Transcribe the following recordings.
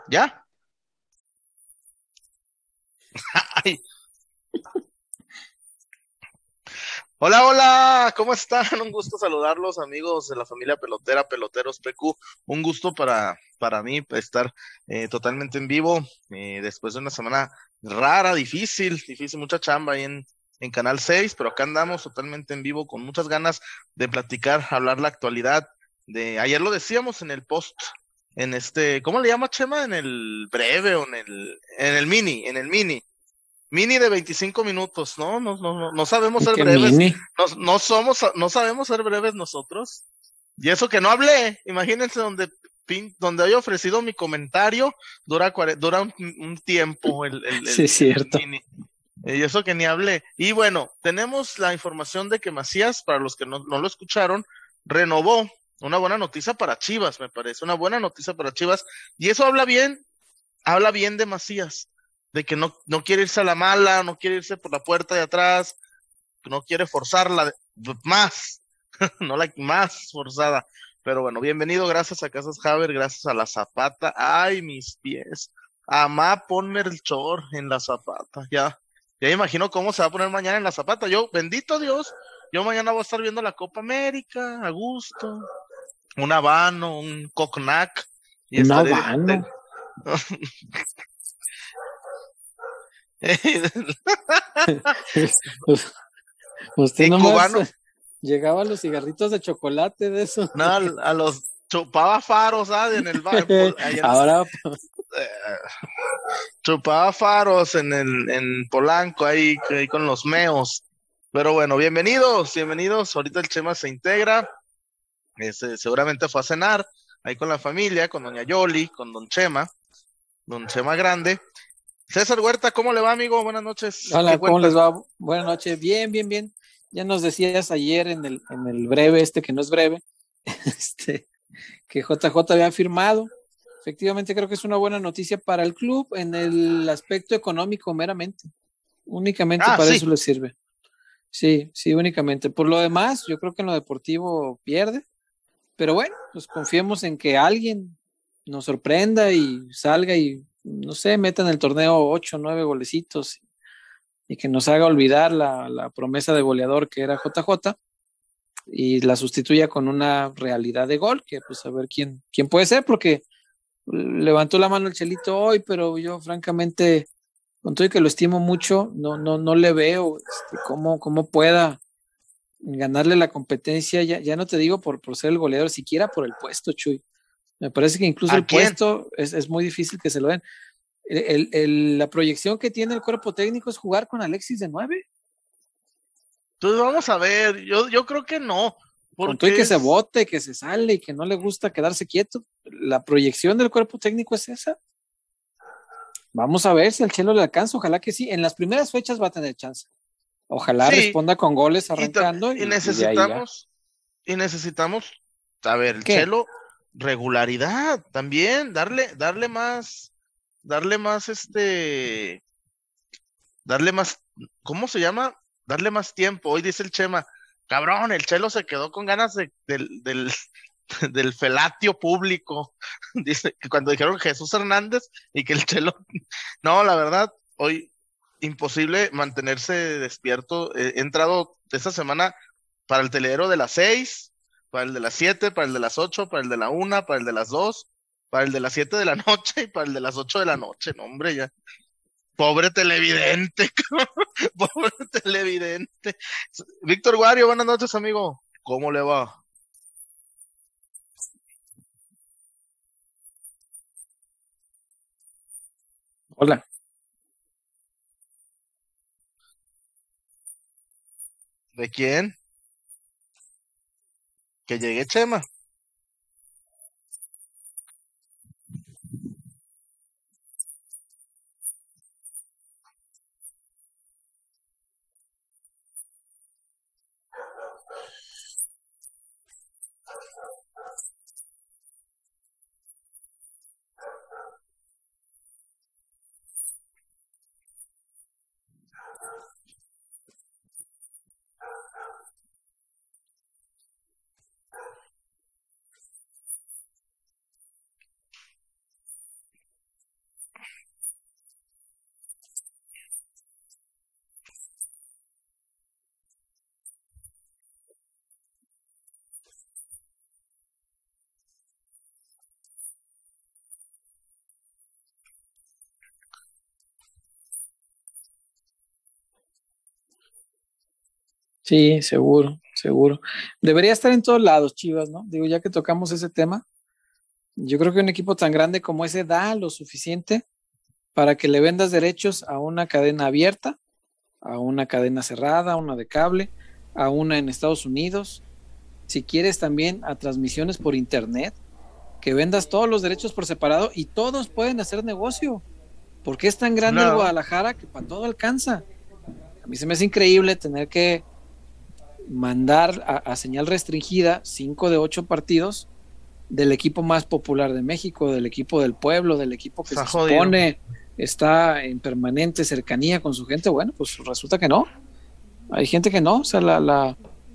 ¿Ya? Ay. Hola, hola, ¿cómo están? Un gusto saludarlos, amigos de la familia pelotera, Peloteros PQ. Un gusto para mí estar totalmente en vivo después de una semana rara, difícil, mucha chamba ahí en Canal 6, pero acá andamos totalmente en vivo con muchas ganas de platicar, hablar la actualidad. Ayer lo decíamos en el post, ¿cómo le llama Chema? En el breve o en el mini de 25 minutos, ¿no? No sabemos ser Qué breves. mini. No sabemos ser breves nosotros. Y eso que no hablé, imagínense donde haya ofrecido mi comentario, dura un tiempo Sí, es el cierto. mini. Y eso que ni hablé. Y bueno, tenemos la información de que Macías, para los que no lo escucharon, renovó. Una buena noticia para Chivas, me parece. Una buena noticia para Chivas. Y eso habla bien de Macías, de que no quiere irse a la mala, no quiere irse por la puerta de atrás, no quiere forzarla más, no la más forzada. Pero bueno, bienvenido, gracias a Casas Haber, gracias a la Zapata. Ay, mis pies. Amá, ponme el chor en la Zapata. Ya imagino cómo se va a poner mañana en la Zapata. Bendito Dios, yo mañana voy a estar viendo la Copa América, a gusto, un habano, un cognac, y Un estaré. habano. Usted Y nomás cubano, llegaba a los cigarritos de chocolate de eso. no, a los chupaba faros, ¿sabes? Ahora, Chupaba faros en Polanco, ahí con los meos. Pero bueno, bienvenidos. Ahorita el Chema se integra. Seguramente fue a cenar ahí con la familia, con doña Yoli, con don Chema Grande. César Huerta, ¿cómo le va, amigo? Buenas noches. ¿Qué hola, ¿cómo les cuenta? va? Buenas noches. Bien, bien, bien. Ya nos decías ayer en el breve, que no es breve, este, que JJ había firmado. Efectivamente, creo que es una buena noticia para el club en el aspecto económico meramente. Únicamente Ah, para sí. eso le sirve. Sí, sí, únicamente. Por lo demás, yo creo que en lo deportivo pierde. Pero bueno, pues confiemos en que alguien nos sorprenda y salga y, no sé, meta en el torneo 8 o 9 golecitos y que nos haga olvidar la promesa de goleador que era JJ y la sustituya con una realidad de gol, que pues a ver quién puede ser, porque levantó la mano el Chelito hoy, pero yo francamente, con todo y que lo estimo mucho, no le veo cómo pueda ganarle la competencia, ya no te digo por ser el goleador, siquiera por el puesto, Chuy. Me parece que incluso ¿A el quién? puesto es muy difícil que se lo den. La proyección que tiene el cuerpo técnico es jugar con Alexis de 9, Entonces vamos a ver. Yo creo que no, con todo y porque que se bote, que se sale y que no le gusta quedarse quieto. La proyección del cuerpo técnico es esa. Vamos a ver si al Chelo le alcanza. Ojalá que sí. En las primeras fechas va a tener chance. Ojalá sí, responda con goles y, arrancando y y de ahí ya. necesitamos, a ver, el ¿Qué? Chelo, regularidad también, darle más, ¿cómo se llama? Darle más tiempo. Hoy dice el Chema, cabrón, el Chelo se quedó con ganas del felatio público. Dice que cuando dijeron Jesús Hernández y que el Chelo, no, la verdad, hoy imposible mantenerse despierto. He entrado esta semana para el telero de las 6, para el de las 7, para el de las 8, para el de la 1, para el de las 2, para el de las 7 de la noche y para el de las 8 de la noche. No, hombre, ya. Pobre televidente, pobre televidente. Víctor Guario, buenas noches, amigo. ¿Cómo le va? Hola. ¿De quién? Que llegue Chema. Sí, seguro, seguro. Debería estar en todos lados, Chivas, ¿no? Digo, ya que tocamos ese tema, yo creo que un equipo tan grande como ese da lo suficiente para que le vendas derechos a una cadena abierta, a una cadena cerrada, a una de cable, a una en Estados Unidos. Si quieres también a transmisiones por internet, que vendas todos los derechos por separado y todos pueden hacer negocio. Porque es tan grande el Guadalajara que para todo alcanza. A mí se me hace increíble tener que mandar a señal restringida 5 de 8 partidos del equipo más popular de México, del equipo del pueblo, del equipo que se supone está en permanente cercanía con su gente. Bueno, pues resulta que no. Hay gente que no. O sea, la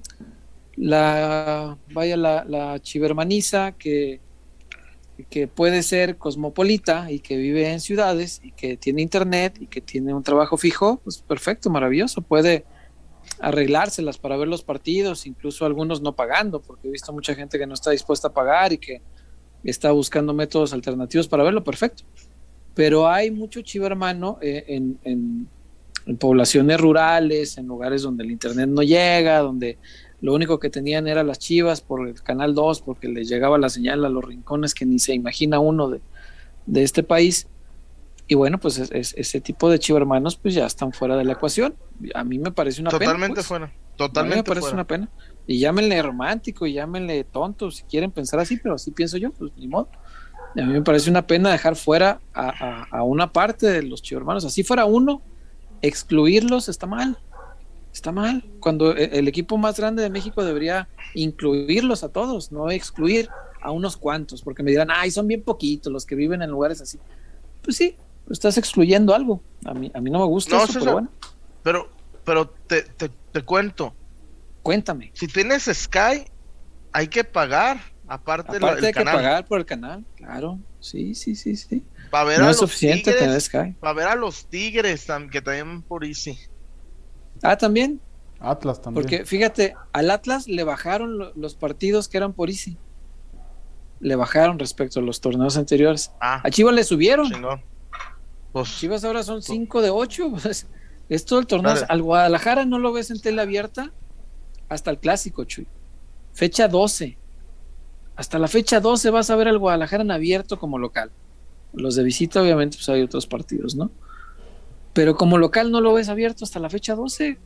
chivermaniza que puede ser cosmopolita y que vive en ciudades y que tiene internet y que tiene un trabajo fijo, pues perfecto, maravilloso, puede arreglárselas para ver los partidos, incluso algunos no pagando, porque he visto mucha gente que no está dispuesta a pagar y que está buscando métodos alternativos para verlo, perfecto. Pero hay mucho chivermano en poblaciones rurales, en lugares donde el internet no llega, donde lo único que tenían era las Chivas por el Canal 2, porque les llegaba la señal a los rincones que ni se imagina uno de este país. Y bueno, pues ese tipo de chivermanos pues ya están fuera de la ecuación. A mí me parece una pena. Totalmente fuera. Totalmente a mí me parece fuera. una pena. Y llámenle romántico y llámenle tonto si quieren pensar así, pero así pienso yo, pues ni modo. A mí me parece una pena dejar fuera a una parte de los chivermanos. Así fuera uno, excluirlos está mal. Está mal. Cuando el equipo más grande de México debería incluirlos a todos, no excluir a unos cuantos, porque me dirán, ay, son bien poquitos los que viven en lugares así. Pues sí, estás excluyendo algo. A mí no me gusta eso, pero bueno. Pero te cuento. Cuéntame. Si tienes Sky, hay que pagar, aparte hay que pagar por el canal, claro. Sí. Para ver no a es los suficiente Tigres, tener Sky. Para ver a los Tigres, que también por Easy. También. Atlas también. Porque fíjate, al Atlas le bajaron los partidos que eran por Easy. Le bajaron respecto a los torneos anteriores. A Chivas le subieron. Pues, Chivas ahora son 5 de 8. Pues, es todo el torneo. Dale. Al Guadalajara no lo ves en tele abierta hasta el clásico, Chuy. Fecha 12. Hasta la fecha 12 vas a ver al Guadalajara en abierto como local. Los de visita, obviamente, pues hay otros partidos, ¿no? Pero como local no lo ves abierto hasta la fecha 12.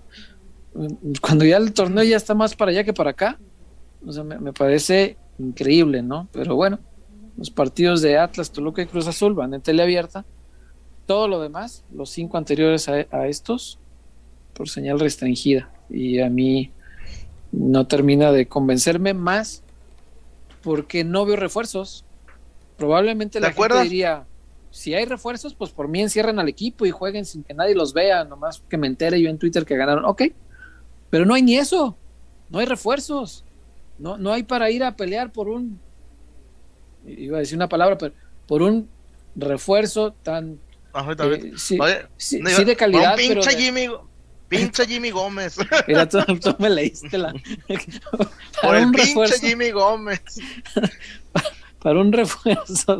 Cuando ya el torneo ya está más para allá que para acá. O sea, me parece increíble, ¿no? Pero bueno, los partidos de Atlas, Toluca y Cruz Azul van en tele abierta. Todo lo demás, los 5 anteriores a estos, por señal restringida. Y a mí no termina de convencerme más porque no veo refuerzos. Probablemente la gente diría, si hay refuerzos, pues por mí encierran al equipo y jueguen sin que nadie los vea, nomás que me entere yo en Twitter que ganaron. Ok, pero no hay ni eso, no hay refuerzos, no hay para ir a pelear por un, iba a decir una palabra, pero por un refuerzo tan sí de calidad. Pinche Jimmy Gómez. Mira, tú me leíste la. Por el pinche Jimmy Gómez. Para un refuerzo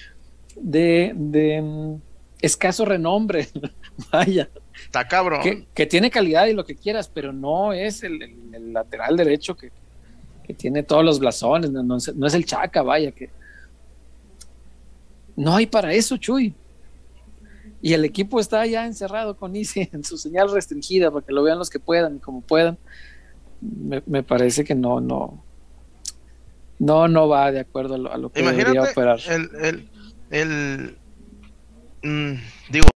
de escaso renombre. Vaya. Está cabrón. Que tiene calidad y lo que quieras, pero no es el lateral derecho que tiene todos los blasones. No es el Chaca, vaya. Que no hay para eso, Chuy. Y el equipo está ya encerrado con Easy en su señal restringida para que lo vean los que puedan y como puedan. Me parece que no va de acuerdo a lo que debería operar. Digo,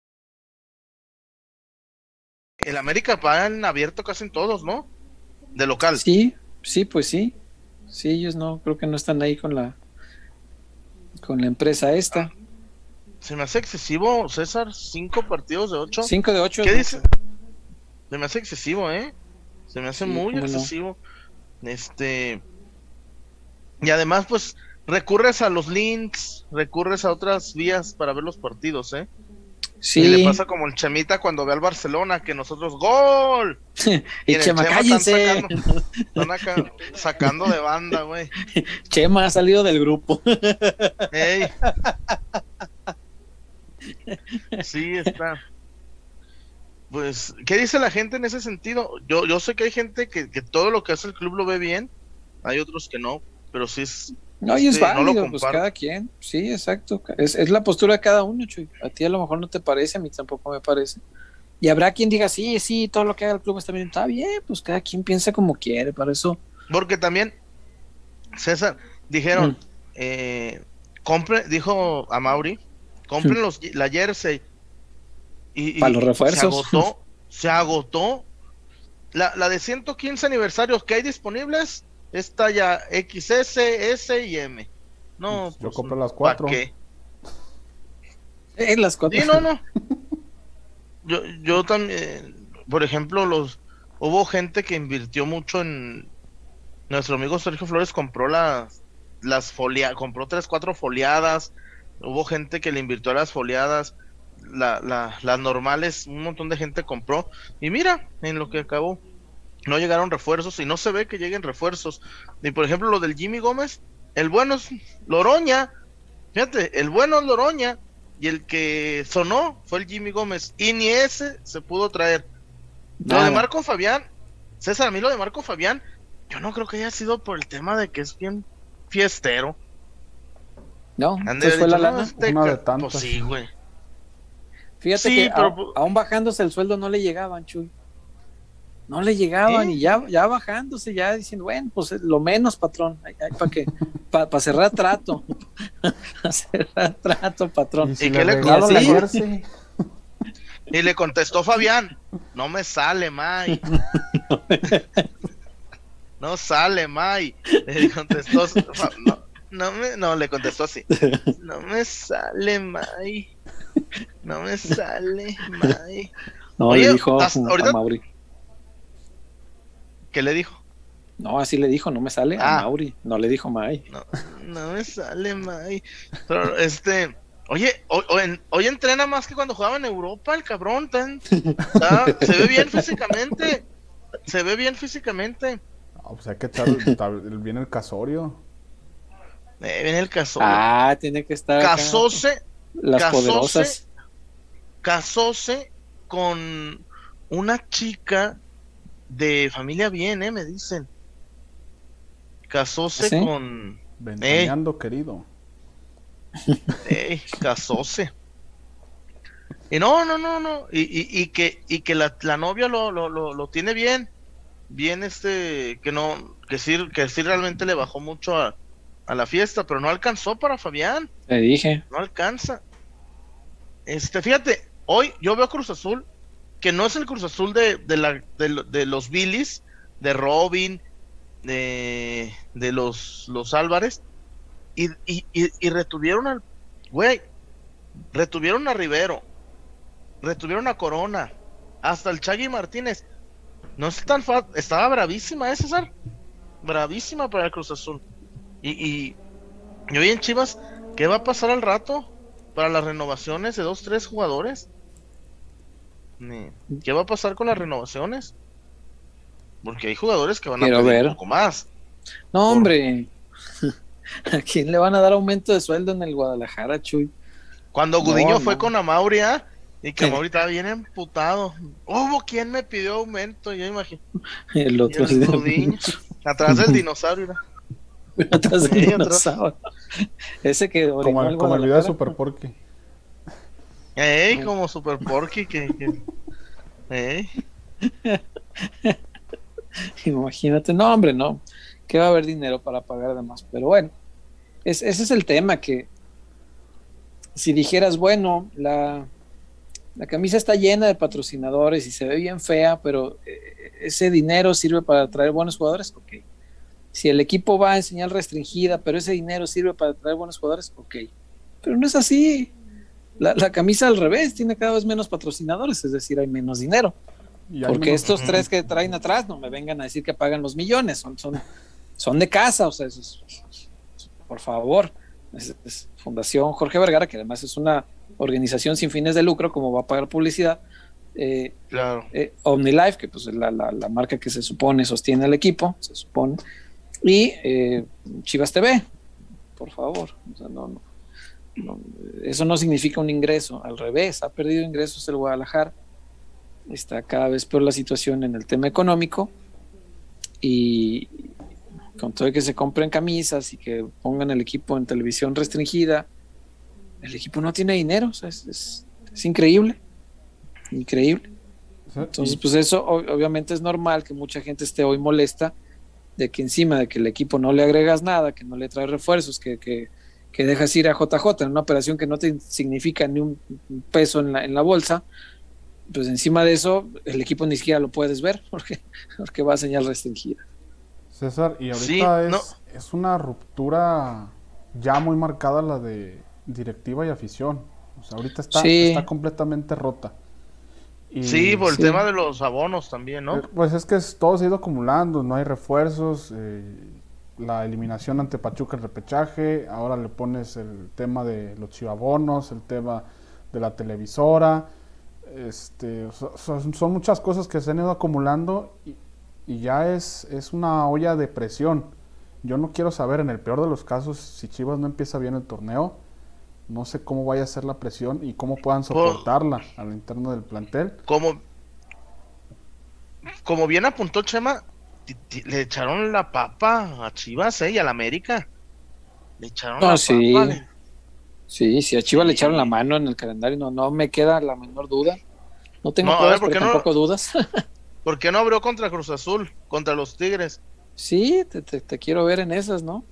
el América va en abierto casi en todos, ¿no? De local. Sí, pues sí. Sí, ellos no, creo que no están ahí con la empresa esta. Se me hace excesivo, César, 5 partidos de 8. 5 de 8. ¿Qué dice? Se me hace excesivo, Se me hace muy excesivo. No. Y además, pues, recurres a los links, recurres a otras vías para ver los partidos, Sí. Y le pasa como el Chemita cuando ve al Barcelona, que nosotros, ¡gol! y Chema, cállense. Están acá sacando de banda, güey. Chema ha salido del grupo. ¡Ey! Sí, está. Pues, ¿qué dice la gente en ese sentido? Yo sé que hay gente que todo lo que hace el club lo ve bien, hay otros que no, pero sí es, No, y es no lo válido, pues comparto. cada quien, sí, exacto. Es la postura de cada uno, Chuy. A ti a lo mejor no te parece, a mí tampoco me parece. Y habrá quien diga, sí, sí, todo lo que haga el club está bien, pues cada quien piensa como quiere, para eso. Porque también, César, Mm, dijeron, dijo a Mauri, compren la jersey, para los y refuerzos. se agotó. La de 115 aniversarios que hay disponibles es talla XS, S y M. No, Yo pues, compré las ¿para 4. qué? Las cuatro. Sí, no. Yo también, por ejemplo, hubo gente que invirtió mucho en, nuestro amigo Sergio Flores compró compró 3, 4 foliadas, hubo gente que le invirtió a las foliadas, las normales, un montón de gente compró, y mira, en lo que acabó, no llegaron refuerzos, y no se ve que lleguen refuerzos, y por ejemplo lo del Jimmy Gómez, el bueno es Loroña, fíjate, el bueno es Loroña, y el que sonó fue el Jimmy Gómez, y ni ese se pudo traer. Lo de Nada. Marco Fabián, César, a mí lo de Marco Fabián, yo no creo que haya sido por el tema de que es bien fiestero. No, Han de entonces haber fue dicho, la no, lana. Una de pues tantas. sí, güey. Fíjate que Sí, pero, aún bajándose el sueldo no le llegaban, Chuy. No le llegaban y ya bajándose, ya diciendo, bueno, pues lo menos, patrón, para que, para cerrar trato, para cerrar trato, patrón. Y si ¿Y le qué le regalo ¿Y la así? jersey. y le contestó Fabián, no me sale, May, no sale, May. Le contestó, no, le contestó así, no me sale, May, no me sale, May. No, le Oye, dijo a ahorita, Mauri. ¿qué le dijo? No, así le dijo, no me sale a Ah, Mauri, no le dijo May. no, no me sale, May. Pero, oye, hoy entrena más que cuando jugaba en Europa, el cabrón, se ve bien físicamente, se ve bien físicamente. No, pues hay que echar viene el casorio. Viene el Casorio. Tiene que estar acá Casóse, las casóse, poderosas. casóse con una chica de familia bien, me dicen. Casóse ¿Sí? con, Ventaneando, querido. casóse. Y no. Y que la novia lo tiene bien. Bien, que no, que sí realmente le bajó mucho a la fiesta, pero no alcanzó para Fabián. Le dije. No alcanza. Fíjate, hoy yo veo Cruz Azul, que no es el Cruz Azul de los Billies, de Robin, de los Álvarez, y güey, retuvieron a Rivero, retuvieron a Corona, hasta el Chagui Martínez. No es tan fácil, estaba bravísima, César, bravísima para el Cruz Azul. Y hoy en Chivas, ¿qué va a pasar al rato para las renovaciones de 2, 3 jugadores? ¿Qué va a pasar con las renovaciones? Porque hay jugadores que van a Quiero pedir ver. un poco más. No, hombre. ¿A quién le van a dar aumento de sueldo en el Guadalajara, Chuy? Cuando No, Gudiño fue no. con Amauria y que Amaury estaba bien emputado. Hubo quien me pidió aumento, yo imagino. El Y otro el Gudiño, atrás del dinosaurio, mira. atrás del Atrás. dinosaurio. Ese que orinó el Como el video de Guadalajara. Super Porky. Como Super Porky Imagínate, no, hombre, no. Que va a haber dinero para pagar además. Pero bueno, ese es el tema, que si dijeras, bueno, la camisa está llena de patrocinadores y se ve bien fea, pero ese dinero sirve para traer buenos jugadores, ok. Si el equipo va en señal restringida, pero ese dinero sirve para traer buenos jugadores, ok. Pero no es así. La camisa al revés, tiene cada vez menos patrocinadores, es decir, hay menos dinero. Porque estos 3 que traen atrás no me vengan a decir que pagan los millones, son de casa, o sea, por favor. Es Fundación Jorge Vergara, que además es una organización sin fines de lucro, como va a pagar publicidad. Claro. OmniLife, que pues es la marca que se supone sostiene al equipo, se supone. Y Chivas TV, por favor. O sea, no, eso no significa un ingreso, al revés, ha perdido ingresos el Guadalajara. está cada vez peor la situación en el tema económico y con todo el que se compren camisas y que pongan el equipo en televisión restringida, el equipo no tiene dinero, o sea, es increíble, increíble. Entonces, pues eso obviamente es normal que mucha gente esté hoy molesta de que encima de que el equipo no le agregas nada, que no le traes refuerzos, que dejas ir a JJ en una operación que no te significa ni un peso en la bolsa, pues encima de eso el equipo ni siquiera lo puedes ver porque va a señal restringida. César, y ahorita es una ruptura ya muy marcada la de directiva y afición. O sea, ahorita está completamente rota. Sí, por el tema de los abonos también, ¿no? Pues es que todo se ha ido acumulando, no hay refuerzos, la eliminación ante Pachuca, el repechaje, ahora le pones el tema de los chivabonos, el tema de la televisora, son muchas cosas que se han ido acumulando y ya es una olla de presión. Yo no quiero saber, en el peor de los casos, si Chivas no empieza bien el torneo, no sé cómo vaya a ser la presión y cómo puedan soportarla al interno del plantel. Como bien apuntó Chema, le echaron la papa a Chivas, y a la América. Le echaron la papa. Sí, a Chivas le echaron la mano en el calendario, no me queda la menor duda. No tengo pruebas, pero tampoco dudas. ¿Por qué no abrió contra Cruz Azul, contra los Tigres? Sí, te quiero ver en esas, ¿no?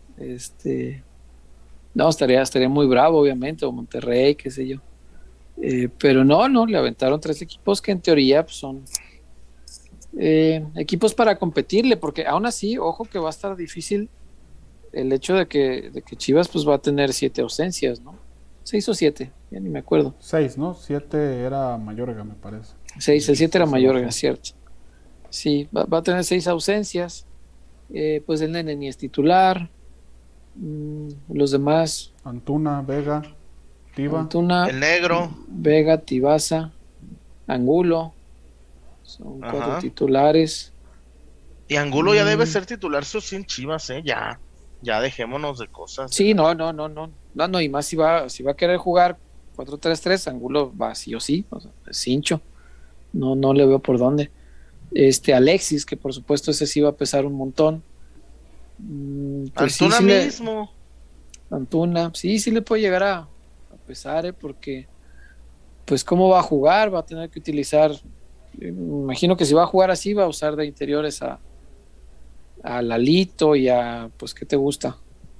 No, estaría muy bravo, obviamente, o Monterrey, qué sé yo. Pero no, le aventaron 3 equipos que en teoría pues, son equipos para competirle, porque aún así, ojo que va a estar difícil el hecho de que Chivas pues va a tener 7 ausencias, ¿no? 6 o 7, ya ni me acuerdo. 6, ¿no? 7 era Mayorga, me parece. 6, el 7 era Mayorga, cierto. Sí, va a tener 6 ausencias. Pues el nene ni es titular. Los demás. Antuna, Vega, Tiva. El negro. Vega, Tibaza, Angulo. Son 4 titulares. Y Angulo ya debe ser titular sin Chivas, ya dejémonos de cosas. Sí, no, y más si va a querer jugar 4-3-3, Angulo va sí o sí, o sea, es hincho. No le veo por dónde. Alexis, que por supuesto ese sí va a pesar un montón. Pues Antuna sí mismo. Antuna, sí le puede llegar a pesar, porque pues cómo va a jugar, va a tener que utilizar, me imagino que si va a jugar así, va a usar de interiores a Lalito y a, pues, ¿qué te gusta?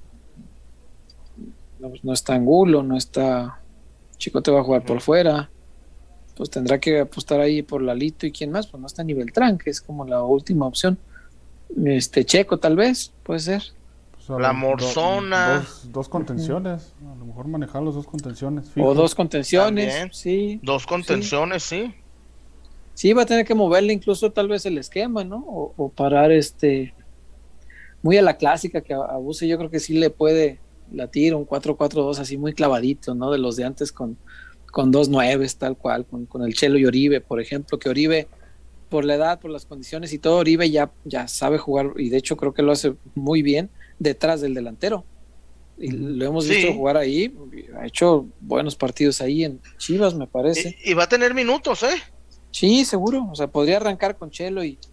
No está Angulo, no está Chicote, va a jugar por fuera, pues tendrá que apostar ahí por Lalito y quién más, pues no está ni Beltrán, que es como la última opción. Checo tal vez, puede ser. Pues la Morzona. Dos contenciones, a lo mejor manejar los 2 contenciones. Fijo. O 2 contenciones, también. Sí. 2 contenciones, sí. Sí, va a tener que moverle incluso tal vez el esquema, ¿no? O parar muy a la clásica que abuse, yo creo que sí le puede latir un 4-4-2 así muy clavadito, ¿no? De los de antes con 2 9s tal cual, con el Chelo y Oribe, por ejemplo, que Oribe, por la edad, por las condiciones y todo, Oribe ya sabe jugar, y de hecho creo que lo hace muy bien detrás del delantero. Y lo hemos visto jugar ahí, ha hecho buenos partidos ahí en Chivas, me parece. Y va a tener minutos, Sí, seguro, o sea, podría arrancar con Chelo y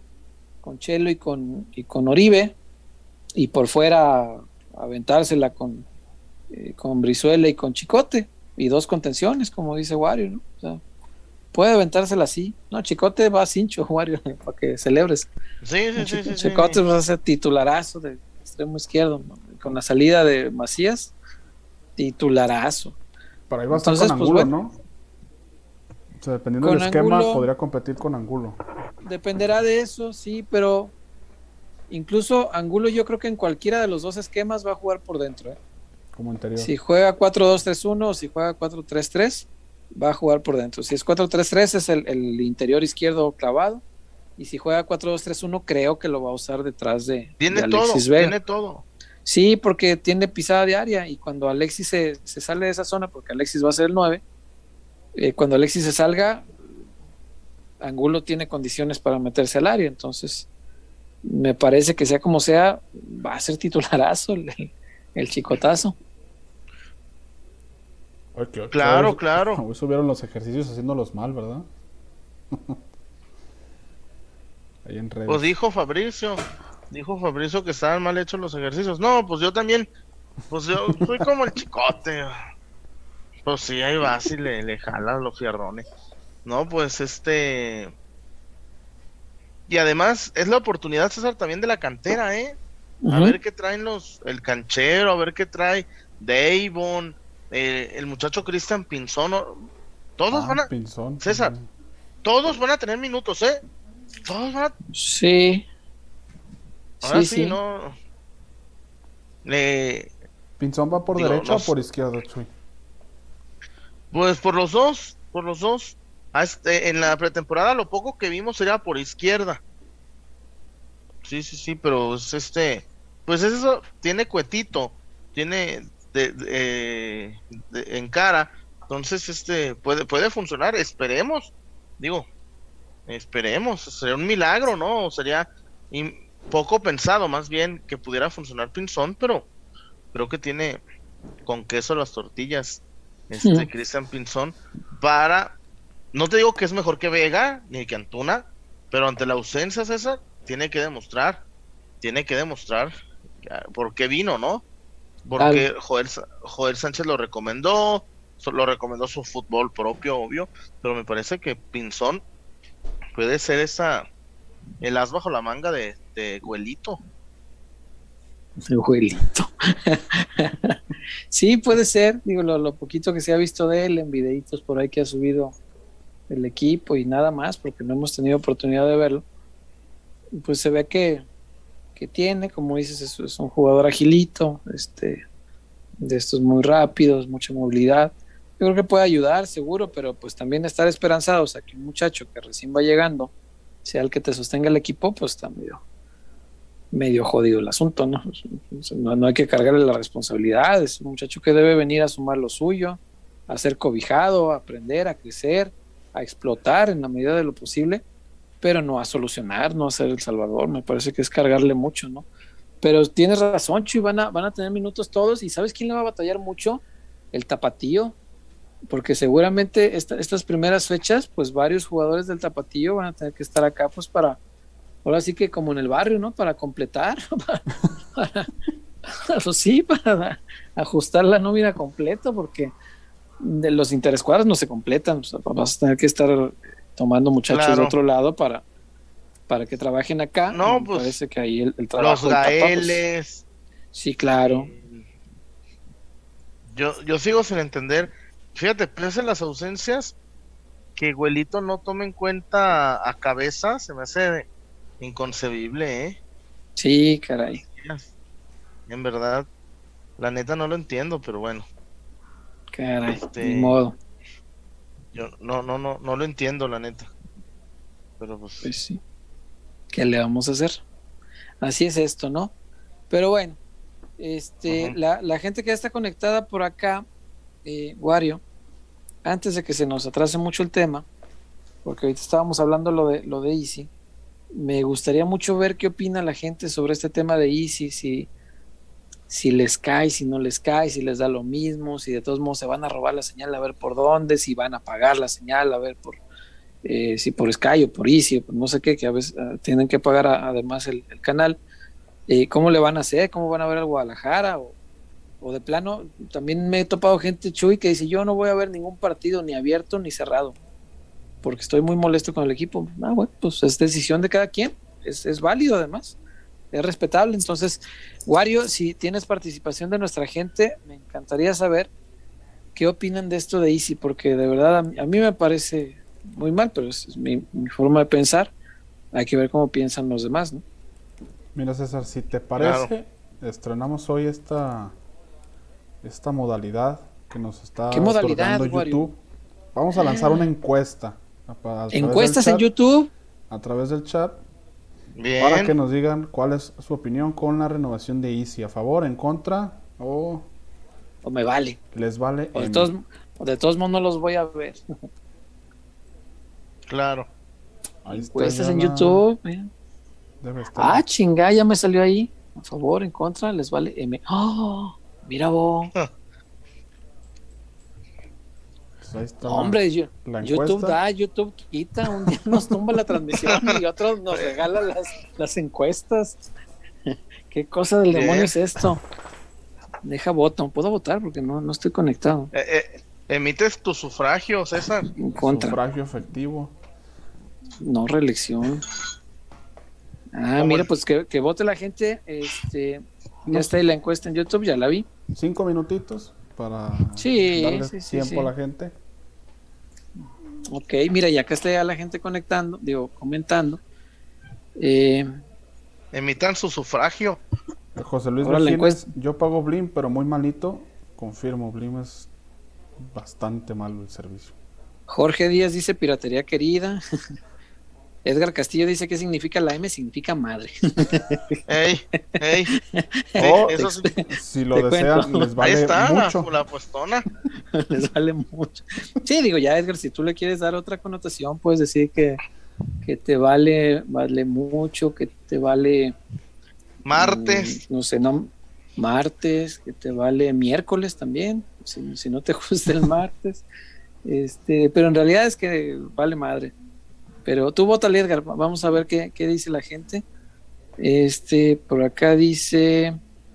con Oribe, y por fuera aventársela con Brizuela y con Chicote, y 2 contenciones, como dice Wario, ¿no? O sea, puede aventársela así. No, Chicote va cincho, Wario, para que celebres. Sí. Chicote va a ser titularazo de extremo izquierdo, ¿no? Con la salida de Macías, titularazo. Para ahí va a estar con Angulo, bueno, ¿no? O sea, dependiendo del esquema, Angulo, podría competir con Angulo. Dependerá de eso, sí, pero incluso Angulo yo creo que en cualquiera de los 2 esquemas va a jugar por dentro, como interior. Si juega 4-2-3-1 o si juega 4-3-3, va a jugar por dentro. Si es 4-3-3 es el interior izquierdo clavado, y si juega 4-2-3-1 creo que lo va a usar detrás de Alexis Vega. Tiene todo. Sí, porque tiene pisada de área, y cuando Alexis se sale de esa zona, porque Alexis va a ser el 9, cuando Alexis se salga, Angulo tiene condiciones para meterse al área, entonces me parece que sea como sea, va a ser titularazo el Chicotazo. Claro. Hoy subieron los ejercicios haciéndolos mal, ¿verdad? ahí en redes. Pues dijo Fabricio que estaban mal hechos los ejercicios. No, pues yo también, pues yo soy como el chicote. Pues sí, ahí vas y le jalas los fierrones. No, pues y además es la oportunidad, César, también de la cantera, ¿eh? A ver qué traen el canchero, a ver qué trae Davon, el muchacho Cristian Pinzón, todos van a, Pinzón, César, también. todos van a tener minutos, ¿eh? Todos van a, Sí. ahora Sí. no, ¿Pinzón va por derecha o por izquierda, Chuy? pues por los dos, en la pretemporada lo poco que vimos era por izquierda. Sí, pero pues eso tiene cuetito, tiene en cara, entonces puede funcionar, esperemos, sería un milagro, ¿no? Sería poco pensado, más bien que pudiera funcionar Pinzón, pero creo que tiene con queso las tortillas, Cristian Pinzón, no te digo que es mejor que Vega ni que Antuna, pero ante la ausencia, César, tiene que demostrar por qué vino, ¿no? Porque Joel Sánchez lo recomendó su fútbol propio, obvio, pero me parece que Pinzón puede ser el as bajo la manga de Güelito. Güelito. Sí, puede ser, digo, lo poquito que se ha visto de él en videitos por ahí que ha subido el equipo y nada más, porque no hemos tenido oportunidad de verlo, pues se ve que tiene, como dices, es un jugador agilito, de estos muy rápidos, mucha movilidad. Yo creo que puede ayudar, seguro, pero pues también estar esperanzados a que un muchacho que recién va llegando sea el que te sostenga el equipo, pues está medio jodido el asunto, ¿no? No hay que cargarle la responsabilidad, es un muchacho que debe venir a sumar lo suyo, a ser cobijado, a aprender, a crecer, a explotar en la medida de lo posible, pero no a solucionar, no a ser el salvador. Me parece que es cargarle mucho, ¿no? Pero tienes razón, Chuy, van a tener minutos todos, y ¿sabes quién le va a batallar mucho? El Tapatío, porque seguramente estas primeras fechas, pues varios jugadores del Tapatío van a tener que estar acá, pues ahora sí que como en el barrio, ¿no? Para completar, pues sí, para ajustar la nómina completa, porque de los interescuadras no se completan, o sea, vas a tener que estar tomando muchachos de otro lado para que trabajen acá. No, Me pues parece que ahí el trabajo los del Tapa, pues, Gaeles. sí, claro. Yo sigo sin entender. Fíjate, pese a las ausencias, que Güelito no tome en cuenta a Cabeza, se me hace inconcebible, ¿eh? Sí, caray. En verdad, la neta no lo entiendo, pero bueno. Caray, ni modo. Yo no lo entiendo, la neta. Pero pues sí. ¿Qué le vamos a hacer? Así es esto, ¿no? Pero bueno, la gente que ya está conectada por acá, Wario, antes de que se nos atrase mucho el tema, porque ahorita estábamos hablando lo de Easy, me gustaría mucho ver qué opina la gente sobre este tema de Easy, si les cae, si no les cae, si les da lo mismo, si de todos modos se van a robar la señal a ver por dónde, si van a pagar la señal a ver si por Sky o por Easy o por no sé qué, que a veces tienen que pagar además el canal. ¿Cómo le van a hacer? ¿Cómo van a ver al Guadalajara? O de plano, también me he topado gente, Chuy, que dice: yo no voy a ver ningún partido ni abierto ni cerrado porque estoy muy molesto con el equipo. Bueno, pues es decisión de cada quien, es válido, además es respetable. Entonces, Wario, si tienes participación de nuestra gente, me encantaría saber qué opinan de esto de Easy, porque de verdad a mí me parece muy mal, pero es mi forma de pensar. Hay que ver cómo piensan los demás, ¿no? Mira, César, si te parece, estrenamos hoy esta modalidad que nos está otorgando YouTube. Vamos a lanzar una encuesta. ¿Encuestas en YouTube? A través del chat. Bien. Para que nos digan cuál es su opinión con la renovación de Easy. ¿A favor, en contra o me vale? Les vale. De todos modos no los voy a ver. Claro. Encuestas en YouTube. Chingada, ya me salió ahí. A favor, en contra, les vale M. ¡Oh! Mira vos. pues ahí está. Hombre, la YouTube encuesta. YouTube quita, un día nos tumba la transmisión y otro nos regala las encuestas. ¿Qué cosa del demonio es esto? Deja voto, ¿puedo votar? Porque no estoy conectado. Emites tu sufragio, César. En contra. Sufragio efectivo. No, reelección. Mira, pues que vote la gente. Ya está ahí la encuesta en YouTube, ya la vi. 5 minutitos para darle tiempo a la gente. Ok, mira, y acá está ya la gente comentando. Emitan su sufragio. José Luis Ahora la Virgínes, yo pago Blim, pero muy malito. Confirmo, Blim es bastante malo el servicio. Jorge Díaz dice piratería querida. Edgar Castillo dice ¿qué significa la M? Significa madre. Ey. Eso sí, si lo desean, cuento. les vale Ahí está, mucho. la puestona. Les vale mucho. Sí, digo, ya Edgar, si tú le quieres dar otra connotación, puedes decir que te vale mucho, que te vale martes. No sé, martes, que te vale miércoles también, si no te gusta el martes. Pero en realidad es que vale madre. Pero tú vota, Edgar, vamos a ver qué dice la gente. Por acá dice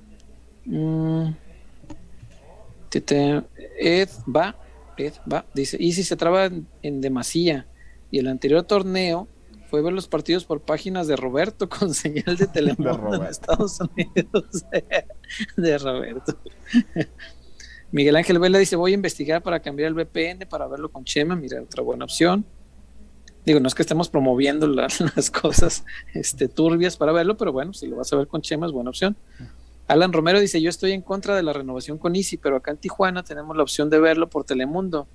Ed va, dice, y si se traba en demasía, y el anterior torneo fue ver los partidos por páginas de Roberto con señal de Telemundo en Estados Unidos. De Roberto. Miguel Ángel Vela dice, voy a investigar para cambiar el VPN para verlo con Chema. Mira, otra buena opción. Digo, no es que estemos promoviendo las cosas turbias para verlo, pero bueno, si lo vas a ver con Chema es buena opción. Alan Romero dice, yo estoy en contra de la renovación con Easy, pero acá en Tijuana tenemos la opción de verlo por Telemundo.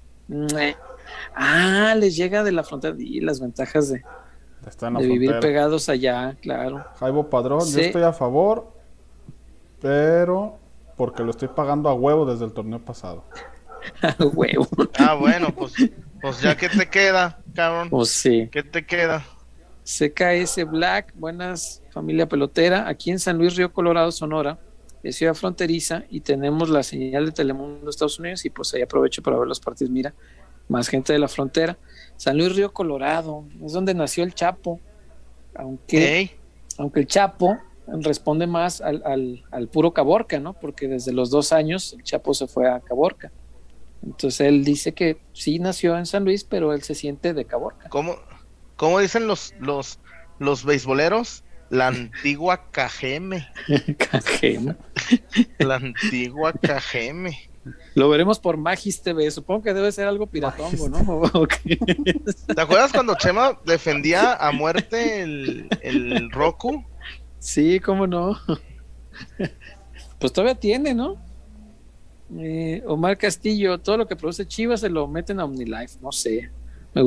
Les llega de la frontera y las ventajas de vivir pegados allá, claro. Jaibo Padrón, sí. Yo estoy a favor, pero porque lo estoy pagando a huevo desde el torneo pasado. A huevo. Bueno, pues ya que te queda, cabrón. Pues sí. ¿Qué te queda? CKS Black, buenas familia pelotera. Aquí en San Luis Río Colorado, Sonora, es ciudad fronteriza y tenemos la señal de Telemundo de Estados Unidos y pues ahí aprovecho para ver los partidos. Mira, más gente de la frontera. San Luis Río Colorado, es donde nació el Chapo, aunque el Chapo responde más al puro Caborca, ¿no? Porque desde los 2 años el Chapo se fue a Caborca. Entonces él dice que sí nació en San Luis, pero él se siente de Caborca. ¿Cómo dicen los beisboleros? La antigua Cajeme. Cajeme. La antigua Cajeme. Lo veremos por Magis TV. Supongo que debe ser algo piratongo, ¿no? ¿Te acuerdas cuando Chema defendía a muerte el Roku? Sí, cómo no. Pues todavía tiene, ¿no? Omar Castillo, todo lo que produce Chivas se lo meten a OmniLife, no sé. Me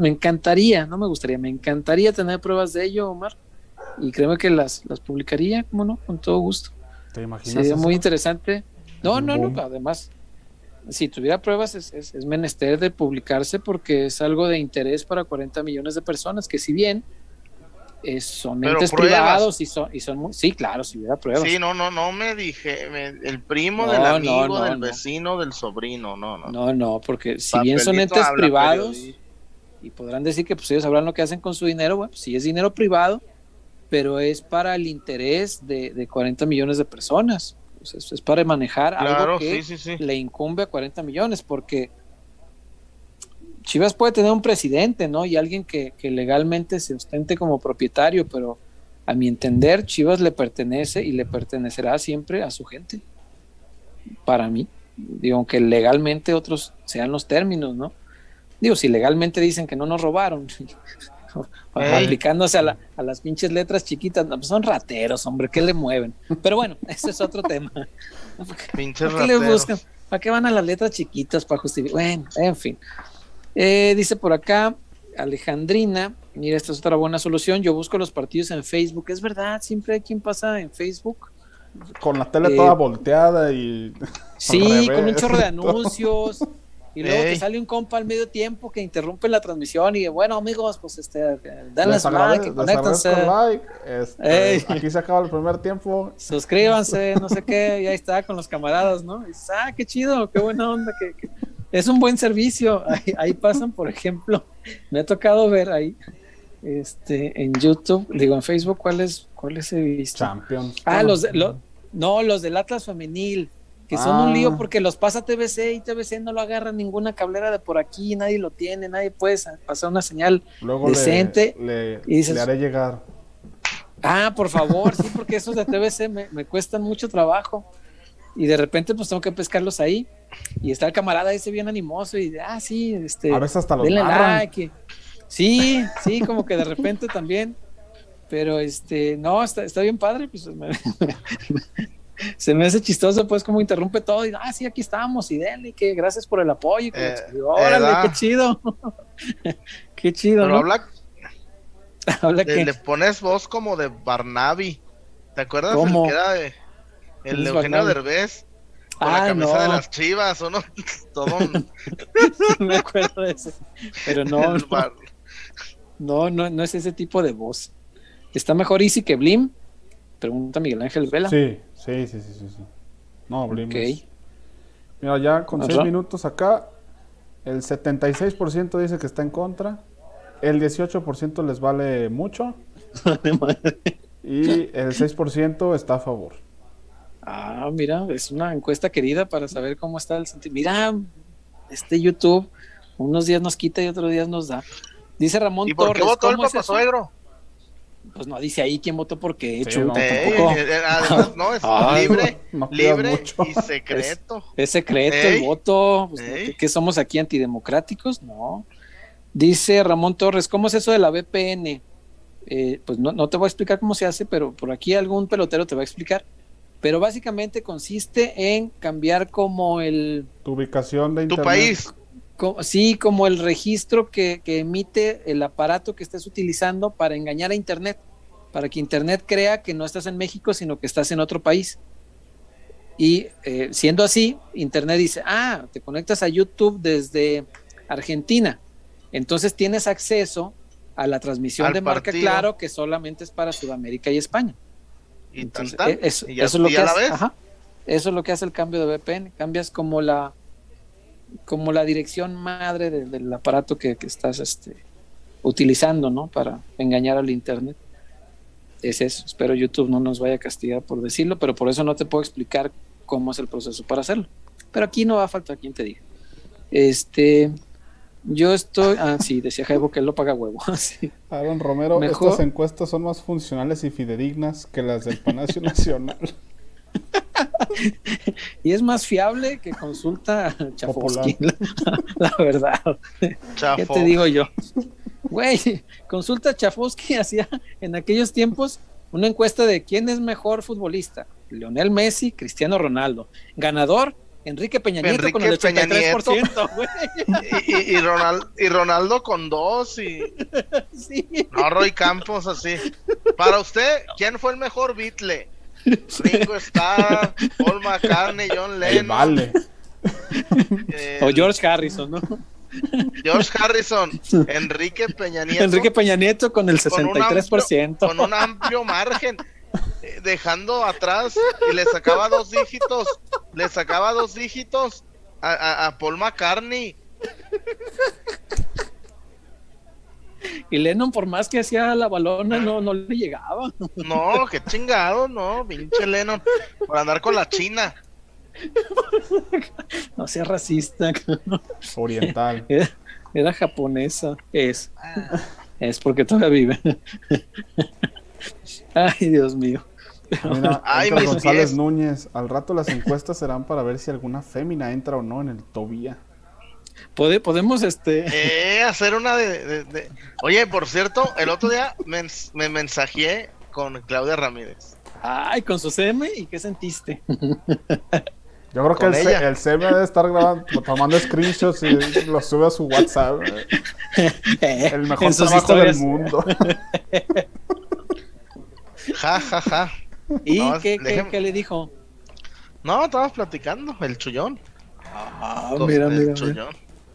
encantaría tener pruebas de ello, Omar. Y créeme que las publicaría, ¿cómo no? Con todo gusto. ¿Te imaginas? Sería eso? muy interesante. No, además, si tuviera pruebas es menester de publicarse porque es algo de interés para 40 millones de personas, que si bien son entes privados y son sí, claro, si hubiera pruebas. Sí, no me dije, el primo del amigo, del vecino, del sobrino, no, porque si bien son entes privados y podrán decir que pues ellos sabrán lo que hacen con su dinero, bueno, pues sí es dinero privado, pero es para el interés de 40 millones de personas. Pues es para manejar algo que le incumbe a 40 millones, porque Chivas puede tener un presidente, ¿no? Y alguien que legalmente se ostente como propietario, pero a mi entender, Chivas le pertenece y le pertenecerá siempre a su gente. Para mí, digo, aunque legalmente otros sean los términos, ¿no? Digo, si legalmente dicen que no nos robaron, aplicándose a las pinches letras chiquitas, no, pues son rateros, hombre, ¿qué le mueven? Pero bueno, ese es otro tema. Pinches ¿Para qué le buscan? ¿Para qué van a las letras chiquitas para justificar? Bueno, en fin. Dice por acá Alejandrina, mira, esta es otra buena solución, yo busco los partidos en Facebook. Es verdad, siempre hay quien pasa en Facebook con la tele toda volteada y sí, con un chorro de anuncios y luego te sale un compa al medio tiempo que interrumpe la transmisión y bueno, amigos, pues denles like, conéctense, aquí se acaba el primer tiempo, suscríbanse, no sé qué, y ahí está con los camaradas, ¿no? Y dices, qué chido, qué buena onda es un buen servicio. Ahí pasan, por ejemplo, me ha tocado ver ahí, en YouTube, digo en Facebook, ¿cuáles he visto? Champions. No, los del Atlas Femenil, que son un lío porque los pasa TVC y TVC no lo agarra ninguna cablera de por aquí, nadie lo tiene, nadie puede pasar una señal Luego decente. y dices, le haré llegar. Por favor, sí, porque esos de TVC me cuestan mucho trabajo. Y de repente pues tengo que pescarlos ahí. Y está el camarada ese bien animoso y sí, a veces hasta los denle narran. like. Sí, como que de repente también. Pero no, está bien padre, pues se me hace chistoso pues como interrumpe todo y sí, aquí estamos y denle, que gracias por el apoyo. Órale, qué chido. Qué chido, pero ¿no? Habla que le pones voz como de Barnaby. ¿Te acuerdas ¿Cómo? el que era de el Eugenio Derbez? Con la camisa de las Chivas, ¿o no? Todo me acuerdo de eso. Pero no es ese tipo de voz. ¿Está mejor Easy que Blim? Pregunta Miguel Ángel Vela. Sí. No, Blim. Okay. Mira, ya con 6 minutos acá, el 76% dice que está en contra, el 18% les vale mucho y el 6% está a favor. Mira, es una encuesta querida para saber cómo está el sentimiento. Mira, YouTube unos días nos quita y otros días nos da. Dice Ramón Torres. ¿Y por qué votó el papasuegro? Pues no dice ahí quién votó por qué. Además, no, es libre y secreto. Es secreto el voto. Pues, ¿qué somos aquí, antidemocráticos? No. Dice Ramón Torres, ¿cómo es eso de la VPN? Pues no te voy a explicar cómo se hace, pero por aquí algún pelotero te va a explicar. Pero básicamente consiste en cambiar como tu ubicación de internet. Tu país. Como el registro que emite el aparato que estés utilizando para engañar a Internet, para que Internet crea que no estás en México, sino que estás en otro país. Y siendo así, Internet dice, te conectas a YouTube desde Argentina, entonces tienes acceso a la transmisión de Marca Claro, que solamente es para Sudamérica y España. Y entonces, eso es lo que hace, eso es lo que hace el cambio de VPN. Cambias como la dirección madre del aparato que estás utilizando, ¿no? Para engañar al Internet. Es eso. Espero YouTube no nos vaya a castigar por decirlo, pero por eso no te puedo explicar cómo es el proceso para hacerlo. Pero aquí no va a faltar quien te diga. Yo estoy... sí, decía Jaibo que él lo paga huevo. Sí. Aaron Romero, estas encuestas son más funcionales y fidedignas que las del Palacio Nacional. Y es más fiable que consulta Chafosky, la verdad. ¿Qué te digo yo? Güey, consulta Chafosky hacía en aquellos tiempos una encuesta de quién es mejor futbolista: Lionel Messi, Cristiano Ronaldo. Ganador, Enrique Peña Nieto con el 83%, güey. Y Ronaldo con 2 sí. No, Roy Campos así. Para usted, ¿quién fue el mejor Beatle? Ringo Starr, Paul McCartney, John Lennon. Vale. O George Harrison, ¿no? George Harrison, Enrique Peña Nieto. Enrique Peña Nieto con el 63%. Con un amplio margen, dejando atrás, y le sacaba dos dígitos a Paul McCartney. Y Lennon, por más que hacía la balona, no le llegaba. No, qué chingado, no, pinche Lennon, por andar con la China. No sea racista. Oriental. Era japonesa. Es porque todavía vive. Ay, Dios mío. Mira, González Núñez, al rato las encuestas serán para ver si alguna fémina entra o no en el Tobía. Podemos hacer una de... Oye, por cierto, el otro día me mensajeé con Claudia Ramírez. Ay, con su CM, ¿y qué sentiste? Yo creo que el CM debe estar grabando, tomando screenshots y los sube a su WhatsApp. El mejor trabajo del mundo. Ja. ¿Y qué le dijo? No, estábamos platicando, el chullón. Mira. Chullón.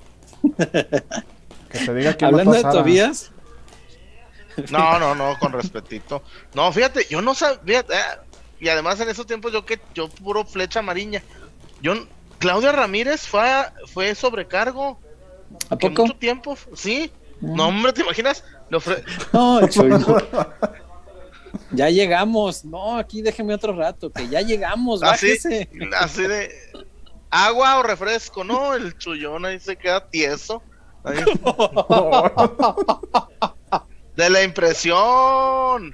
Que te diga que hablando de Tobías. No, con respetito. No, fíjate, yo no sabía, y además en esos tiempos yo puro flecha amarilla. Claudia Ramírez fue sobrecargo. ¿A Que poco? mucho tiempo, sí. No, hombre, ¿te imaginas? No, Chuy. Ya llegamos. No, aquí déjeme otro rato, que ya llegamos, Así, bájese. así de agua o refresco, no, el chullón ahí se queda tieso. Ahí. De la impresión.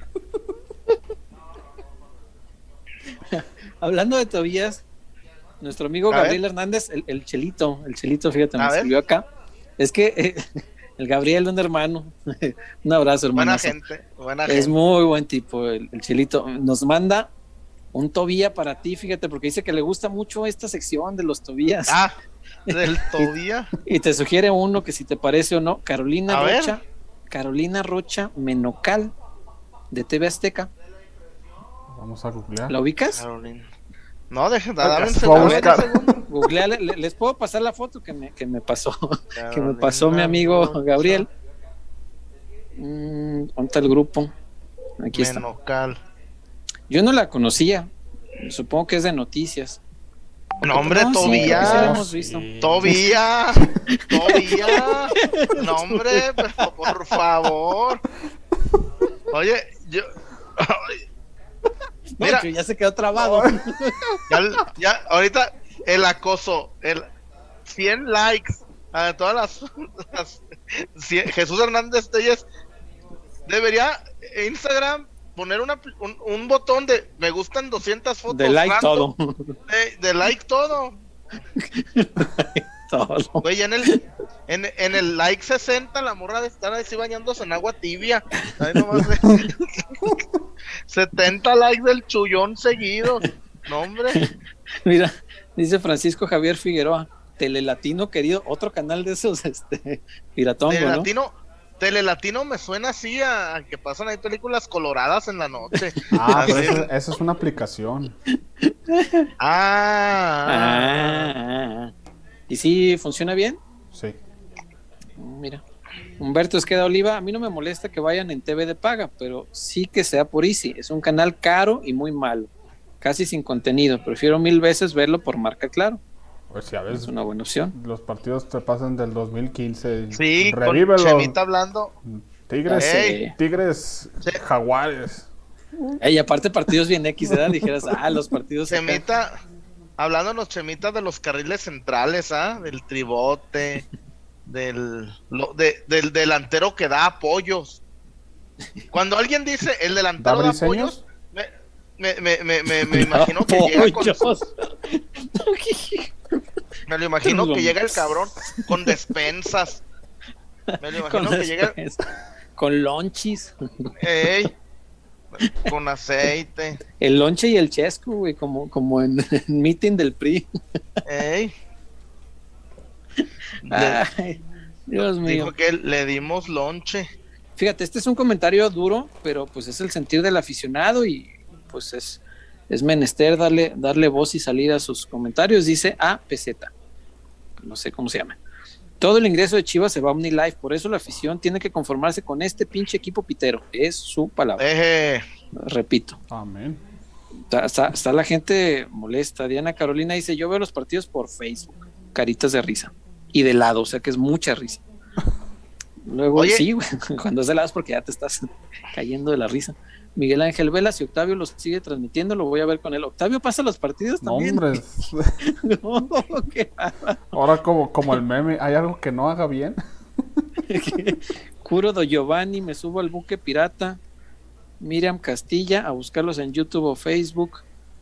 Hablando de Tobías, nuestro amigo A Gabriel ver. Hernández, el Chelito, fíjate, me A ver. escribió acá. Es que el Gabriel, un hermano, un abrazo, hermano. Buena gente, buena Es gente. muy buen tipo, el Chelito. Nos manda un Tobía para ti, fíjate, porque dice que le gusta mucho esta sección de los Tobías. Ah, del Tobía. Y te sugiere uno que si te parece o no, Carolina A ver. Rocha, Carolina Rocha Menocal, de TV Azteca. Vamos a googlear. ¿La ubicas? Carolina. No, dame un se fue a segundo. buscar. Googleale, les puedo pasar la foto que me pasó, que me Carolina pasó mi amigo Rocha Gabriel. ¿Dónde está el grupo? Aquí está. Menocal. Yo no la conocía, supongo que es de noticias. No, hombre, No, sí, creo que sí la Tobía. hemos visto. Tobía. No, hombre, pero por favor. Oye, yo. No, Mira. que ya se quedó trabado. Ya, ahorita el acoso, 100 likes a todas las 100. Jesús Hernández Telles debería Instagram poner un botón de me gustan 200 fotos De like random, todo. de like todo. Todo. Güey, ya en el like 60 la morra de estar así bañándose en agua tibia. Ahí nomás 70 likes del chullón seguidos. No, hombre. Mira, dice Francisco Javier Figueroa, Telelatino querido, otro canal de esos, piratongo, ¿no? Telelatino me suena así a que pasan ahí películas coloradas en la noche. Ah, pero Así. esa es una aplicación. Ah. ¿Y sí funciona bien? Sí. Mira, Humberto Esqueda Oliva, a mí no me molesta que vayan en TV de paga, pero sí que sea por Easy. Es un canal caro y muy malo, casi sin contenido. Prefiero 1000 veces verlo por marca Claro. Pues si a veces Es una buena opción. los partidos te pasan del 2015. Sí, Revívelo. con Chemita hablando. Tigres, Ey. Tigres, Sí. Jaguares. Y aparte partidos bien X, ¿verdad? Dijeras, los partidos acá. Chemita, hablándonos Chemita de los carriles centrales, del tribote, del delantero que da apoyos. Cuando alguien dice el delantero ¿Da da briseños? apoyos, me imagino que llega con Apoyos. me lo imagino que llega el cabrón con despensas. Me lo imagino Con que llega, con lonchis. ey, con aceite, El lonche y el chesco, güey, como en meeting del PRI. ey. Ay, Dios mío. Dijo que le dimos lonche. Fíjate, este es un comentario duro, pero pues es el sentir del aficionado y pues es menester darle voz y salida a sus comentarios. Dice APZ, no sé cómo se llama. Todo el ingreso de Chivas se va a OmniLife, por eso la afición tiene que conformarse con este pinche equipo pitero. Es su palabra. Repito. Amén. Está la gente molesta. Diana Carolina dice, yo veo los partidos por Facebook, caritas de risa. Y de lado, o sea que es mucha risa. Luego, Oye. sí, güey, cuando es de lado es porque ya te estás cayendo de la risa. Miguel Ángel Vela, si Octavio los sigue transmitiendo, lo voy a ver con él. ¿Octavio pasa los partidos No, también? hombre. No, qué bárbaro. Ahora como el meme, ¿hay algo que no haga bien? Curo do Giovanni, me subo al buque pirata. Miriam Castilla, a buscarlos en YouTube o Facebook.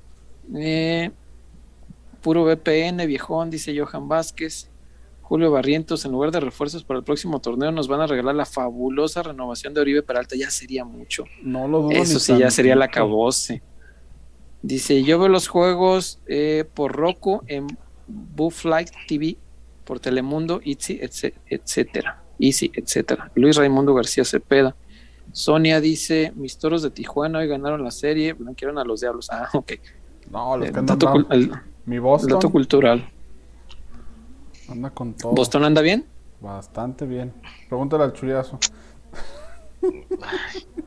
Puro VPN, viejón, dice Johan Vázquez. Julio Barrientos, en lugar de refuerzos para el próximo torneo, nos van a regalar la fabulosa renovación de Oribe Peralta. Ya sería mucho. No lo dudo. Eso ni sí, ya sería la tantito. acabose. Dice, yo veo los juegos por Roku en Bufflight TV, por Telemundo, Itzy, etcétera. Easy, etcétera. Luis Raimundo García Cepeda. Sonia dice, mis Toros de Tijuana hoy ganaron la serie, blanquearon a los Diablos. Ah, ok. No, los que Dato andan. el Mi Boston dato cultural. anda con todo. ¿Boston anda bien? Bastante bien. Pregúntale al Churiazo.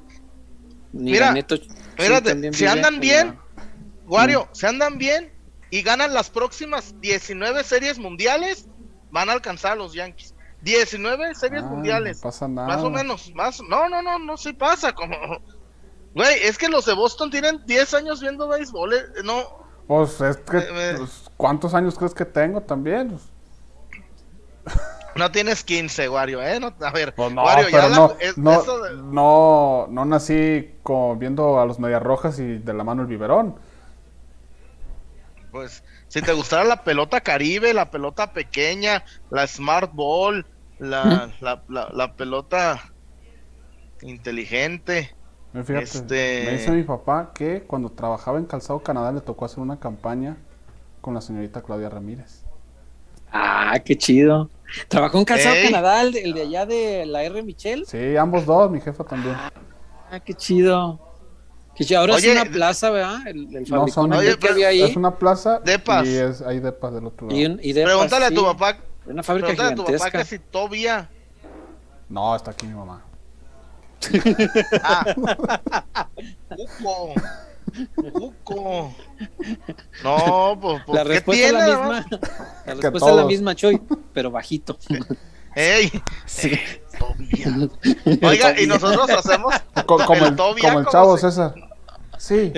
Ni Mira, Ganeto, sí, Espérate, también si vive andan en bien, la- Wario, si andan bien, y ganan las próximas 19 series mundiales, van a alcanzar a los Yankees. 19 series mundiales. No pasa nada. Más o menos, no sí pasa, como... Güey, es que los de Boston tienen 10 años viendo béisbol, no... Pues es que, pues, ¿cuántos años crees que tengo también? Pues... No tienes 15, Wario, No, a ver, pues no, Wario, pero ya no nací como viendo a los Medias Rojas y de la mano el biberón. Pues, si te gustara la pelota caribe, la pelota pequeña, la smart ball, la pelota inteligente. Fíjate, me dice mi papá que cuando trabajaba en Calzado Canadá le tocó hacer una campaña con la señorita Claudia Ramírez. Ah, qué chido. ¿Trabajó en Calzado Canadá, el de allá de la R. Michel? Sí, ambos dos, mi jefa también. Ah, qué chido. Ahora es una plaza, ¿verdad? El fabricón que había ahí. Es una plaza depas. Y hay depas del otro lado. Y depas, pregúntale a tu papá. Una fábrica gigantesca. Pregúntale a tu papá que si todavía. No, está aquí mi mamá. Cuco. No, pues la respuesta es la misma. La respuesta es la misma, Choy, pero bajito. ¡Ey! Sí. Todavía. Oiga, y nosotros hacemos como el chavo César. Sí.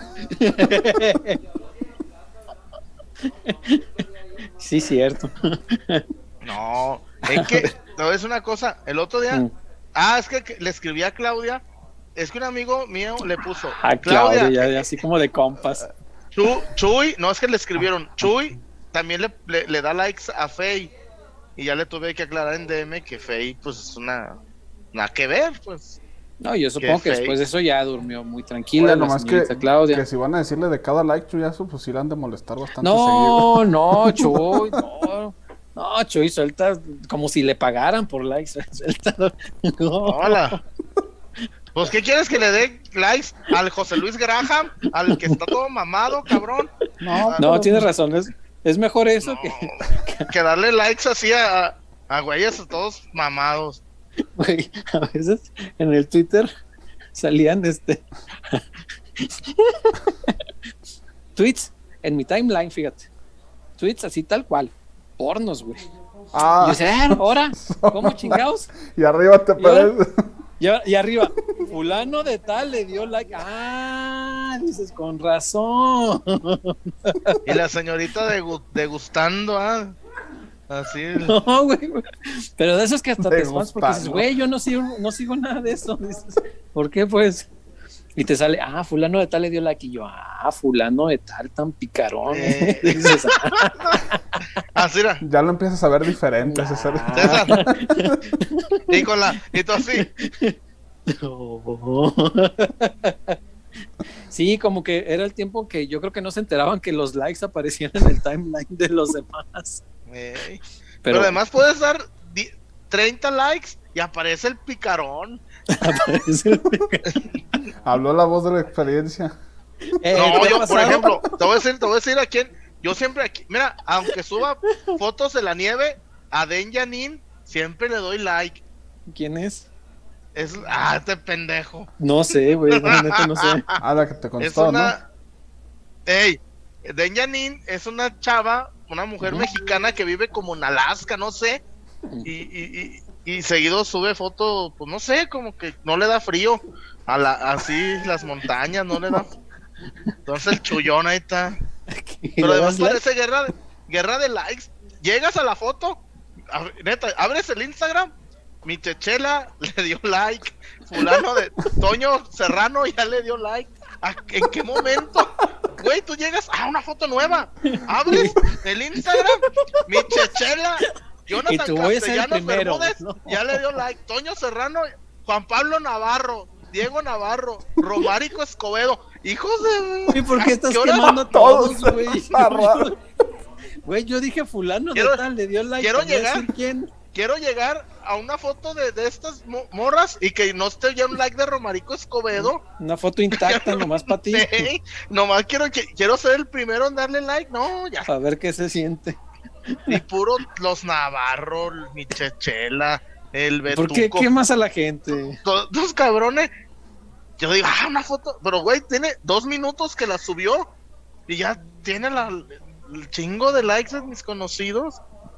Sí, cierto. No, es que, te voy a decir una cosa, el otro día, es que le escribí a Claudia, es que un amigo mío le puso, Claudia, ya así como de compas. Chuy, no es que le escribieron, Chuy también le da likes a Fey, y ya le tuve que aclarar en DM que Fey, pues es nada que ver, pues. No, yo supongo que después de eso ya durmió muy tranquila la señorita Claudia. Que si van a decirle de cada like, Chuyazo, pues sí la han de molestar bastante seguido. No, Chuy, no, Chuy, suelta como si le pagaran por likes. Suelta. No. Hola. Pues, ¿qué quieres que le dé likes al José Luis Graham? Al que está todo mamado, cabrón. No, tienes razón, es mejor eso que darle likes así a güeyes todos mamados. Güey, a veces en el Twitter salían tweets en mi timeline, fíjate. Tweets así tal cual. Pornos, güey. Y yo decía, ahora, ¿cómo chingados? Y arriba te parece. Y arriba, fulano de tal le dio like. Dices, con razón. Y la señorita degustando, así. No, güey. Pero de esos que hasta te espantas porque dices, güey, yo no sigo nada de eso. Dices, ¿por qué, pues? Y te sale, fulano de tal le dio like. Y yo, fulano de tal, tan picarón. Dices, así era. Ya lo empiezas a ver diferente, César. Y tú así. Sí, como que era el tiempo que yo creo que no se enteraban que los likes aparecían en el timeline de los demás. Pero además puedes dar 30 likes y aparece el picarón. Habló la voz de la experiencia. No, yo, por ejemplo, te voy a decir a quién. Yo siempre aquí, mira, aunque suba fotos de la nieve, a Den Yanin siempre le doy like. ¿Quién es? Es este pendejo. No sé, güey, neta no sé. La que te contestó, ¿no? Den Yanin es una chava, una mujer mexicana que vive como en Alaska, no sé, y seguido sube foto, pues no sé, como que no le da frío así las montañas, no le da. Entonces el chullón ahí está. Pero además parece guerra de likes. Llegas a la foto, neta, abres el Instagram, mi Chechela le dio like, fulano de Toño Serrano ya le dio like. ¿En qué momento? Güey, tú llegas a una foto nueva, abres el Instagram, mi Chechela, Jonathan Castellanos Bermúdez, ¿no? Ya le dio like, Toño Serrano, Juan Pablo Navarro, Diego Navarro, Romárico Escobedo, hijos de... ¿Y por qué estás quemando a todos, güey? Güey, yo dije fulano de tal, le dio like. Quiero llegar a una foto de estas morras y que no esté ya un like de Romarico Escobedo. Una foto intacta, nomás para ti. Nomás quiero ser el primero en darle like, no, ya. A ver qué se siente. Y puro los Navarro, mi Chechela, el Betuco. ¿Por qué quemas a la gente? Dos cabrones. Yo digo, una foto, pero güey, tiene 2 minutos que la subió. y ya tiene el chingo de likes de mis conocidos.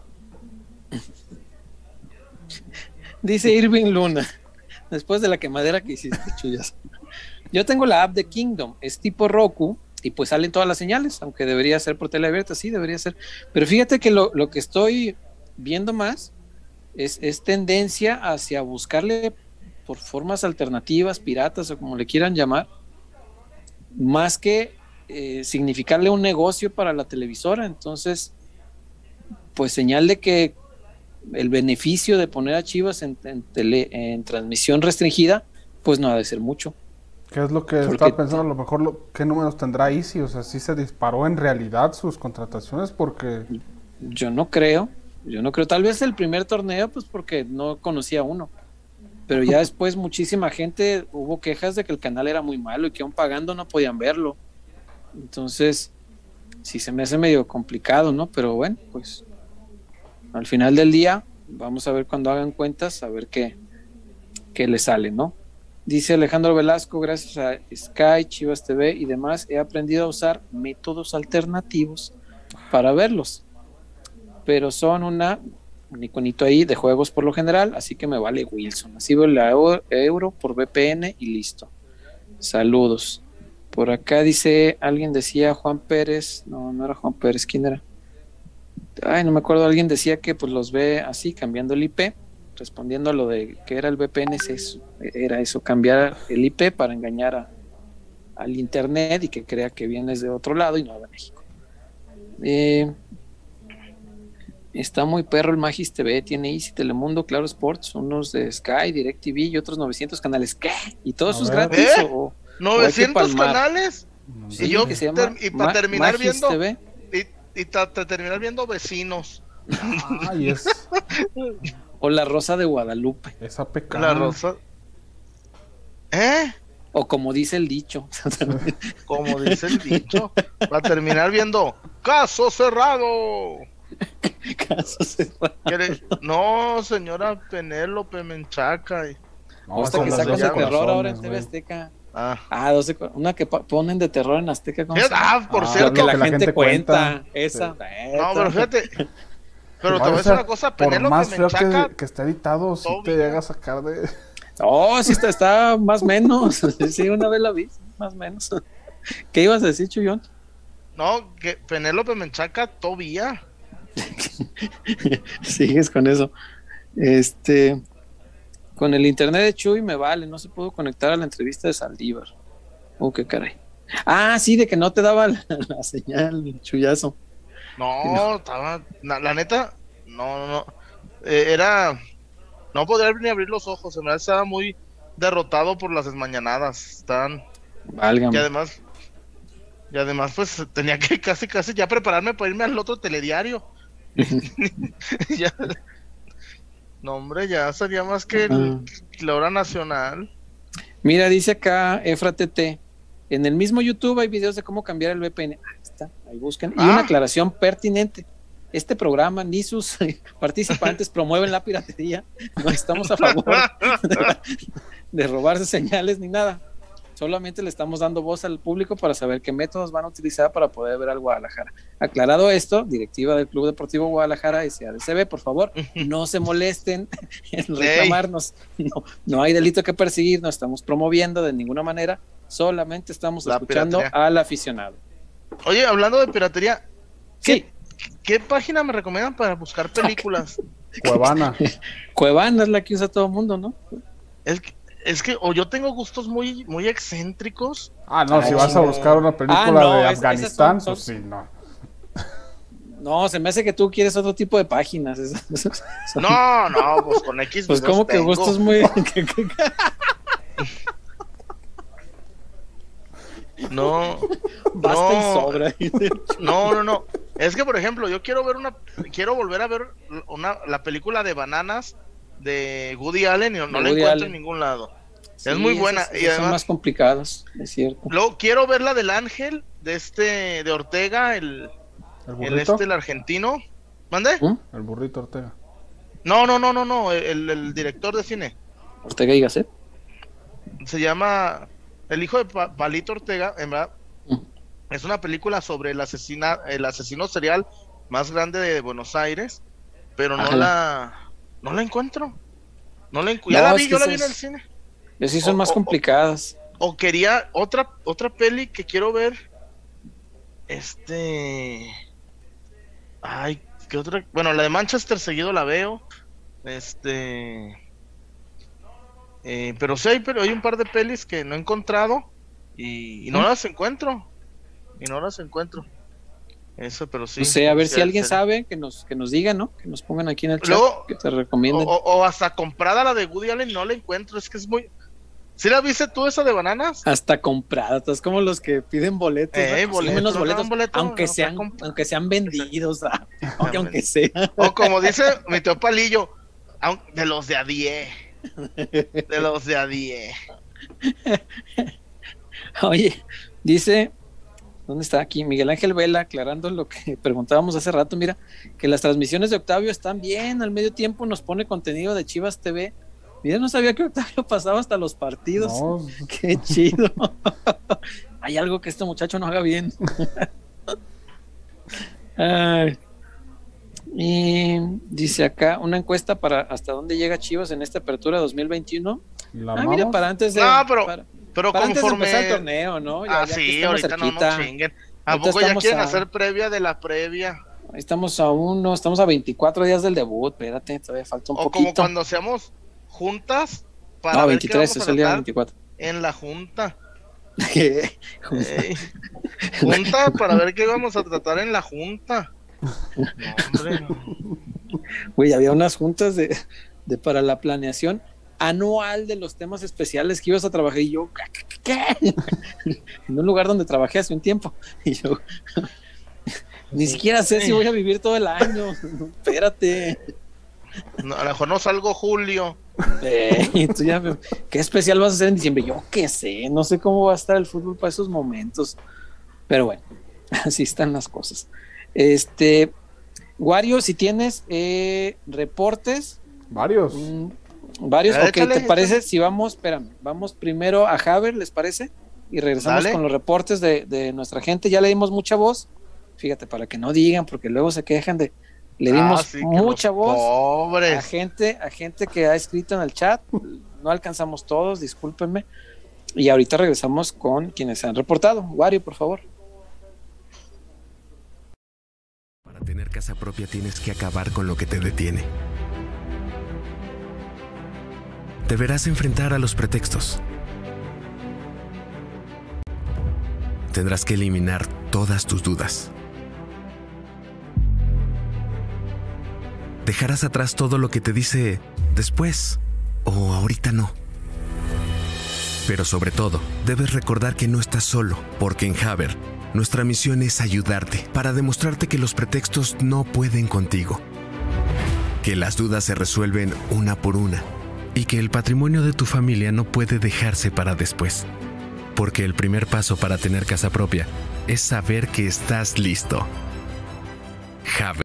Dice Irving Luna, después de la quemadera que hiciste, Chuyas. Yo tengo la app de Kingdom, es tipo Roku, y pues salen todas las señales, aunque debería ser por tele abierta, sí, debería ser. Pero fíjate que lo que estoy viendo más es tendencia hacia buscarle por formas alternativas, piratas o como le quieran llamar, más que significarle un negocio para la televisora. Entonces, pues señal de que el beneficio de poner a Chivas en transmisión restringida, pues no ha de ser mucho. ¿Qué es lo que estaba pensando? A lo mejor, ¿qué números tendrá Easy? O sea, ¿sí se disparó en realidad sus contrataciones? Porque... Yo no creo. Tal vez el primer torneo, pues porque no conocía uno. Pero ya después muchísima gente hubo quejas de que el canal era muy malo y que aún pagando no podían verlo. Entonces, sí se me hace medio complicado, ¿no? Pero bueno, pues al final del día, vamos a ver cuando hagan cuentas, a ver qué le sale, ¿no? Dice Alejandro Velasco, gracias a Sky, Chivas TV y demás, he aprendido a usar métodos alternativos para verlos, pero son un iconito ahí de juegos por lo general, así que me vale Wilson. Así veo la euro por VPN y listo. Saludos. Por acá dice, alguien decía Juan Pérez, no era Juan Pérez, ¿quién era? Ay, no me acuerdo, alguien decía que pues los ve así, cambiando el IP. Respondiendo a lo de que era el VPN, era eso, cambiar el IP para engañar al internet y que crea que vienes de otro lado y no de México. Está muy perro el Magis TV, tiene Easy, Telemundo, Claro Sports, unos de Sky, DirecTV y otros 900 canales. ¿Qué? ¿Y todo eso es gratis? ¿O 900 canales? Sí, y yo que se llama y para terminar Magis viendo TV. y terminar viendo Vecinos. Ay, es... O La Rosa de Guadalupe. Esa pecado. La Rosa. O como dice el dicho. Como dice el dicho. Va a terminar viendo Caso Cerrado. Caso cerrado. No, señora Penélope Menchaca. No, Hasta que son las sacan de 12 terror ahora en corazones, TV güey. Azteca. 12. Una que ponen de terror en Azteca. ¿Cómo se llama? Por Lo cierto. que la gente cuenta. Esa. Sí. No, pero fíjate. Pero te voy a decir una cosa, por Penélope más feo Menchaca. que esté editado, si te llega a sacar de... Oh, sí está más o menos. Sí, una vez la vi, más o menos. ¿Qué ibas a decir, Chuyón? No, que Penélope Menchaca todavía. Sigues con eso. Con el internet de Chuy me vale, no se pudo conectar a la entrevista de Saldívar. Qué caray. Sí, de que no te daba la señal, Chuyazo. No, estaba, la neta, no. Era, no podía ni abrir los ojos, en verdad estaba muy derrotado por las desmañanadas. Estaban. Válgame. Y además, pues tenía que casi ya prepararme para irme al otro telediario. Ya, no, hombre, ya sería más que la hora nacional. Mira, dice acá Efra TT, en el mismo YouTube hay videos de cómo cambiar el VPN. Ahí está, ahí busquen. Y una aclaración pertinente. Este programa ni sus participantes promueven la piratería. No estamos a favor de robarse señales ni nada. Solamente le estamos dando voz al público para saber qué métodos van a utilizar para poder ver al Guadalajara. Aclarado esto, directiva del Club Deportivo Guadalajara, SADCB, por favor, no se molesten en reclamarnos. No hay delito que perseguir, no estamos promoviendo de ninguna manera, solamente estamos escuchando al aficionado. Oye, hablando de piratería, sí. ¿Qué página me recomiendan para buscar películas? Cuevana. Cuevana es la que usa todo el mundo, ¿no? Es que o yo tengo gustos muy, muy excéntricos. Si vas a buscar una película de Afganistán, pues sí, no. No, se me hace que tú quieres otro tipo de páginas. No, pues con X. Pues como que gustos muy... No. Basta y sobra. No. Es que, por ejemplo, yo quiero volver a ver la película de Bananas de Woody Allen y no la encuentro en ningún lado. Sí, es muy buena. Y además, son más complicadas, es cierto. Luego quiero ver la del Ángel, de Ortega, el argentino. ¿Mande? El burrito Ortega. No, el director de cine. Ortega y Gasset. Se llama el hijo de Palito Ortega, en verdad. Es una película sobre el asesino serial más grande de Buenos Aires, pero no la encuentro. Ya No, la es vi, que yo la vi en el cine. sí son más complicadas. O quería otra peli que quiero ver. Ay, ¿qué otra? Bueno, la de Manchester seguido la veo. Pero sí hay un par de pelis que no he encontrado y no las encuentro. Eso, pero sí. No sé, a ver sí, si alguien sí. sabe, que nos diga, ¿no? Que nos pongan aquí en el chat, Luego, que te recomienden. o hasta comprada la de Woody Allen no la encuentro. Es que es muy. ¿Sí la viste tú esa de bananas? Hasta comprada, estás como los que piden boletos, ¿no? Menos boletos, aunque sean vendidos, aunque sea. O como dice mi tío Palillo, de los de a 10. De los de a 10. Oye, dice, ¿dónde está aquí? Miguel Ángel Vela, aclarando lo que preguntábamos hace rato, mira, que las transmisiones de Octavio están bien, al medio tiempo nos pone contenido de Chivas TV. Mira, no sabía que Octavio pasaba hasta los partidos. No. Qué chido. Hay algo que este muchacho no haga bien. Ay. Y dice acá una encuesta para hasta dónde llega Chivas en esta apertura 2021. Mira, para antes de pero para antes de empezar el torneo, ¿no? Ya sí, ahorita cerquita. No chinguen. ¿A poco ya quieren hacer previa de la previa? Estamos a 24 días del debut, espérate, todavía falta un poquito. O como cuando seamos juntas para ver 23 es el día 24. En la junta. Junta para ver qué vamos a tratar en la junta. No, hombre. Güey, había unas juntas de para la planeación anual de los temas especiales que ibas a trabajar y yo, ¿qué? En un lugar donde trabajé hace un tiempo y yo ni siquiera sé si voy a vivir todo el año. Espérate. No, a lo mejor no salgo julio. ¿Qué especial vas a hacer en diciembre? Yo qué sé, no sé cómo va a estar el fútbol para esos momentos. Pero bueno, así están las cosas. Wario, si tienes reportes. Varios. Ok, ¿te parece? Si vamos primero a Haber, ¿les parece? Y regresamos con los reportes de nuestra gente. Ya le dimos mucha voz. Fíjate, para que no digan, porque luego se quejan le dimos mucha voz a gente que ha escrito en el chat. No alcanzamos todos, discúlpenme. Y ahorita regresamos con quienes se han reportado. Wario, por favor. Para tener casa propia tienes que acabar con lo que te detiene. Deberás enfrentar a los pretextos. Tendrás que eliminar todas tus dudas. Dejarás atrás todo lo que te dice después o ahorita no. Pero sobre todo, debes recordar que no estás solo, porque en Haber, nuestra misión es ayudarte para demostrarte que los pretextos no pueden contigo. Que las dudas se resuelven una por una y que el patrimonio de tu familia no puede dejarse para después. Porque el primer paso para tener casa propia es saber que estás listo. Haber.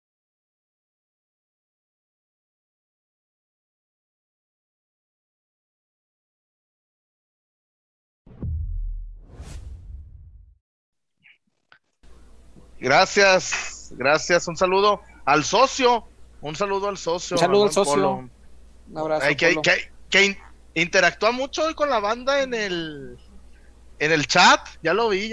Gracias. Un saludo al socio. Un saludo al socio. Un abrazo. Que interactúa mucho hoy con la banda en el chat. Ya lo vi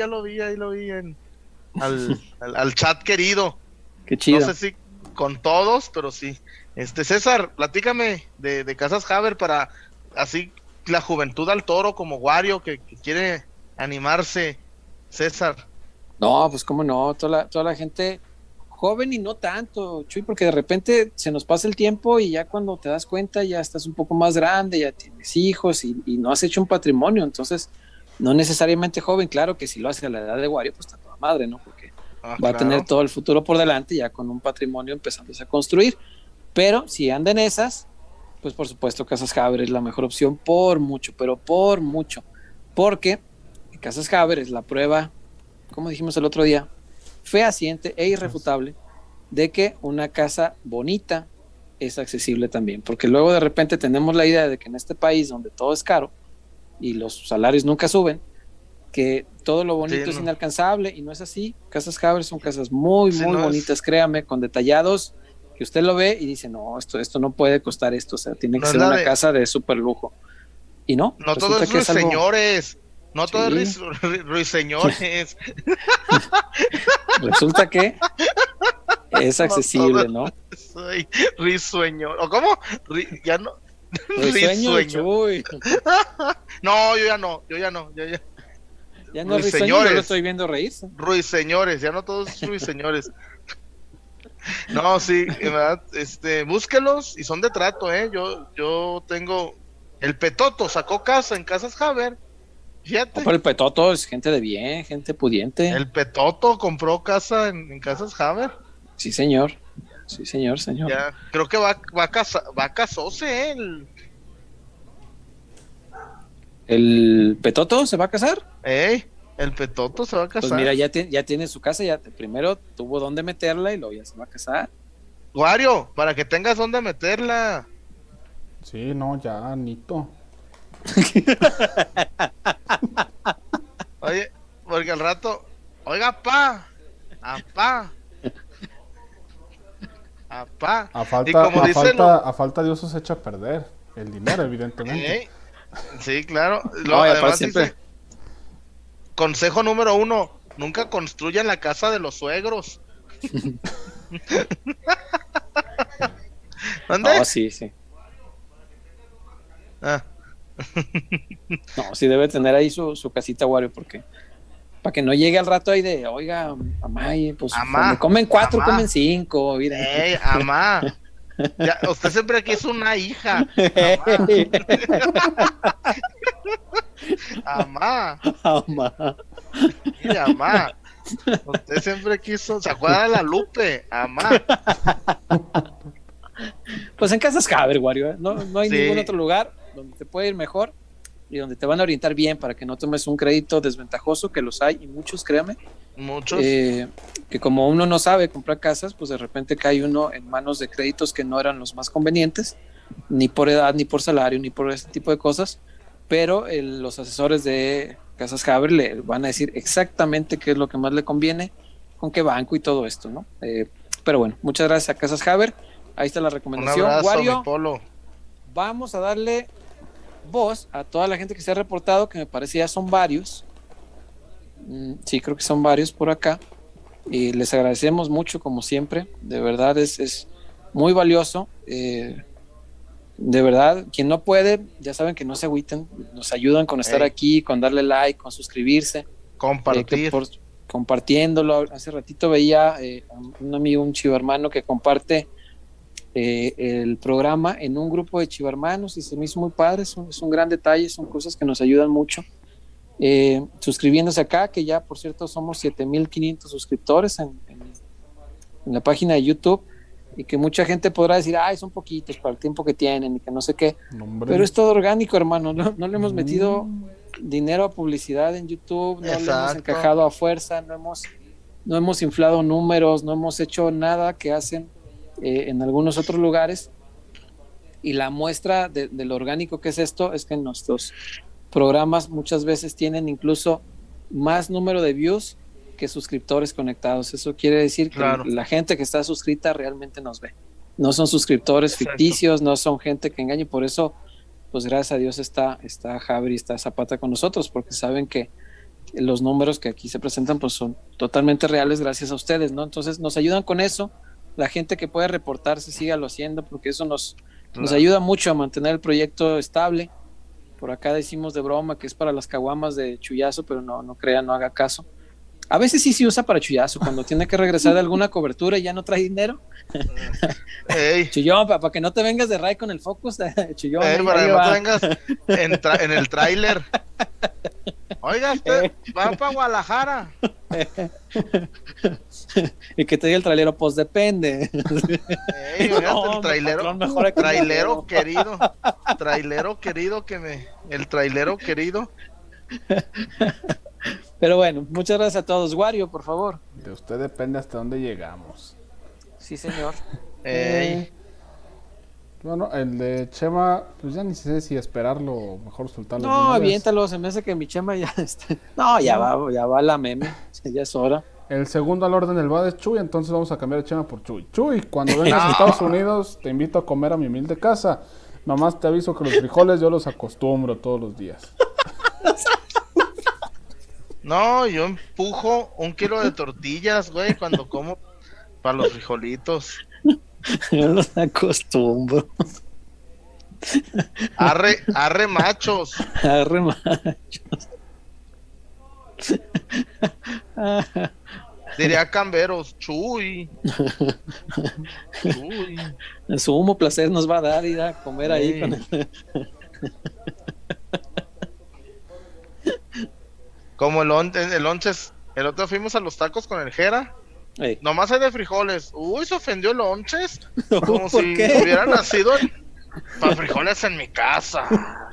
al chat querido. Qué chido. No sé si con todos, pero sí. César, platícame de Casas Haber para así la juventud al toro como Wario que quiere animarse. César. No, pues cómo no, toda la gente joven y no tanto, Chuy, porque de repente se nos pasa el tiempo y ya cuando te das cuenta ya estás un poco más grande, ya tienes hijos y no has hecho un patrimonio, entonces no necesariamente joven, claro que si lo hace a la edad de Wario, pues está toda madre, ¿no? Porque va a tener todo el futuro por delante ya con un patrimonio empezándose a construir, pero si anda en esas, pues por supuesto Casas Haber es la mejor opción por mucho, pero por mucho, porque Casas Haber es la prueba, como dijimos el otro día, fehaciente e irrefutable de que una casa bonita es accesible también, porque luego de repente tenemos la idea de que en este país donde todo es caro y los salarios nunca suben, que todo lo bonito Sí, es no. inalcanzable, y no es así. Casas Haber son casas muy, Sí, muy no es- bonitas, créame, con detallados, que usted lo ve y dice, no, esto no puede costar esto, o sea, tiene que No es ser la una de- casa de súper lujo. Y no, No todo resulta es que es algo, ruiseñores. No todo es sí, ruiseñores. resulta que es No todo accesible, ¿no? soy risueño. ¿O cómo? Ya no. Risueño el Risueño. Chuy. No, yo ya no. Yo ya no. Ya no es risueño, yo lo Ruiseñores. estoy viendo reírse. Ruiseñores. Ya no todos ruiseñores. No, sí, en verdad, búsquelos y son de trato, ¿eh? Yo tengo. El Petoto sacó casa en Casas Haber. No, Fíjate. pero el Petoto es gente de bien, gente pudiente. El Petoto compró casa en Casas Haber. Sí, señor. Sí, señor, señor. Ya, creo que va a casarse, ¿eh? ¿El Petoto se va a casar? El Petoto se va a casar. Pues mira, ya tiene su casa, primero tuvo dónde meterla y luego ya se va a casar. Wario, para que tengas dónde meterla. Sí, no, ya, Nito. Oye, porque al rato, oiga, apá. A Y falta, como a dice falta, a falta de uso se echa a perder. El dinero, evidentemente. Sí, claro. No, y aparte Además siempre- dice, consejo número 1, nunca construyan la casa de los suegros. ¿Dónde? No, sí, sí. Ah, No, sí debe tener ahí su casita, Wario, porque para que no llegue al rato ahí de, oiga, mamá, pues Amá, donde comen 4, amá. comen 5, mira. amá. Ya, usted siempre quiso una hija. Amá. Amá. Mire, amá. Usted siempre quiso. ¿Se acuerda de la Lupe? Amá. Pues en Casas Haber, Wario, ¿eh? No hay Sí. ningún otro lugar donde te puede ir mejor y donde te van a orientar bien para que no tomes un crédito desventajoso, que los hay y muchos, créame. Muchos. Que como uno no sabe comprar casas, pues de repente cae uno en manos de créditos que no eran los más convenientes, ni por edad, ni por salario, ni por ese tipo de cosas, pero los asesores de Casas Haber le van a decir exactamente qué es lo que más le conviene, con qué banco y todo esto, ¿no? Pero bueno, muchas gracias a Casas Haber, ahí está la Un recomendación. abrazo, Wario, mi Polo. vamos a darle voz a toda la gente que se ha reportado, que me parece ya son varios. Sí, creo que son varios por acá. Y les agradecemos mucho, como siempre. De verdad, es muy valioso. De verdad, quien no puede, ya saben que no se agüiten. Nos ayudan con estar Ey. aquí, con darle like, con suscribirse. Compartir. Compartiéndolo. Hace ratito veía un amigo, un chivarmano, que comparte el programa en un grupo de chivarmanos y se me hizo muy padre. Es un gran detalle, son cosas que nos ayudan mucho. Suscribiéndose acá, que ya por cierto somos 7,500 suscriptores en la página de YouTube, y que mucha gente podrá decir, ay, son poquitos para el tiempo que tienen y que no sé qué, No, hombre. pero es todo orgánico, hermano. No le hemos metido dinero a publicidad en YouTube, no le hemos Exacto. encajado a fuerza, no hemos inflado números, no hemos hecho nada que hacen en algunos otros lugares, y la muestra de lo orgánico que es esto es que nuestros programas muchas veces tienen incluso más número de views que suscriptores conectados. Eso quiere decir que Claro. la gente que está suscrita realmente nos ve. No son suscriptores Exacto. ficticios, no son gente que engañe. Por eso, pues gracias a Dios está Javier y está Zapata con nosotros, porque saben que los números que aquí se presentan pues son totalmente reales gracias a ustedes, ¿no? Entonces nos ayudan con eso. La gente que puede reportarse, sígalo haciendo, porque eso nos ayuda mucho a mantener el proyecto estable. Por acá decimos de broma que es para las caguamas de Chuyazo, pero no crean, no haga caso. A veces sí se usa para Chuyazo, cuando tiene que regresar de alguna cobertura y ya no trae dinero. Ey. Chuyón, para que no te vengas de Ray con el Focus, Chuyón. Para ahí que no va. te vengas en el tráiler. Oiga, usted va para Guadalajara. Y que te diga el trailero, pues depende. Ey, oiga, No, el trailero, patrón, mejor aquí trailero querido. Trailero querido el trailero querido. Pero bueno, muchas gracias a todos. Wario, por favor. De usted depende hasta dónde llegamos. Sí, señor. Ey. Bueno, el de Chema, pues ya ni sé si esperarlo o mejor soltarlo. de No, una vez. aviéntalo, se me hace que mi Chema ya está. No, ya va la meme, ya es hora. El segundo al orden del VAD es Chuy, entonces vamos a cambiar a Chema por Chuy. Chuy, cuando vengas a Estados Unidos, te invito a comer a mi humilde casa. Nomás te aviso que los frijoles yo los acostumbro todos los días. No, yo empujo 1 kilo de tortillas, güey, cuando como para los frijolitos. Yo los acostumbro. Arre machos. Arre machos. Diría Camberos, Chuy. Chuy. Sumo placer nos va a dar ir a comer ahí con el... Como el lonches. El otro fuimos a los tacos con el Jera. Ey. Nomás hay de frijoles. Uy, se ofendió el lonches. Como ¿Por si qué? hubiera nacido para frijoles en mi casa.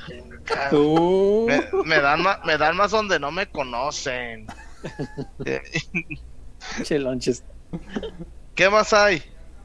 Me dan más donde no me conocen. Che, lonches. ¿Qué más hay?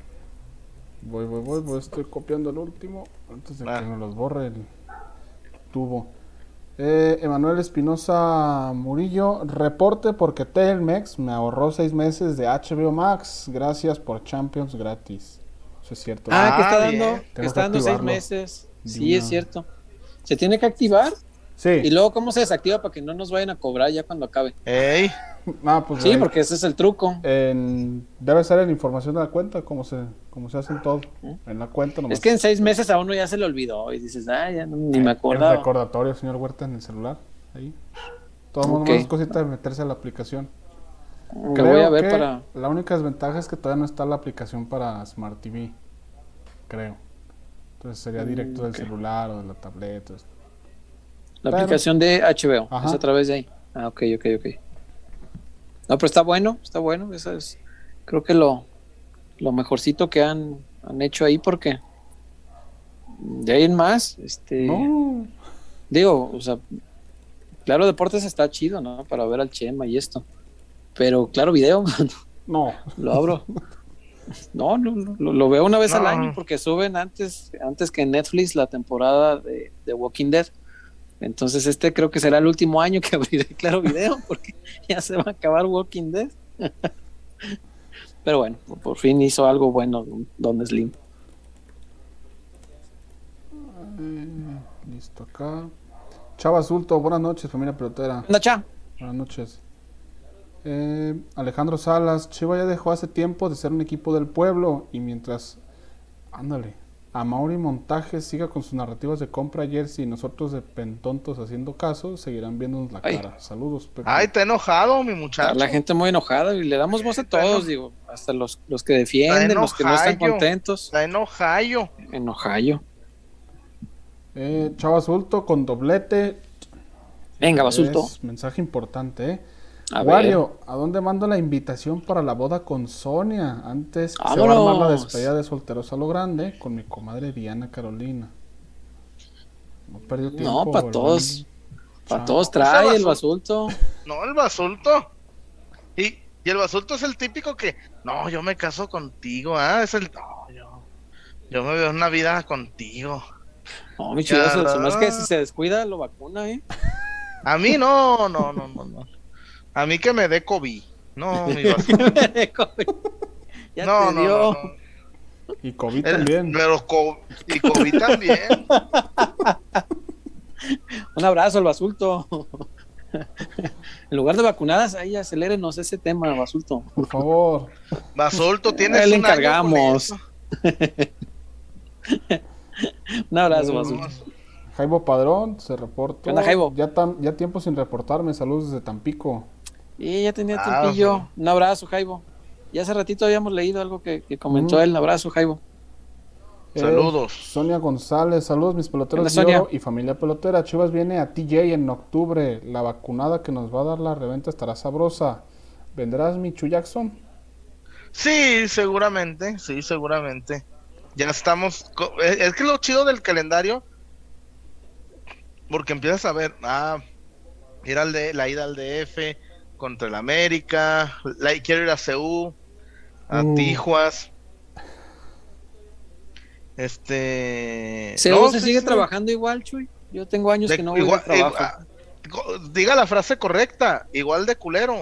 Voy, estoy copiando el último antes de que me los borre el tubo. Emanuel Espinosa Murillo, reporte porque Telmex me ahorró 6 meses de HBO Max. Gracias por Champions gratis. Eso es cierto. Que está dando, bien. que está dando 6 activarlo. meses. Sí, Dina. es cierto. Se tiene que activar. Sí. Y luego, ¿cómo se desactiva para que no nos vayan a cobrar ya cuando acabe? Ey, Pues Sí, ahí, porque ese es el truco. debe ser en información de la cuenta, como se hace en todo. En la cuenta nomás. Es que en 6 meses a uno ya se le olvidó y dices, ya ni me El acordaba. recordatorio, señor Huerta, en el celular. Ahí. Todo el mundo Ok. más cosita de meterse a la aplicación. Que voy a ver que para... la única desventaja es que todavía no está la aplicación para Smart TV. Creo. Entonces sería directo del ok. celular o de la tableta. La Pero- aplicación de HBO, Ajá. es a través de ahí. Ok. No, pero está bueno. Eso es, creo que lo mejorcito que han hecho ahí, porque de ahí en más, No. digo, o sea, Claro Deportes está chido, ¿no? Para ver al Chema y esto. Pero Claro Video, No. lo abro. No, lo veo una vez al No. año porque suben antes que en Netflix la temporada de Walking Dead. Entonces creo que será el último año que abriré Claro Video porque ya se va a acabar Walking Dead. Pero bueno, por fin hizo algo bueno Don Slim. Listo acá. Chava Azulto, buenas noches, familia pelotera. Anda, cha. Buenas noches. Alejandro Salas, Chiva ya dejó hace tiempo de ser un equipo del pueblo y mientras, Amaury Montajes siga con sus narrativas de compra jersey y nosotros de pentontos haciendo caso, seguirán viéndonos la Ay. cara. Saludos, Pepe. ay, está enojado, mi Está muchacho. la gente muy enojada y le damos voz a todos, Bueno. digo, hasta los que defienden, Está los que no están enojayo. contentos. Está enojado. Enojayo. Chava Azulto con doblete. Venga, Basulto. Es mensaje importante, A ver. Wario, ¿a dónde mando la invitación para la boda con Sonia? Antes se va a ¡Vámonos! armar la despedida de solteros a lo grande con mi comadre Diana Carolina. No perdió tiempo. No, para el todos. buen Para chavo. todos trae Ese el Basulto. No, el basulto. Y el basulto es el típico que, no, yo me caso contigo, es el, no, yo me veo una vida contigo. No, mi chido, Ya. se me hace que si se descuida lo vacuna, A mí no. A mí que me dé COVID. No, mi basulto. Ya No, te no, dio. no. Y COVID también. Pero y COVID también. Un abrazo al Basulto. En lugar de vacunadas, ahí acelérenos ese tema, Basulto. Por favor. Basulto, tienes Ahí le un año con encargamos. eso. Un abrazo, No, Basulto. Jaibo Padrón se reportó. ¿Qué onda, Jaibo? Ya tiempo sin reportarme. Saludos desde Tampico. Y ya tenía Ah, tiempillo. ojo. Un abrazo, Jaibo. Ya hace ratito habíamos leído algo que comentó Mm. él. Un abrazo, Jaibo. Saludos. Sonia González, saludos mis peloteros Hola, de Sonia. oro y familia pelotera. Chivas viene a TJ en octubre. La vacunada que nos va a dar la reventa estará sabrosa. ¿Vendrás, Michu Jackson? Sí, seguramente. Ya estamos. Es que lo chido del calendario, porque empiezas a ver, ir la ida al DF contra el América, quiero ir a CU, a Tijuas. ¿CU se sí, sigue sí. trabajando igual, Chuy? Yo tengo años que no voy al trabajo. Diga la frase correcta, igual de culero.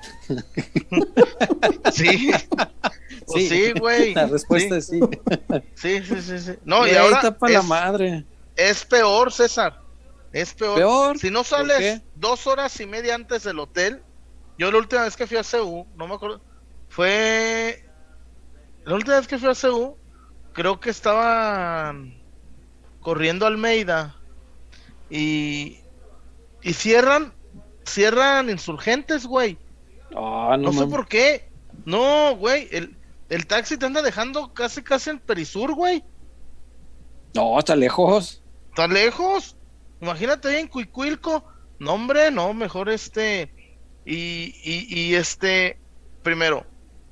Sí, pues sí, güey. La respuesta Sí, es sí. sí. No, Güey, y ahora está pa' la madre. es peor, César. Es peor. ¿Peor? Si no ¿Por sales qué? 2 horas y media antes del hotel, yo la última vez que fui a CU, no me acuerdo, fue la última vez que fui a CU, creo que estaban corriendo Almeida y, y cierran Insurgentes, güey. Ah, no No sé mames. por qué. No, güey, el taxi te anda dejando casi en Perisur, güey. No, está lejos. ¿Está lejos? Imagínate ahí en Cuicuilco. No, hombre, no, mejor primero,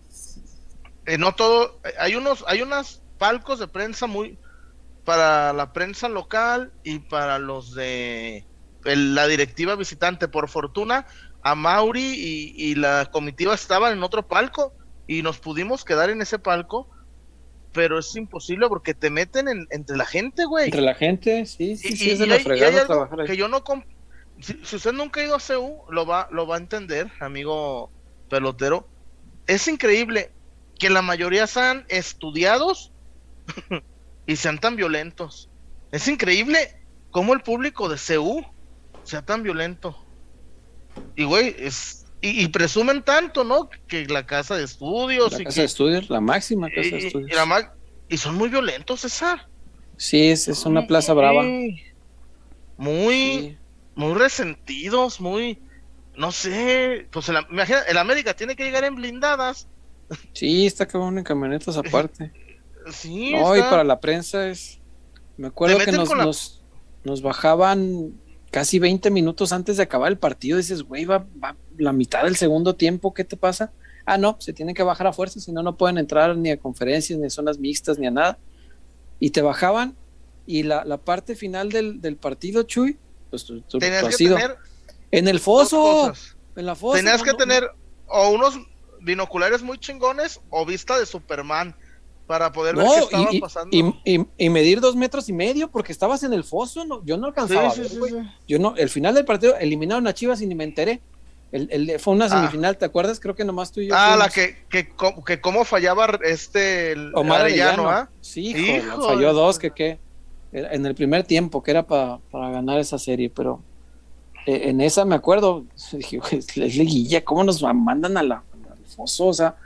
no todo, hay unas palcos de prensa muy, para la prensa local y para los de la directiva visitante. Por fortuna, a Mauri y la comitiva estaban en otro palco y nos pudimos quedar en ese palco, pero es imposible porque te meten entre la gente, güey. Entre la gente, sí, es de Y la hay fregada algo trabajar ahí. que yo no... Si usted nunca ha ido a CU, lo va a entender, amigo pelotero. Es increíble que la mayoría sean estudiados y sean tan violentos. Es increíble cómo el público de CU sea tan violento. Y güey, y presumen tanto, ¿no? Que la casa de estudios La y casa que de estudios, la máxima casa de y estudios. y son muy violentos, César. Sí, es una plaza brava. Muy, Sí. muy resentidos, muy, no sé, pues imagina, el América tiene que llegar en blindadas. Sí, está cabrón en camionetas aparte. Sí, No, y para la prensa me acuerdo que meten con la... nos bajaban casi 20 minutos antes de acabar el partido. Dices, güey, va la mitad del segundo tiempo, ¿qué te pasa? Ah, no, se tienen que bajar a fuerza, si no, no pueden entrar ni a conferencias, ni a zonas mixtas, ni a nada. Y te bajaban, y la parte final del partido, Chuy, pues tú Tenías has que ido tener en el dos foso, cosas. en la foso. Tenías que tener o unos binoculares muy chingones o vista de Superman para poder ver qué estaba pasando. Y medir 2,5 metros, porque estabas en el foso, no, yo no alcanzaba a ver, güey. Sí. Yo no, el final del partido eliminaron a Chivas y ni me enteré. Fue una semifinal, ¿te acuerdas? Creo que nomás tú y yo. La que cómo fallaba el Omar Arellano, ¿ah? Sí, hijo, falló 2, que en el primer tiempo, que era para ganar esa serie, pero en esa me acuerdo, dije, es liguilla, ¿cómo nos mandan al foso? O sea,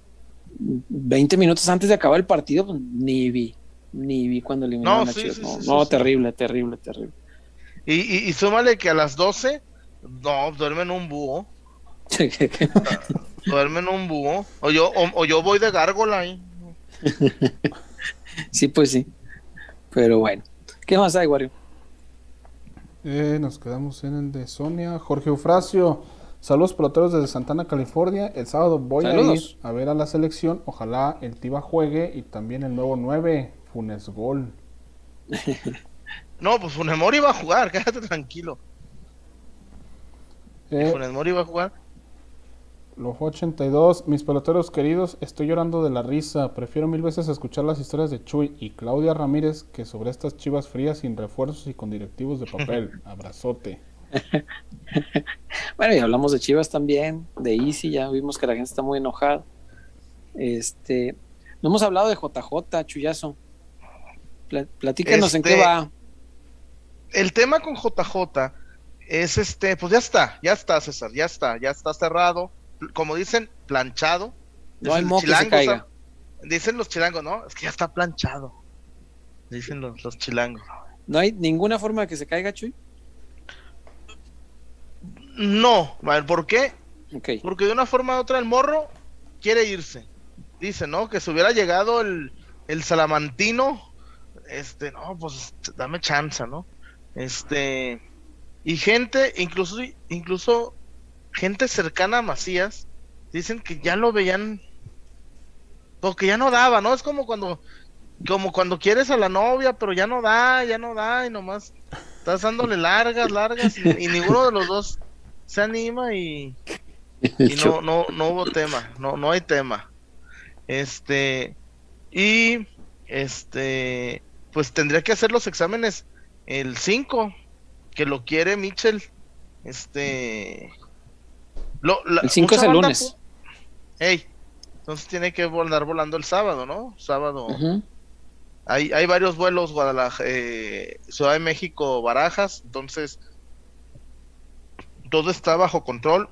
20 minutos antes de acabar el partido, pues, ni vi cuando eliminaron a Chivas. No, terrible. Y súmale que a las 12, no, duermen un búho. Duermen un búho. O yo voy de gárgola ahí. Sí, pues sí. Pero bueno. ¿Qué más hay, Wario? Nos quedamos en el de Sonia. Jorge Eufrasio. Saludos peloteros desde Santana, California. El sábado voy a ir a ver a la selección. Ojalá el Tiva juegue y también el nuevo 9, Funes Gol. No, pues Funes Mori va a jugar, quédate tranquilo. Funes Mori va a jugar. Lojo 82, mis peloteros queridos, estoy llorando de la risa. Prefiero 1000 veces escuchar las historias de Chuy y Claudia Ramírez que sobre estas Chivas frías sin refuerzos y con directivos de papel. Abrazote. Bueno, y hablamos de Chivas también, de Easy, ya vimos que la gente está muy enojada. No hemos hablado de JJ, Chuyazo. Platícanos en qué va. El tema con JJ es pues ya está, César, ya está cerrado. Como dicen, planchado. No hay modo que se caiga. Dicen los chilangos, ¿no? Es que ya está planchado. Dicen los chilangos. ¿No hay ninguna forma de que se caiga, Chuy? No, a ver, ¿por qué? Okay. Porque de una forma u otra el morro quiere irse. Dice, ¿no? Que si hubiera llegado el salamantino, no, pues dame chance, ¿no? Y gente, incluso gente cercana a Macías, dicen que ya lo veían, porque ya no daba, ¿no? Es como cuando quieres a la novia, pero ya no da, y nomás estás dándole largas, y ninguno de los dos se anima y no hubo tema, no hay tema. Y pues tendría que hacer los exámenes el 5, que lo quiere Mitchell. El 5 es mucha el banda lunes. Entonces tiene que andar volando el sábado, ¿no? Sábado. Ujú. Hay varios vuelos, Guadalajara, Ciudad de México, Barajas, entonces todo está bajo control.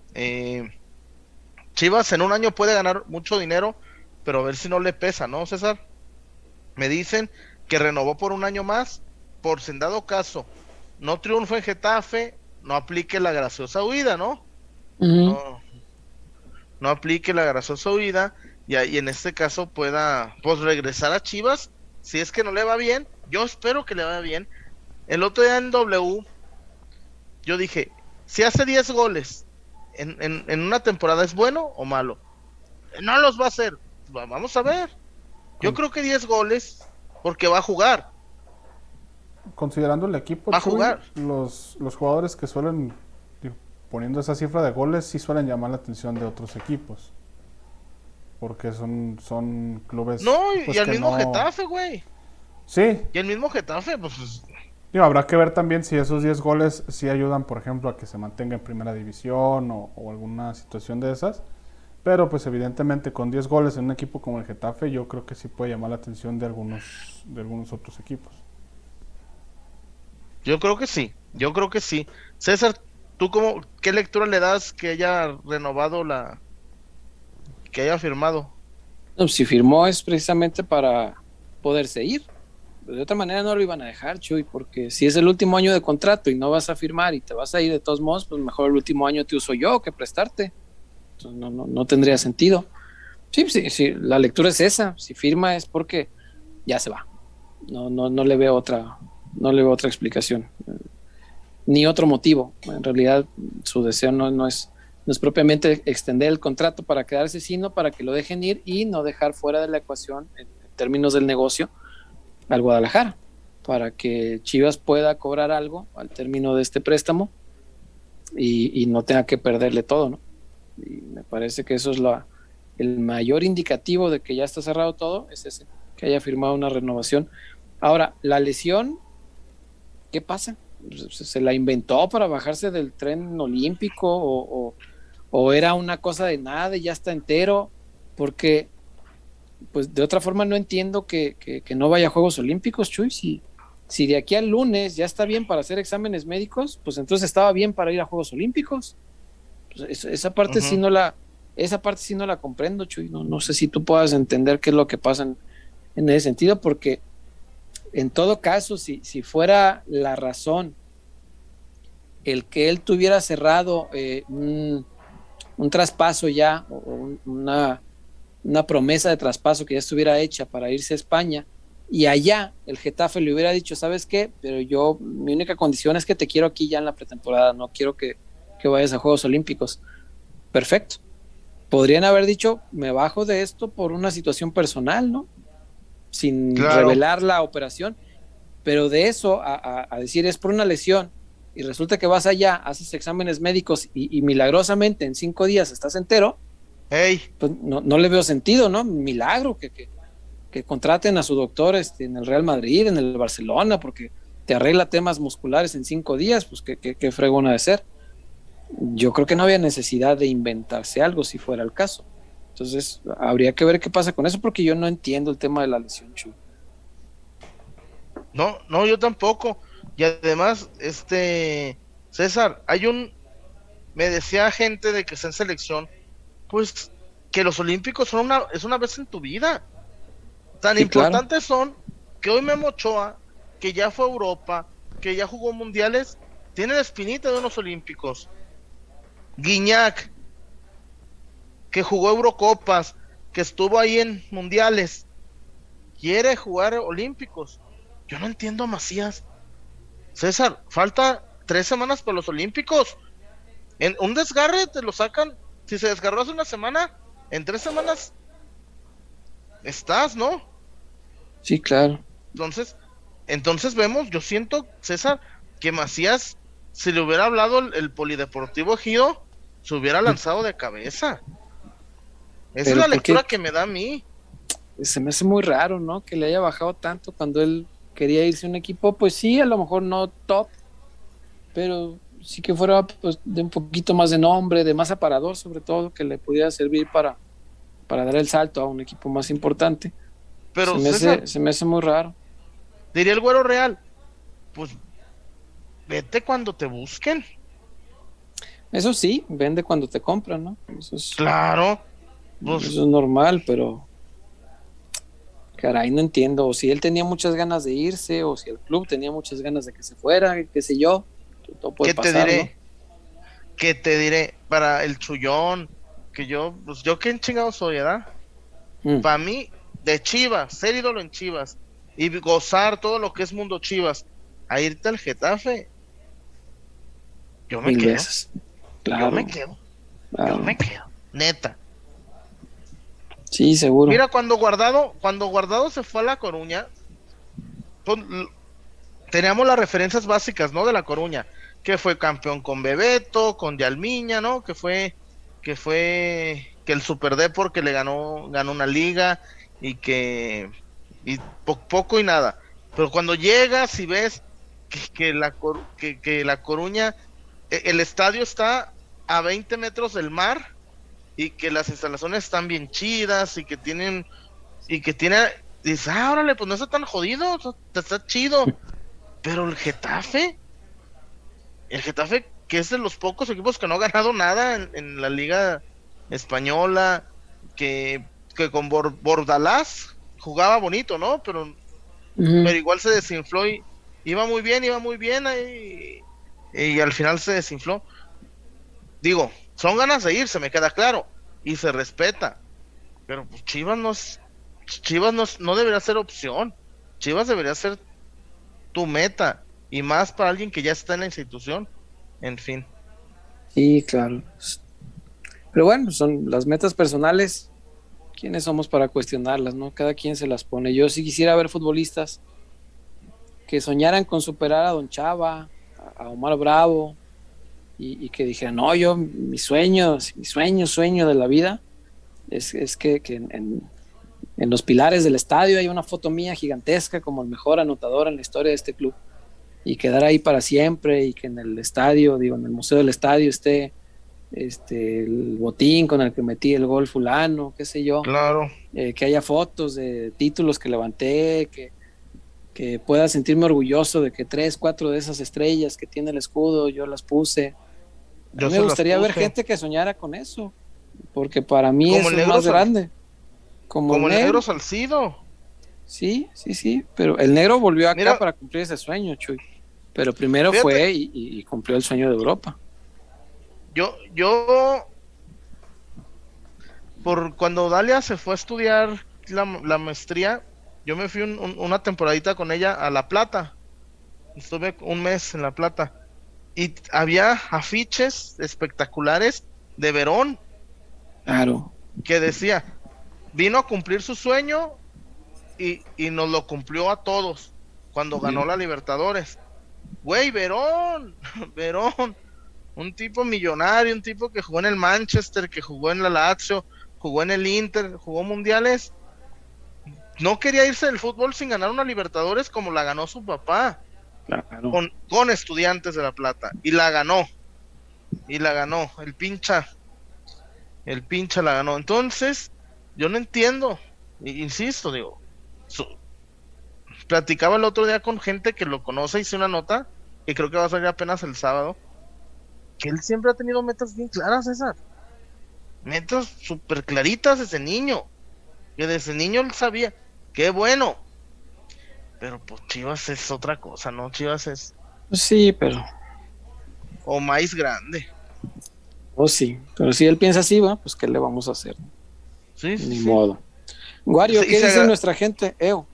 Chivas en un año puede ganar mucho dinero, pero a ver si no le pesa, ¿no, César? Me dicen que renovó por un año más, por si en dado caso no triunfa en Getafe, no aplique la graciosa huida, ¿no? Ujú. No aplique la graciosa huida y en este caso pueda pues regresar a Chivas si es que no le va bien. Yo espero que le vaya bien. El otro día en W yo dije, si hace 10 goles en una temporada, ¿es bueno o malo? No los va a hacer. Vamos a ver. Yo creo que 10 goles porque va a jugar. Considerando el equipo, Va a Chuy, jugar. los jugadores que suelen, poniendo esa cifra de goles, sí suelen llamar la atención de otros equipos. Porque son clubes... No, pues, y al que mismo no... Getafe, güey. Sí, Y el mismo Getafe, pues digo, habrá que ver también si esos 10 goles sí ayudan, por ejemplo, a que se mantenga en primera división o alguna situación de esas. Pero pues evidentemente con 10 goles en un equipo como el Getafe, yo creo que sí puede llamar la atención de algunos otros equipos. yo creo que sí. Yo creo que sí. César, ¿tú qué lectura le das que haya renovado que haya firmado? No, si firmó es precisamente para poderse ir. De otra manera no lo iban a dejar, Chuy, porque si es el último año de contrato y no vas a firmar y te vas a ir de todos modos, pues mejor el último año te uso yo que prestarte. Entonces no tendría sentido. Sí, la lectura es esa. Si firma es porque ya se va. No le veo otra, no le veo otra explicación, ni otro motivo. En realidad, su deseo no es propiamente extender el contrato para quedarse, sino para que lo dejen ir y no dejar fuera de la ecuación, en términos del negocio, al Guadalajara, para que Chivas pueda cobrar algo al término de este préstamo y no tenga que perderle todo, ¿no? Y me parece que eso es el mayor indicativo de que ya está cerrado todo, es ese, que haya firmado una renovación. Ahora, la lesión, ¿qué pasa? ¿Se la inventó para bajarse del tren olímpico o era una cosa de nada y ya está entero? Porque, pues, de otra forma no entiendo que no vaya a Juegos Olímpicos, Chuy. Si de aquí al lunes ya está bien para hacer exámenes médicos, pues entonces estaba bien para ir a Juegos Olímpicos. Pues esa parte sí no la comprendo, Chuy. No sé si tú puedas entender qué es lo que pasa en ese sentido, porque en todo caso, si fuera la razón el que él tuviera cerrado un traspaso ya, o una promesa de traspaso que ya estuviera hecha para irse a España, y allá el Getafe le hubiera dicho, ¿sabes qué? Pero mi única condición es que te quiero aquí ya en la pretemporada, no quiero que vayas a Juegos Olímpicos. Perfecto. Podrían haber dicho, me bajo de esto por una situación personal, ¿no? Sin revelar la operación, pero de eso a decir es por una lesión y resulta que vas allá, haces exámenes médicos y milagrosamente en 5 días estás entero, pues no le veo sentido, ¿no? Milagro que contraten a su doctor en el Real Madrid, en el Barcelona, porque te arregla temas musculares en 5 días, pues qué fregona de ser. Yo creo que no había necesidad de inventarse algo si fuera el caso. Entonces, habría que ver qué pasa con eso, porque yo no entiendo el tema de la lesión, Chuy. No, yo tampoco. Y además, César, me decía gente de que está en selección, pues, que los olímpicos es una vez en tu vida. Tan Sí, importantes son que hoy Memo Ochoa, que ya fue a Europa, que ya jugó mundiales, tiene la espinita de unos olímpicos. Guiñac, que jugó Eurocopas, que estuvo ahí en mundiales, quiere jugar olímpicos. Yo no entiendo a Macías. César, falta 3 semanas para los olímpicos. En un desgarre te lo sacan. Si se desgarró hace una semana, en 3 semanas estás, ¿no? Sí, claro. Entonces vemos, yo siento, César, que Macías, si le hubiera hablado el Polideportivo Ejido, se hubiera lanzado de cabeza. Esa es la lectura que me da a mí. se me hace muy raro, ¿no? Que le haya bajado tanto cuando él quería irse a un equipo, pues sí, a lo mejor no top, pero sí que fuera pues, de un poquito más de nombre, de más aparador sobre todo, que le pudiera servir para dar el salto a un equipo más importante. Pero César, se me hace muy raro. diría el Güero Real, pues vete cuando te busquen. Eso sí, vende cuando te compran, ¿no? Claro. Pues, eso es normal, pero caray, no entiendo. O si él tenía muchas ganas de irse, o si el club tenía muchas ganas de que se fuera, qué sé yo. Todo puede pasar, te diré? ¿no? ¿Qué te diré? Para el Chullón, que pues yo qué chingado soy, ¿verdad? Para mí, de Chivas, ser ídolo en Chivas y gozar todo lo que es mundo Chivas, a irte al Getafe, yo me 1000 quedo. veces. Claro. Yo me quedo. Claro. Yo me quedo. Neta. Sí, seguro. Mira, cuando Guardado se fue a La Coruña, pues, teníamos las referencias básicas, ¿no? De La Coruña, que fue campeón con Bebeto, con Dialmiña, ¿no? Que el Super Depor que le ganó una liga y poco y nada. Pero cuando llegas y ves que la Coruña, el estadio está a 20 metros del mar y que las instalaciones están bien chidas y que tiene, dices, órale, pues no está tan jodido, está chido. Pero el Getafe, que es de los pocos equipos que no ha ganado nada en la liga española, que con Bordalás jugaba bonito, ¿no? Pero igual se desinfló y iba muy bien y al final se desinfló. Digo, son ganas de irse, me queda claro, y se respeta, pero pues Chivas no debería ser opción. Chivas debería ser tu meta, y más para alguien que ya está en la institución. En fin. Sí, claro. Pero bueno, son las metas personales. ¿Quiénes somos para cuestionarlas, no? Cada quien se las pone. Yo sí quisiera ver futbolistas que soñaran con superar a Don Chava, a Omar Bravo, y que dijeran, no, mi sueño de la vida es que en los pilares del estadio hay una foto mía gigantesca como el mejor anotador en la historia de este club, y quedar ahí para siempre, y que en el estadio, en el museo del estadio esté el botín con el que metí el gol fulano, qué sé yo. Claro. Que haya fotos de títulos que levanté, que pueda sentirme orgulloso de que 3, 4 de esas estrellas que tiene el escudo yo las puse. A mí me gustaría ver gente que soñara con eso, porque para mí es lo más grande. Como el negro Salcido. Sí, pero el negro volvió acá para cumplir ese sueño, Chuy. Pero primero fue y cumplió el sueño de Europa. Yo cuando Dalia se fue a estudiar la maestría, yo me fui una temporadita con ella a La Plata. Estuve un mes en La Plata y había afiches espectaculares de Verón. Claro. Que decía, vino a cumplir su sueño y nos lo cumplió a todos cuando ganó la Libertadores. Güey, Verón, un tipo millonario, un tipo que jugó en el Manchester, que jugó en la Lazio, jugó en el Inter, jugó mundiales. No quería irse del fútbol sin ganar una Libertadores como la ganó su papá. Claro. Con Estudiantes de La Plata. Y la ganó. El pincha la ganó. Entonces, yo no entiendo. Insisto, platicaba el otro día con gente que lo conoce, hice una nota, y creo que va a salir apenas el sábado, que él siempre ha tenido metas bien claras, César. Metas súper claritas desde niño. Que desde niño él sabía. Qué bueno. Pero pues Chivas es otra cosa, ¿no? Chivas es... Sí, pero... O más grande. Oh, sí. Pero si él piensa así, pues ¿qué le vamos a hacer? Sí, Ni modo. Guario, ¿qué dice nuestra gente?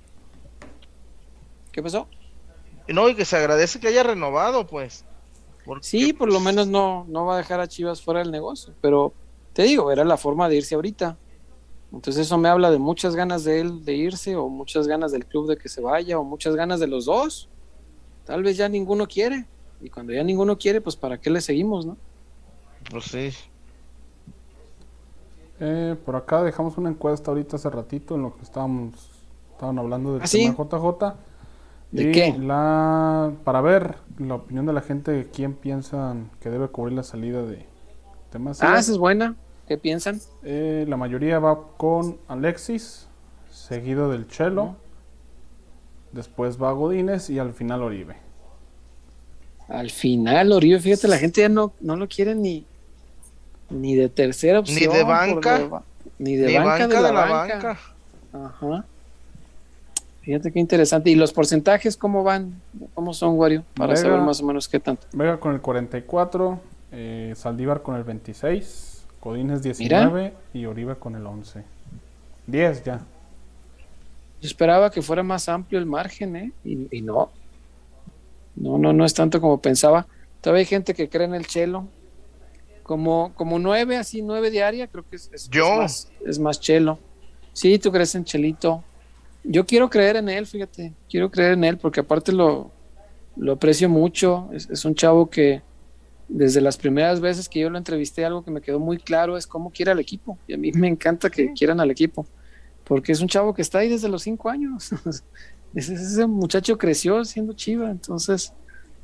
¿Qué pasó? No, y que se agradece que haya renovado, pues. Porque, sí, por lo menos no va a dejar a Chivas fuera del negocio. Pero te digo, era la forma de irse ahorita. Entonces eso me habla de muchas ganas de él de irse, o muchas ganas del club de que se vaya, o muchas ganas de los dos. Tal vez ya ninguno quiere. Y cuando ya ninguno quiere, pues ¿para qué le seguimos, no? Pues sí. Por acá dejamos una encuesta ahorita hace ratito en lo que estaban hablando del ¿Ah, tema sí? de JJ. ¿De Y qué? para ver la opinión de la gente, quién piensan que debe cubrir la salida de Ah, Macías. esa es buena. ¿Qué piensan? La mayoría va con Alexis, seguido del Chelo, después va Godínez y al final Oribe. Al final, Oribe, fíjate, la gente ya no lo quiere ni de tercera Ni opción. de banca. Ni de Ni banca de banca la de la banca. banca. Ajá. Fíjate qué interesante. ¿Y los porcentajes cómo van? ¿Cómo son, Wario? Para Vega- saber más o menos qué tanto. Vega con el 44, Saldívar con el 26, Godínez 19 y Oribe con el 11. 10 ya. Yo esperaba que fuera más amplio el margen, ¿eh? Y no. No es tanto como pensaba. Todavía hay gente que cree en el Chelo. Como 9, así 9 diaria, creo que Yo. es más Chelo. Sí, tú crees en Chelito. Yo quiero creer en él, fíjate. Quiero creer en él porque aparte lo aprecio mucho. Es un chavo que desde las primeras veces que yo lo entrevisté, algo que me quedó muy claro es cómo quiere al equipo. Y a mí me encanta que quieran al equipo. Porque es un chavo que está ahí desde los 5 años. Ese muchacho creció siendo Chiva, entonces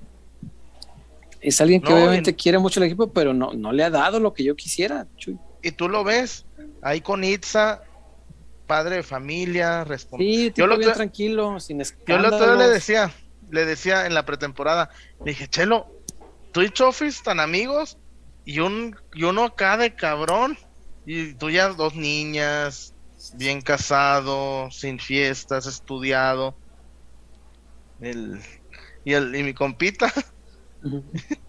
es alguien que No, obviamente quiere mucho el equipo, pero no le ha dado lo que yo quisiera, Chuy. Y tú lo ves ahí con Itza, padre de familia, Sí, tipo bien tranquilo, sin yo escándalos. el otro día le decía en la pretemporada, le dije, Chelo, tú y Chofis tan amigos, y uno acá de cabrón, y tú ya 2 niñas, bien casado, sin fiestas, estudiado, y mi compita. Ujú.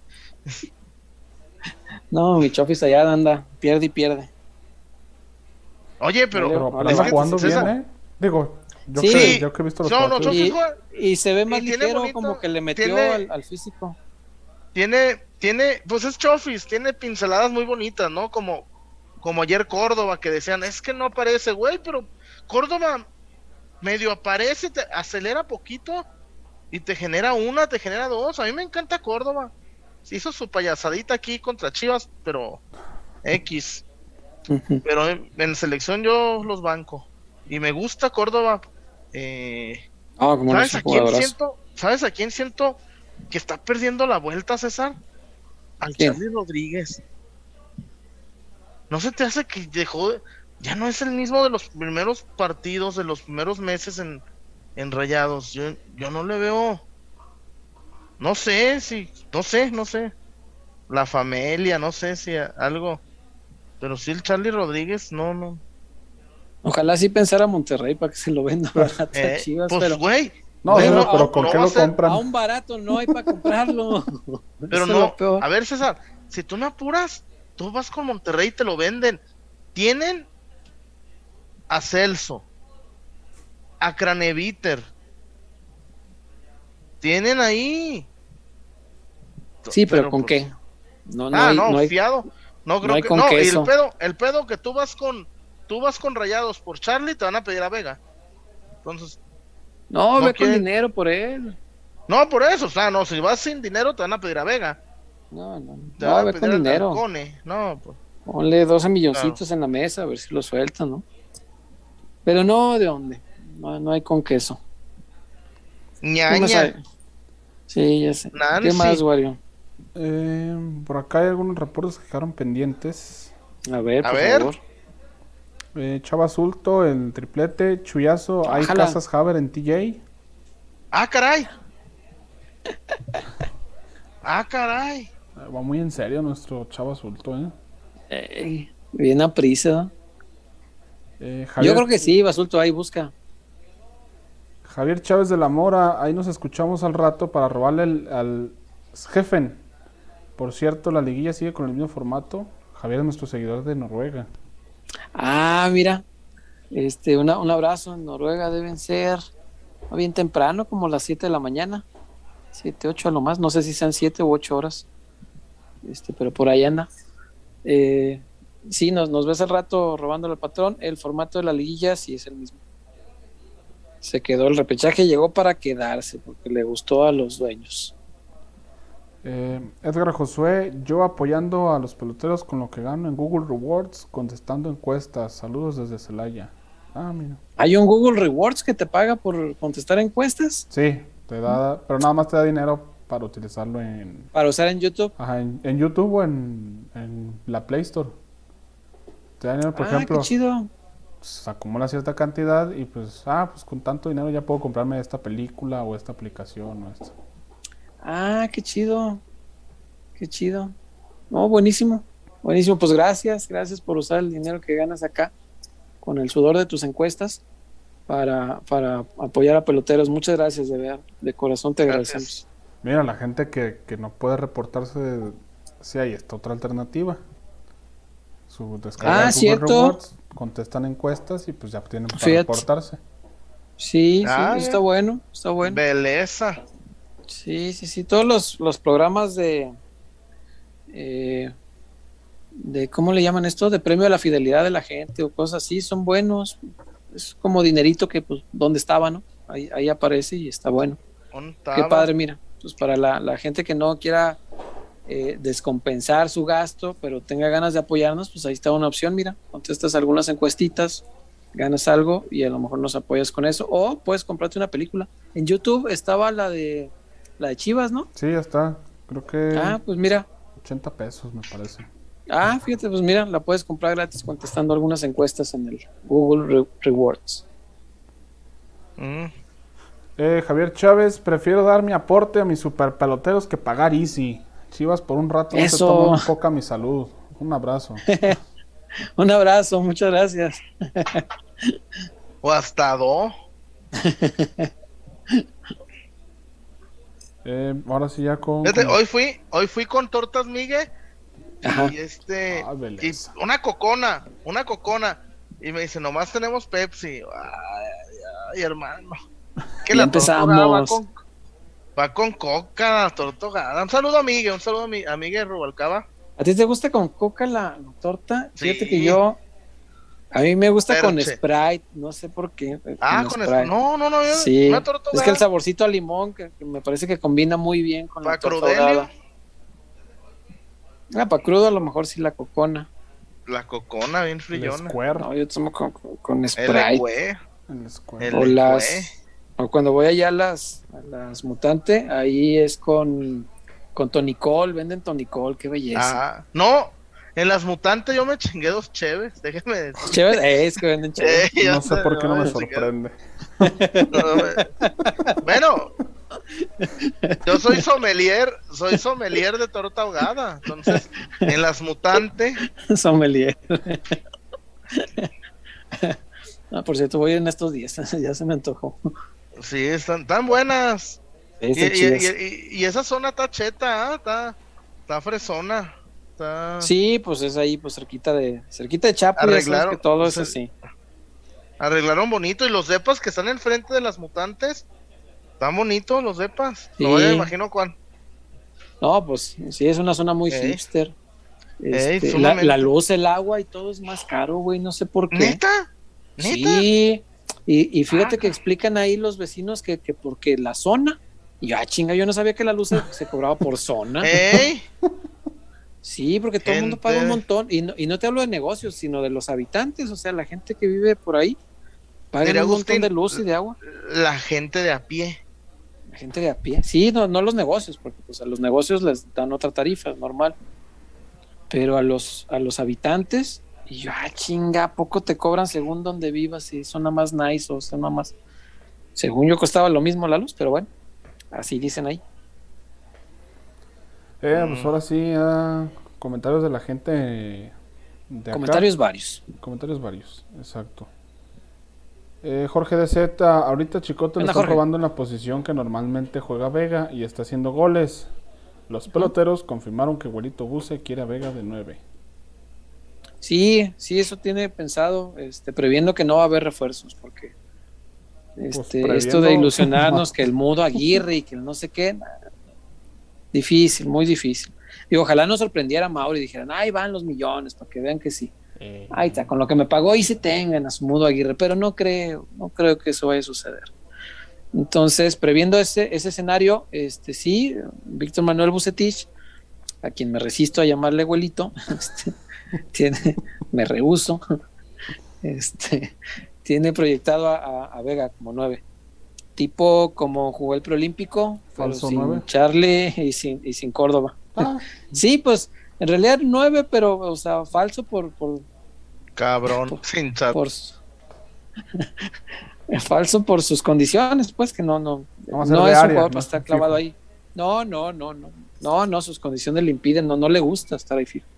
No, mi Chofis allá anda, pierde y pierde. Oye, pero Pero le anda va. jugando César, bien, ¿eh? Digo, yo, Sí. yo que he visto los No, partidos. Chofis juega- Y se ve más y tiene ligero, bonito, como que le metió tiene- al físico. tiene, pues es Chofis, tiene pinceladas muy bonitas, ¿no? Como ayer Córdoba, que decían, es que no aparece, güey, pero Córdoba medio aparece, te acelera poquito y te genera 2. A mí me encanta Córdoba. Hizo su payasadita aquí contra Chivas, pero X. Ujú. Pero en selección yo los banco. Y me gusta Córdoba. Como no es ¿Sabes un a quién jugadorazo. siento? ¿Sabes a quién siento que está perdiendo la vuelta, César? Al ¿Quién? Charly Rodríguez. ¿No se te hace que ya no es el mismo de los primeros partidos, de los primeros meses en Rayados? Yo no le veo, no sé no sé. La familia, no sé si algo. Pero sí el Charly Rodríguez, no. Ojalá sí pensara Monterrey para que se lo venda barato a Chivas, Pues pero güey, No, güey, César, no, pero ¿con no qué va a lo ser- compran? a un barato no hay para comprarlo. Pero Eso es no, lo peor. a ver César, si tú me apuras, tú vas con Monterrey y te lo venden. Tienen a Celso, a Craneviter, tienen ahí. Sí, pero ¿con pues, qué? No hay, fiado. No no creo hay que con no, y queso. el pedo que tú vas con Rayados por Charlie, te van a pedir a Vega. Entonces, No, no ve con quieren- dinero por él. no por eso, o sea, no, si vas sin dinero te van a pedir a Vega. Te van a Ve pedir con al dinero. Cone. No, pues. Ponle 12 milloncitos en la mesa, a ver si lo sueltan, ¿no? Pero no, ¿de dónde? No hay con queso. ¿Qué más Ñaña, hay? Sí, ya sé. Nancy. ¿Qué más, Wario? Por acá hay algunos reportes que quedaron pendientes. A ver, A por ver. favor. Chava Sulto, el triplete, Chuyazo, hay Ojalá. Casas Haber en TJ. Ah, caray. Ah, caray. Va muy en serio nuestro Chava Sulto, ¿eh? Bien a prisa. Javier, Yo creo que sí, Basulto, ahí busca. Javier Chávez de la Mora, ahí nos escuchamos al rato para robarle al Jefen. Por cierto, la liguilla sigue con el mismo formato. Javier es nuestro seguidor de Noruega. Mira, un abrazo en Noruega, deben ser bien temprano, como las 7 de la mañana, 7, 8 a lo más, no sé si sean 7 u 8 horas, pero por ahí anda. Sí, nos ves al rato robándole al patrón. El formato de la liguilla sí es el mismo. Se quedó el repechaje, llegó para quedarse porque le gustó a los dueños. Edgar Josué, yo apoyando a los peloteros con lo que gano en Google Rewards, contestando encuestas. Saludos desde Celaya. Ah, mira. ¿Hay un Google Rewards que te paga por contestar encuestas? Sí, te da, pero nada más te da dinero para utilizarlo Para usar en YouTube. Ajá, en YouTube o en la Play Store. Te da dinero, por ejemplo. Qué chido. Pues, acumula cierta cantidad y pues con tanto dinero ya puedo comprarme esta película o esta aplicación o esto. Qué chido. Qué chido. No, buenísimo. Buenísimo. Pues gracias por usar el dinero que ganas acá con el sudor de tus encuestas para apoyar a peloteros. Muchas gracias, de verdad. De corazón te agradecemos. Mira, la gente que no puede reportarse, sí hay esta otra alternativa. Su descarga de Google cierto. Rewards, contestan encuestas y pues ya tienen para reportarse. Sí, está bueno, está bueno. Beleza. Sí. Todos los programas de ¿cómo le llaman esto? De premio a la fidelidad de la gente o cosas así, son buenos. Es como dinerito que, pues, ¿dónde estaba, no? Ahí aparece y está bueno. Qué padre, mira. Pues para la gente que no quiera descompensar su gasto, pero tenga ganas de apoyarnos, pues ahí está una opción, mira. Contestas algunas encuestitas, ganas algo y a lo mejor nos apoyas con eso. O puedes comprarte una película. En YouTube estaba la de Chivas, ¿no? Sí, ya está. Creo que... pues mira. 80 pesos me parece. Fíjate, pues mira, la puedes comprar gratis contestando algunas encuestas en el Google Rewards. Javier Chávez, prefiero dar mi aporte a mis super peloteros que pagar Easy. Chivas por un rato no se toma un poco a mi salud. Un abrazo. Un abrazo, muchas gracias. O hasta dos. Ahora sí ya con... Fíjate, hoy fui con tortas Miguel. Ajá. Y y una cocona. Y me dice, nomás tenemos Pepsi. Ay, hermano. Que la empezamos. Va con coca, la torta ahogada. Un saludo a Miguel, a Miguel Rubalcaba. ¿A ti te gusta con coca la torta? Sí. Fíjate que a mí me gusta con Sprite, no sé por qué. Con Sprite. No, sí. Una torta ahogada. Es que el saborcito a limón que me parece que combina muy bien con la torta ahogada. Para crudo a lo mejor sí la cocona. La cocona, bien frillona. No, yo tomo con Sprite. O cuando voy allá a las Mutante, ahí es con tonicol, venden tonicol, qué belleza. No, en las Mutantes yo me chingué 2 cheves, déjenme decir. ¿Cheves? Es que venden cheves. No sé por qué no me sorprende. Bueno, yo soy sommelier de torta ahogada, entonces en las Mutantes. Sommelier. Por cierto, voy en estos días, ya se me antojó. Sí, están tan buenas. Y esa zona está cheta, está fresona. Sí, pues es ahí, pues cerquita de Chapo. Arreglaron, que todo es así. Arreglaron bonito, y los depas que están enfrente de las Mutantes, están bonitos los depas. Sí. No, ya me imagino cuál. No, pues sí, es una zona muy hipster. La luz, el agua y todo es más caro, güey, no sé por qué. ¿Neta? Sí, y fíjate que explican ahí los vecinos que porque la zona, y yo, chinga, yo no sabía que la luz se cobraba por zona. Sí, porque todo el mundo paga un montón, y no te hablo de negocios, sino de los habitantes, o sea, la gente que vive por ahí, paga un montón de luz y de agua. La gente de a pie. La gente de a pie, sí, no los negocios, porque pues a los negocios les dan otra tarifa, normal, pero a los habitantes... Y yo, chinga, ¿a poco te cobran según donde vivas? Y son nada más nice o son nada más... Según yo costaba lo mismo la luz, pero bueno, así dicen ahí. Pues ahora sí, comentarios de la gente de acá. Comentarios varios, exacto. Jorge DZ, ahorita Chicote le está probando en la posición que normalmente juega Vega y está haciendo goles. Los peloteros confirmaron que Güerito Buse quiere a Vega de 9. Sí, eso tiene pensado, previendo que no va a haber refuerzos, porque esto de ilusionarnos que el Mudo Aguirre y que el no sé qué, difícil, muy difícil. Y ojalá nos sorprendiera Mauro y dijeran, ahí van los millones, para que vean que sí. Ahí está, con lo que me pagó y se tengan a su Mudo Aguirre, pero no creo que eso vaya a suceder. Entonces, previendo ese escenario, sí, Víctor Manuel Bucetich, a quien me resisto a llamarle abuelito, me rehúso, tiene proyectado a Vega como 9. Tipo como jugó el preolímpico, pero sin 9. Charlie y sin Córdoba. Sí, pues en realidad 9, pero o sea, falso por cabrón, sin chat. Falso por sus condiciones, pues que no es un jugador para estar clavado ahí. No, sus condiciones le impiden, no le gusta estar ahí fijo.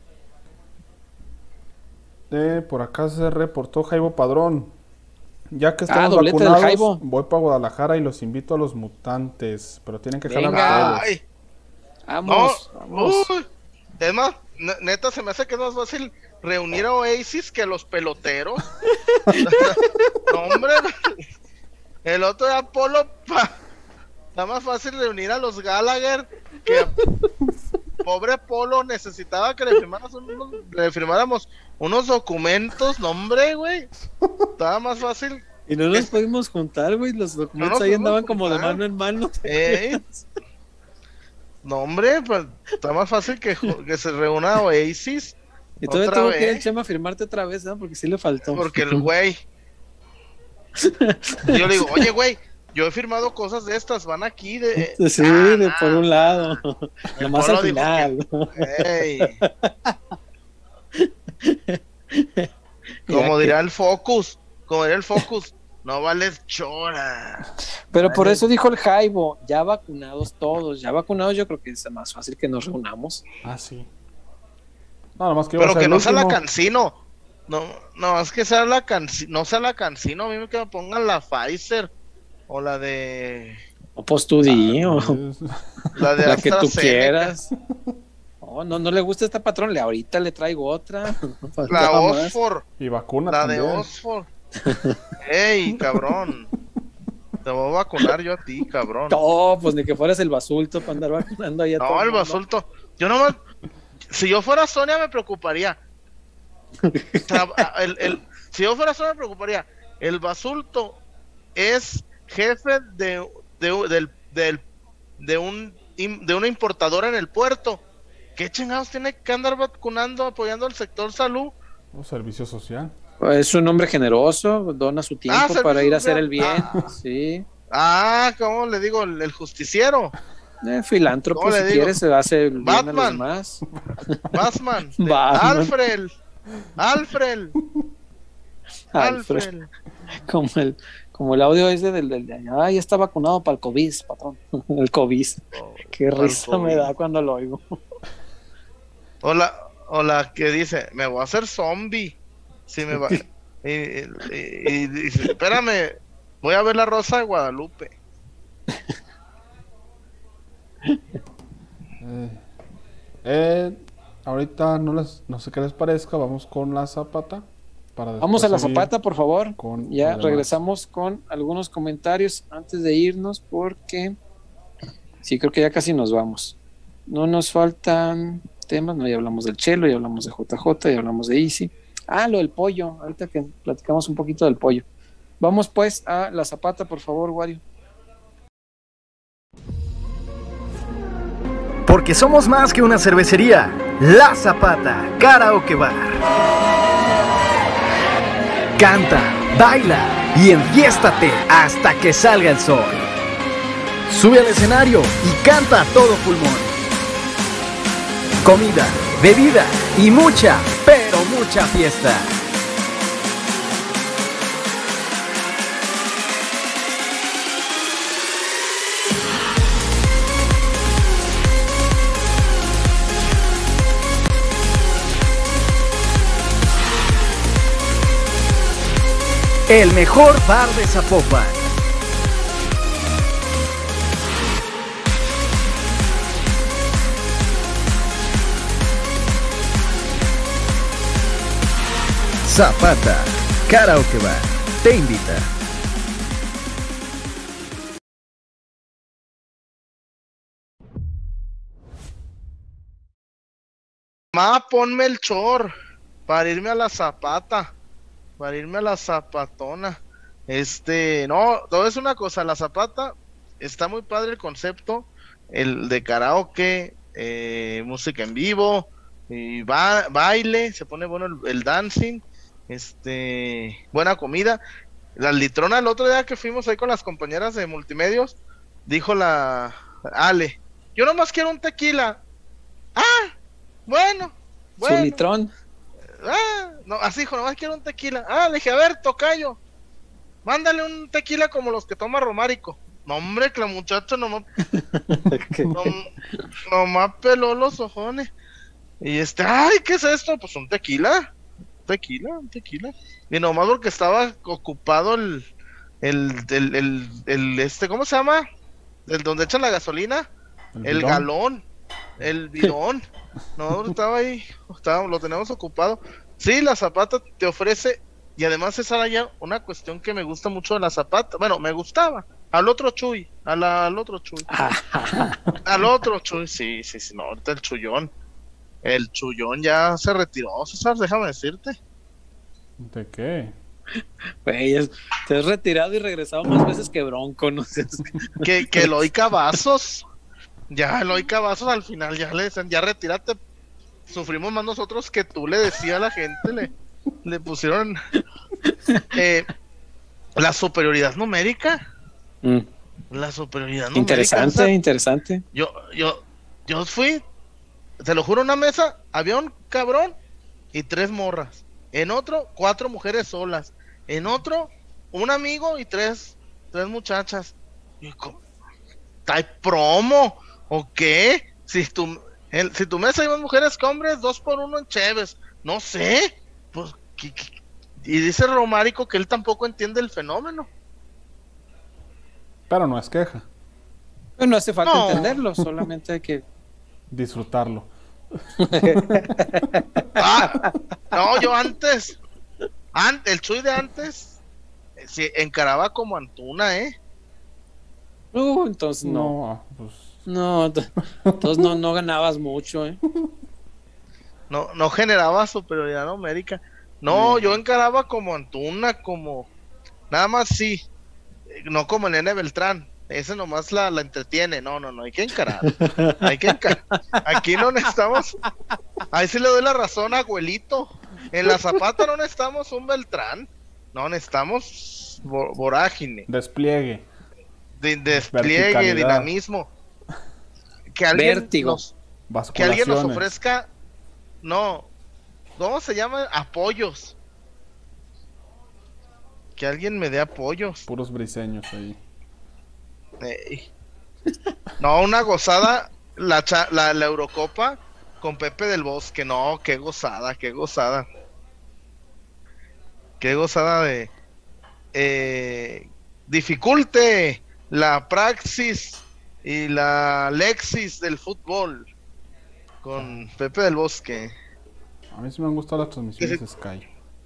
Por acá se reportó Jaibo Padrón. Ya que estamos vacunados, voy para Guadalajara y los invito a los mutantes, pero tienen que jalar todos. Vamos. Es más, neta se me hace que es más fácil reunir a Oasis que a los peloteros. No, hombre, el otro de Apolo, está más fácil reunir a los Gallagher que pobre Polo necesitaba que le firmáramos unos documentos, no, hombre, güey. Estaba más fácil. Y no nos pudimos juntar, güey. Los documentos ahí andaban como de mano en mano. No, hombre, pues está más fácil que se reúna Oasis. Y todavía tuvo que ir el Chema a firmarte otra vez, ¿no? Porque sí le faltó. Porque el güey. Yo le digo, oye, güey, yo he firmado cosas de estas, van aquí de. Sí, por un lado. Nomás al final. Como dirá el Focus, no vales chora. Pero por eso dijo el Jaibo, ya vacunados todos, yo creo que es más fácil que nos reunamos. Sí. Nada más que pero que no sea la Cancino. No, es que sea la Cancino, no sea la Cancino, a mí que me pongan la Pfizer o la de. O Postudí, o la de la que tú quieras. No le gusta esta patrón, ahorita le traigo otra. La Oxford. Y vacuna la también. De Oxford. Ey, cabrón. Te voy a vacunar yo a ti, cabrón. No, pues ni que fueras el basulto para andar vacunando ahí a todo. No, el basulto. Yo nomás. Si yo fuera Sonia me preocuparía. Si yo fuera Sonia me preocuparía. El basulto es jefe de una importadora en el puerto. ¿Qué chingados tiene que andar vacunando, apoyando al sector salud? Un servicio social. Es un hombre generoso, dona su tiempo para ir a hacer el bien. Sí. ¿Cómo le digo? El justiciero. Filántropo, si quieres, se hace el bien a los demás. Batman. Alfred. Como el audio ese del ya está vacunado para el COVID, patrón. El COVID. Qué risa me da cuando lo oigo. Hola, que dice, me voy a hacer zombie. Sí, me va. Y dice, espérame, voy a ver La Rosa de Guadalupe. Ahorita no sé qué les parezca, vamos con la Zapata. Vamos a la Zapata, por favor. Ya regresamos con algunos comentarios antes de irnos, porque sí, creo que ya casi nos vamos. No nos faltan temas, ya hablamos del Chelo, ya hablamos de JJ, ya hablamos de Easy. Lo del pollo, ahorita que platicamos un poquito del pollo. Vamos pues a la Zapata, por favor, Wario. Porque somos más que una cervecería. La Zapata, Karaoke Bar. Canta, baila y enfiéstate hasta que salga el sol. Sube al escenario y canta a todo pulmón. Comida, bebida y mucha, pero mucha fiesta. El mejor bar de Zapopan. Zapata, Karaoke Bar, te invita. Ponme el chor para irme a la Zapata. Para irme a la Zapatona. No, todo es una cosa, la Zapata, está muy padre el concepto, el de karaoke, música en vivo, y baile, se pone bueno el dancing, buena comida. La litrona, el otro día que fuimos ahí con las compañeras de multimedios, dijo la Ale, yo nomás quiero un tequila. Ah, bueno. Su litrón. No, así dijo, nomás quiero un tequila. Le dije, a ver, tocayo, mándale un tequila como los que toma Romárico. No, hombre, que la muchacha nomás peló los ojones. Y ay, ¿qué es esto? Pues un tequila. Un tequila. Y nomás porque estaba ocupado ¿cómo se llama? El donde echan la gasolina. El galón. El bidón. No, estaba ahí. Lo tenemos ocupado. Sí, la Zapata te ofrece. Y además esa era ya una cuestión que me gusta mucho de la Zapata. Bueno, me gustaba. Al otro Chuy. Al otro Chuy. Al otro Chuy. Sí. No, ahorita el Chuyón. El Chuyón ya se retiró, César, déjame decirte. ¿De qué? Güey, te has retirado y regresado más veces que Bronco, no sé. Que Eloy Cavazos. Ya Eloy Cavazos al final ya le decían, ya retírate. Sufrimos más nosotros que tú, le decía a la gente, le pusieron la superioridad numérica. La superioridad numérica. Interesante. Yo fui, te lo juro, una mesa, había un cabrón y 3 morras. En otro, 4 mujeres solas. En otro, un amigo y 3 muchachas. ¿Hay promo o qué? Si tu mesa hay más mujeres que hombres, 2 por 1 en cheves. No sé. Pues, y dice Romárico que él tampoco entiende el fenómeno. Pero no es queja. No hace falta entenderlo, solamente hay que disfrutarlo. No, yo antes, el Chuy de antes, encaraba como Antuna, entonces no. Pues... No, entonces no ganabas mucho, No generaba superioridad numérica. No, yo encaraba como Antuna, nada más sí, no como el Nene Beltrán. Ese nomás la entretiene. No, hay que encarar. Aquí no necesitamos. Ahí sí le doy la razón a abuelito. En la Zapata no necesitamos un Beltrán. No, necesitamos vorágine. Despliegue. Despliegue, dinamismo. Que alguien vértigo. Que alguien nos ofrezca. No. ¿Cómo se llama? Apoyos. Que alguien me dé apoyos. Puros briseños ahí. No, una gozada la Eurocopa con Pepe del Bosque. No, qué gozada de dificulte la praxis y la lexis del fútbol con Pepe del Bosque. A mí sí me han gustado las transmisiones de Sky.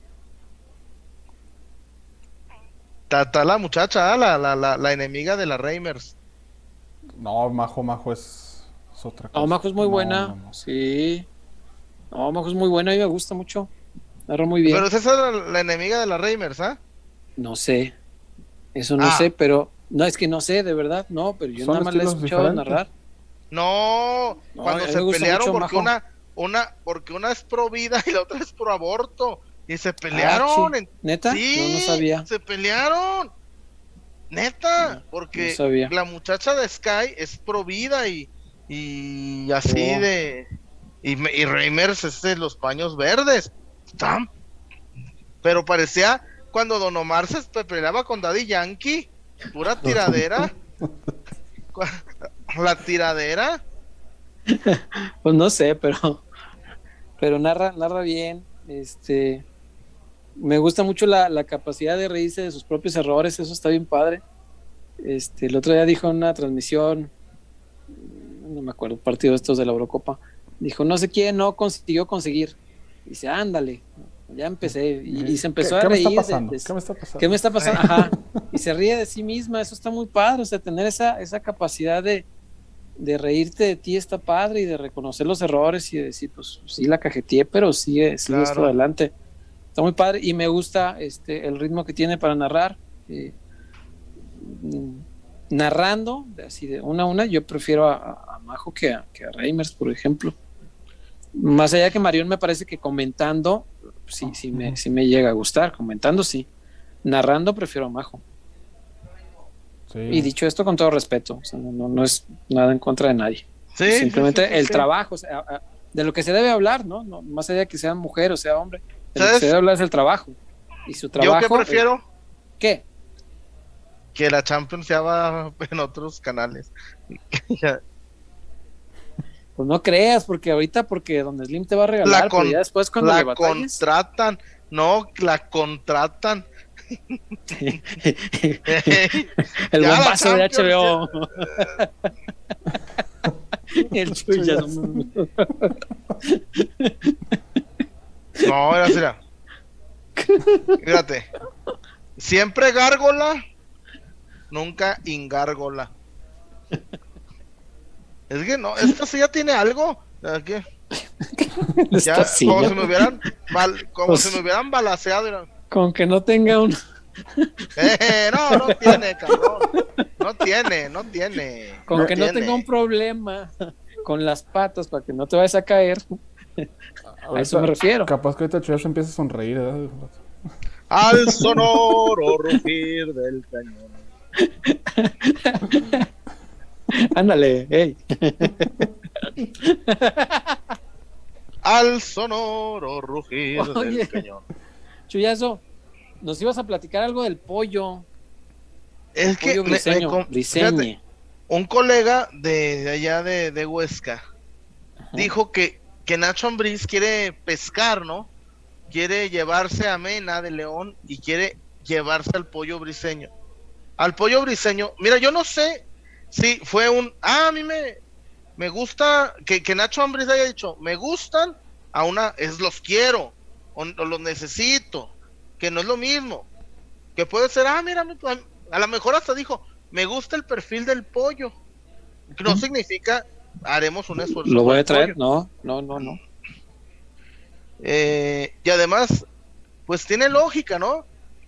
Está la muchacha, la enemiga de la Reimers. No, Majo es otra cosa. No, Majo es muy buena. No. Sí. No, Majo es muy buena, a mí me gusta mucho. Narra muy bien. Pero esa es la enemiga de la Reimers, No sé. Eso no sé, pero... No, es que no sé, de verdad. No, pero yo nada más la he escuchado narrar. No, cuando se pelearon porque una es pro vida y la otra es pro aborto. Y se pelearon. ¿Neta? Sí, no sabía. Se pelearon. Neta, porque la muchacha de Sky es pro vida y así de... Y Reimers es de los paños verdes. Pero parecía cuando Don Omar se peleaba con Daddy Yankee. Pura tiradera. La tiradera. Pues no sé, pero narra bien. Me gusta mucho la capacidad de reírse de sus propios errores, eso está bien padre. El otro día dijo en una transmisión, no me acuerdo, partido de estos de la Eurocopa, dijo, no sé quién no consiguió conseguir. Dice, ándale, ya empecé. Y se empezó a reír. ¿Qué me está pasando? Ajá. Y se ríe de sí misma, eso está muy padre, o sea, tener esa capacidad de reírte de ti está padre y de reconocer los errores y de decir, pues sí la cajeteé, pero sigue esto adelante. Está muy padre y me gusta el ritmo que tiene para narrar. Narrando, así de una a una, yo prefiero a Majo que a Reimers, por ejemplo. Más allá que Marión, me parece que comentando, sí me llega a gustar. Comentando, sí. Narrando, prefiero a Majo. Sí. Y dicho esto con todo respeto, o sea, no es nada en contra de nadie. Sí, simplemente el trabajo, o sea, de lo que se debe hablar, ¿no? Más allá de que sea mujer o sea hombre, de lo que se debe hablar es el trabajo. Y su trabajo. ¿Yo qué prefiero? ¿Qué? Que la Champions se haga en otros canales. Pues no creas, porque Don Slim te va a regalar, pero ya después cuando la le batalles... contratan, no, la contratan. El bombazo de HBO. El Chuyazo. No, era. Fíjate. Siempre gárgola, nunca ingárgola. Es que no, esta silla tiene algo. ¿Qué? Ya, como si me hubieran balaceado. Con que no tenga un... no tiene, cabrón. No tiene. Con que no tenga un problema con las patas para que no te vayas a caer. A eso me refiero. Capaz que ahorita el Chuyazo empieza a sonreír, ¿verdad? Al sonoro rugir del cañón. Ándale, hey. Al sonoro rugir del cañón. Chuyazo, nos ibas a platicar algo del pollo. Es que Briseño. Un colega de allá de Huesca dijo que Nacho Ambriz quiere pescar, ¿no? Quiere llevarse a Mena de León y quiere llevarse al pollo Briseño. Al pollo Briseño, mira, yo no sé si fue a mí me gusta que Nacho Ambriz haya dicho, me gustan, los quiero, o los necesito, que no es lo mismo, que puede ser, mira, a lo mejor hasta dijo, me gusta el perfil del pollo, que no significa, haremos un esfuerzo. ¿Lo voy a traer? No. Y además, pues tiene lógica, ¿no?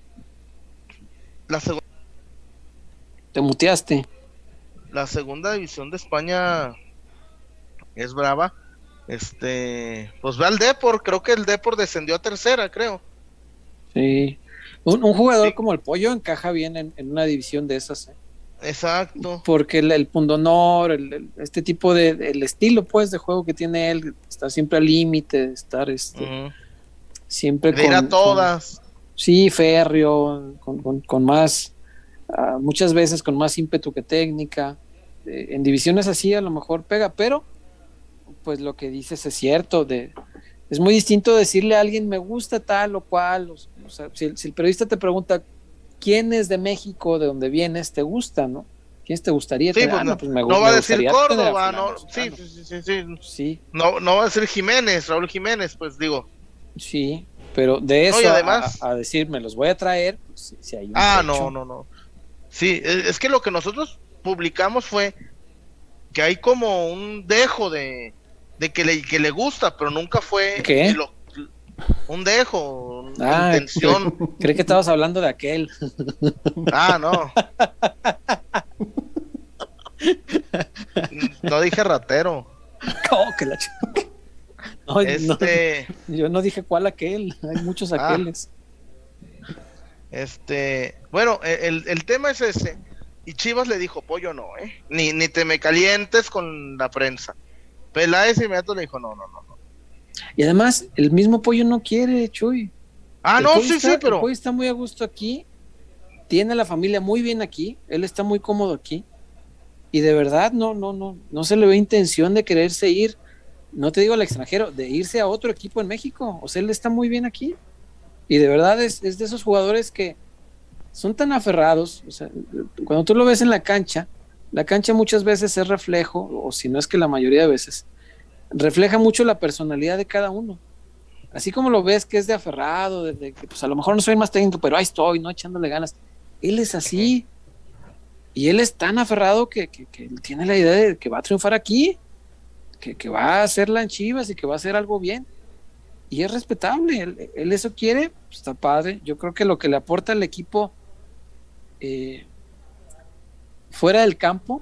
Te muteaste. La segunda división de España es brava. Pues ve al Depor, creo que el Depor descendió a tercera, creo. Sí. Un jugador como el pollo encaja bien en una división de esas, ¿eh? Exacto. Porque el pundonor, este tipo el estilo, pues, de juego que tiene él, estar siempre al límite, estar siempre de ir a todas. Sí, férreo, con más, muchas veces con más ímpetu que técnica. En divisiones así a lo mejor pega, pero pues lo que dices es cierto, es muy distinto decirle a alguien me gusta tal o cual, o sea, si el periodista te pregunta quién es de México, de donde vienes, te gusta, ¿no? ¿Quiénes te gustaría? Sí, pues no va a decir Córdoba, ¿no? Sí. No va a decir Jiménez, Raúl Jiménez, pues digo. Sí, pero de eso además, a decirme los voy a traer, pues, si hay un hecho. No. Sí, es que lo que nosotros publicamos fue que hay como un dejo de que le gusta, pero nunca fue un dejo, una intención. Creí que estabas hablando de aquel. No. No dije ratero. No, yo no dije cuál aquel, hay muchos aqueles. Bueno, el tema es ese. Y Chivas le dijo, pollo no, ni te me calientes con la prensa. Peláez inmediato le dijo, no. Y además, el mismo pollo no quiere, Chuy. Pero el pollo está muy a gusto aquí, tiene a la familia muy bien aquí, él está muy cómodo aquí. Y de verdad no se le ve intención de quererse ir, no te digo al extranjero, de irse a otro equipo en México. O sea, él está muy bien aquí. Y de verdad es de esos jugadores que son tan aferrados. O sea, cuando tú lo ves en la cancha muchas veces es reflejo, o si no es que la mayoría de veces, refleja mucho la personalidad de cada uno. Así como lo ves que es de aferrado, de que pues a lo mejor no soy más técnico, pero ahí estoy, no echándole ganas. Él es así. Y él es tan aferrado que tiene la idea de que va a triunfar aquí, que va a hacerla en Chivas y que va a hacer algo bien. Y es respetable, él eso quiere, pues está padre. Yo creo que lo que le aporta al equipo fuera del campo,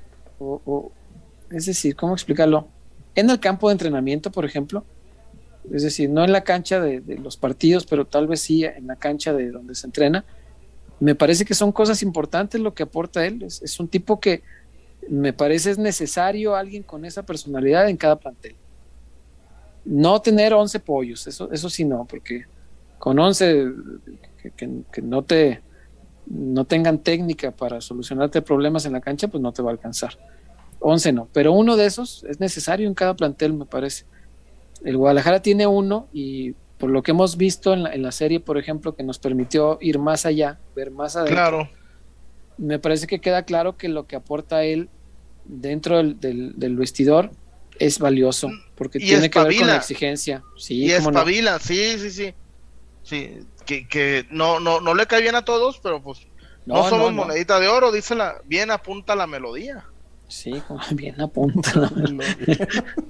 es decir, ¿cómo explicarlo? En el campo de entrenamiento, por ejemplo, es decir, no en la cancha de los partidos, pero tal vez sí en la cancha de donde se entrena, me parece que son cosas importantes lo que aporta él. Es un tipo que me parece es necesario alguien con esa personalidad en cada plantel. No tener 11 pollos, eso sí no, porque con 11 que no tengan técnica para solucionarte problemas en la cancha, pues no te va a alcanzar. 11 no, pero uno de esos es necesario en cada plantel, me parece. El Guadalajara tiene uno y por lo que hemos visto en la serie, por ejemplo, que nos permitió ir más allá, ver más adentro, Claro. me parece que queda claro que lo que aporta él dentro del vestidor es valioso, porque Y tiene que ver con espabila. la exigencia. Sí, Y cómo no. espabila, sí. Sí, que no le cae bien a todos, pero pues no somos monedita de oro, dice bien apunta la melodía. Sí, como bien apunta la melodía.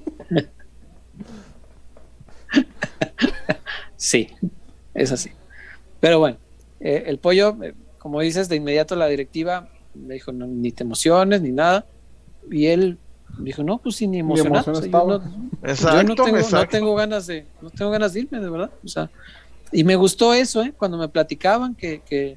Sí, es así. Pero bueno, el Pollo, como dices, de inmediato la directiva le dijo, no, ni te emociones, ni nada. Y él dijo, no, pues sí, ni emocionado. O sea, yo no tengo ganas de irme, de verdad. O sea, y me gustó eso, cuando me platicaban que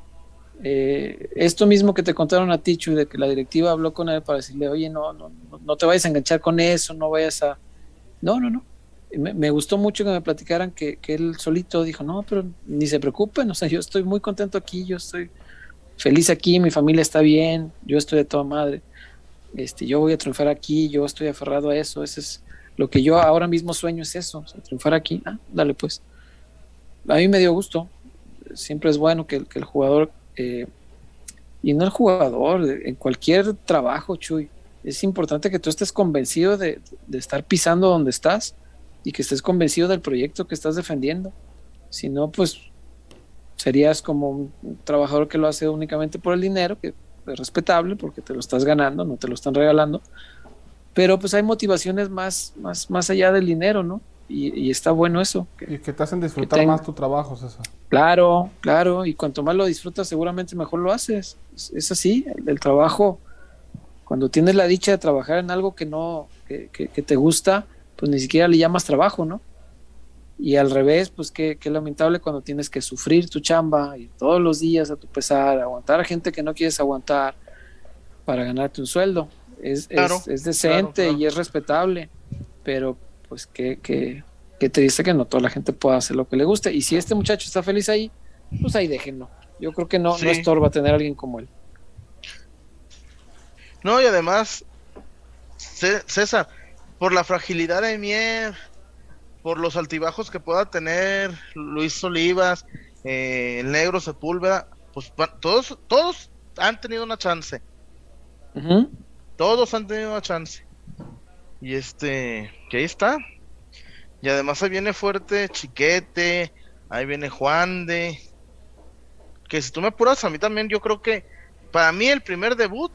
esto mismo que te contaron a ti, Chuy, de que la directiva habló con él para decirle, oye, no te vayas a enganchar con eso, no vayas a... No. Me gustó mucho que me platicaran que él solito dijo, no, pero ni se preocupen, o sea, yo estoy muy contento aquí, yo estoy feliz aquí, mi familia está bien, yo estoy de toda madre, yo voy a triunfar aquí, yo estoy aferrado a eso, es lo que yo ahora mismo sueño, es eso, o sea, triunfar aquí, dale pues. A mí me dio gusto, siempre es bueno que el jugador, y no el jugador, en cualquier trabajo, Chuy, es importante que tú estés convencido de estar pisando donde estás y que estés convencido del proyecto que estás defendiendo. Si no, pues serías como un trabajador que lo hace únicamente por el dinero, que es respetable porque te lo estás ganando, no te lo están regalando, pero pues hay motivaciones más allá del dinero, ¿no? Y está bueno eso. Y que te hacen disfrutar más tu trabajo, César. Claro, y cuanto más lo disfrutas, seguramente mejor lo haces. Es así, el trabajo, cuando tienes la dicha de trabajar en algo que te gusta, pues ni siquiera le llamas trabajo, ¿no? Y al revés, pues qué lamentable cuando tienes que sufrir tu chamba y todos los días a tu pesar, aguantar a gente que no quieres aguantar para ganarte un sueldo. Es decente, claro. Y es respetable, pero pues que te dice que no toda la gente pueda hacer lo que le guste. Y si este muchacho está feliz ahí, pues ahí déjenlo. Yo creo que no estorba tener a alguien como él. No, y además, César, por la fragilidad de Mier, por los altibajos que pueda tener Luis Olivas, el Negro Sepúlveda, pues todos han tenido una chance. Uh-huh. Todos han tenido una chance. Y que ahí está. Y además ahí viene fuerte Chiquete, ahí viene Juan de. Que si tú me apuras, a mí también, yo creo que para mí el primer debut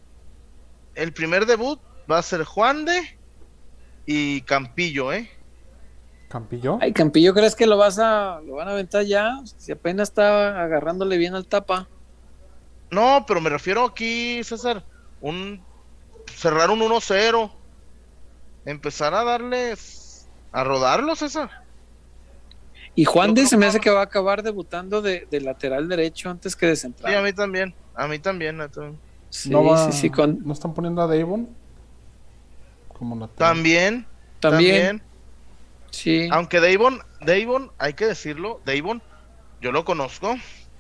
va a ser Juan de y Campillo, ¿Campillo? Ay, Campillo, ¿crees que lo van a aventar ya? Si apenas está agarrándole bien al tapa. No, pero me refiero aquí, César, cerrar un 1-0, empezar a a rodarlo, César. Y Juan de se me hace que va a acabar debutando de lateral derecho antes que de central. Sí, a mí también. Sí, sí. ¿No están poniendo a Davon como lateral? También. Sí. Aunque Davon, hay que decirlo, yo lo conozco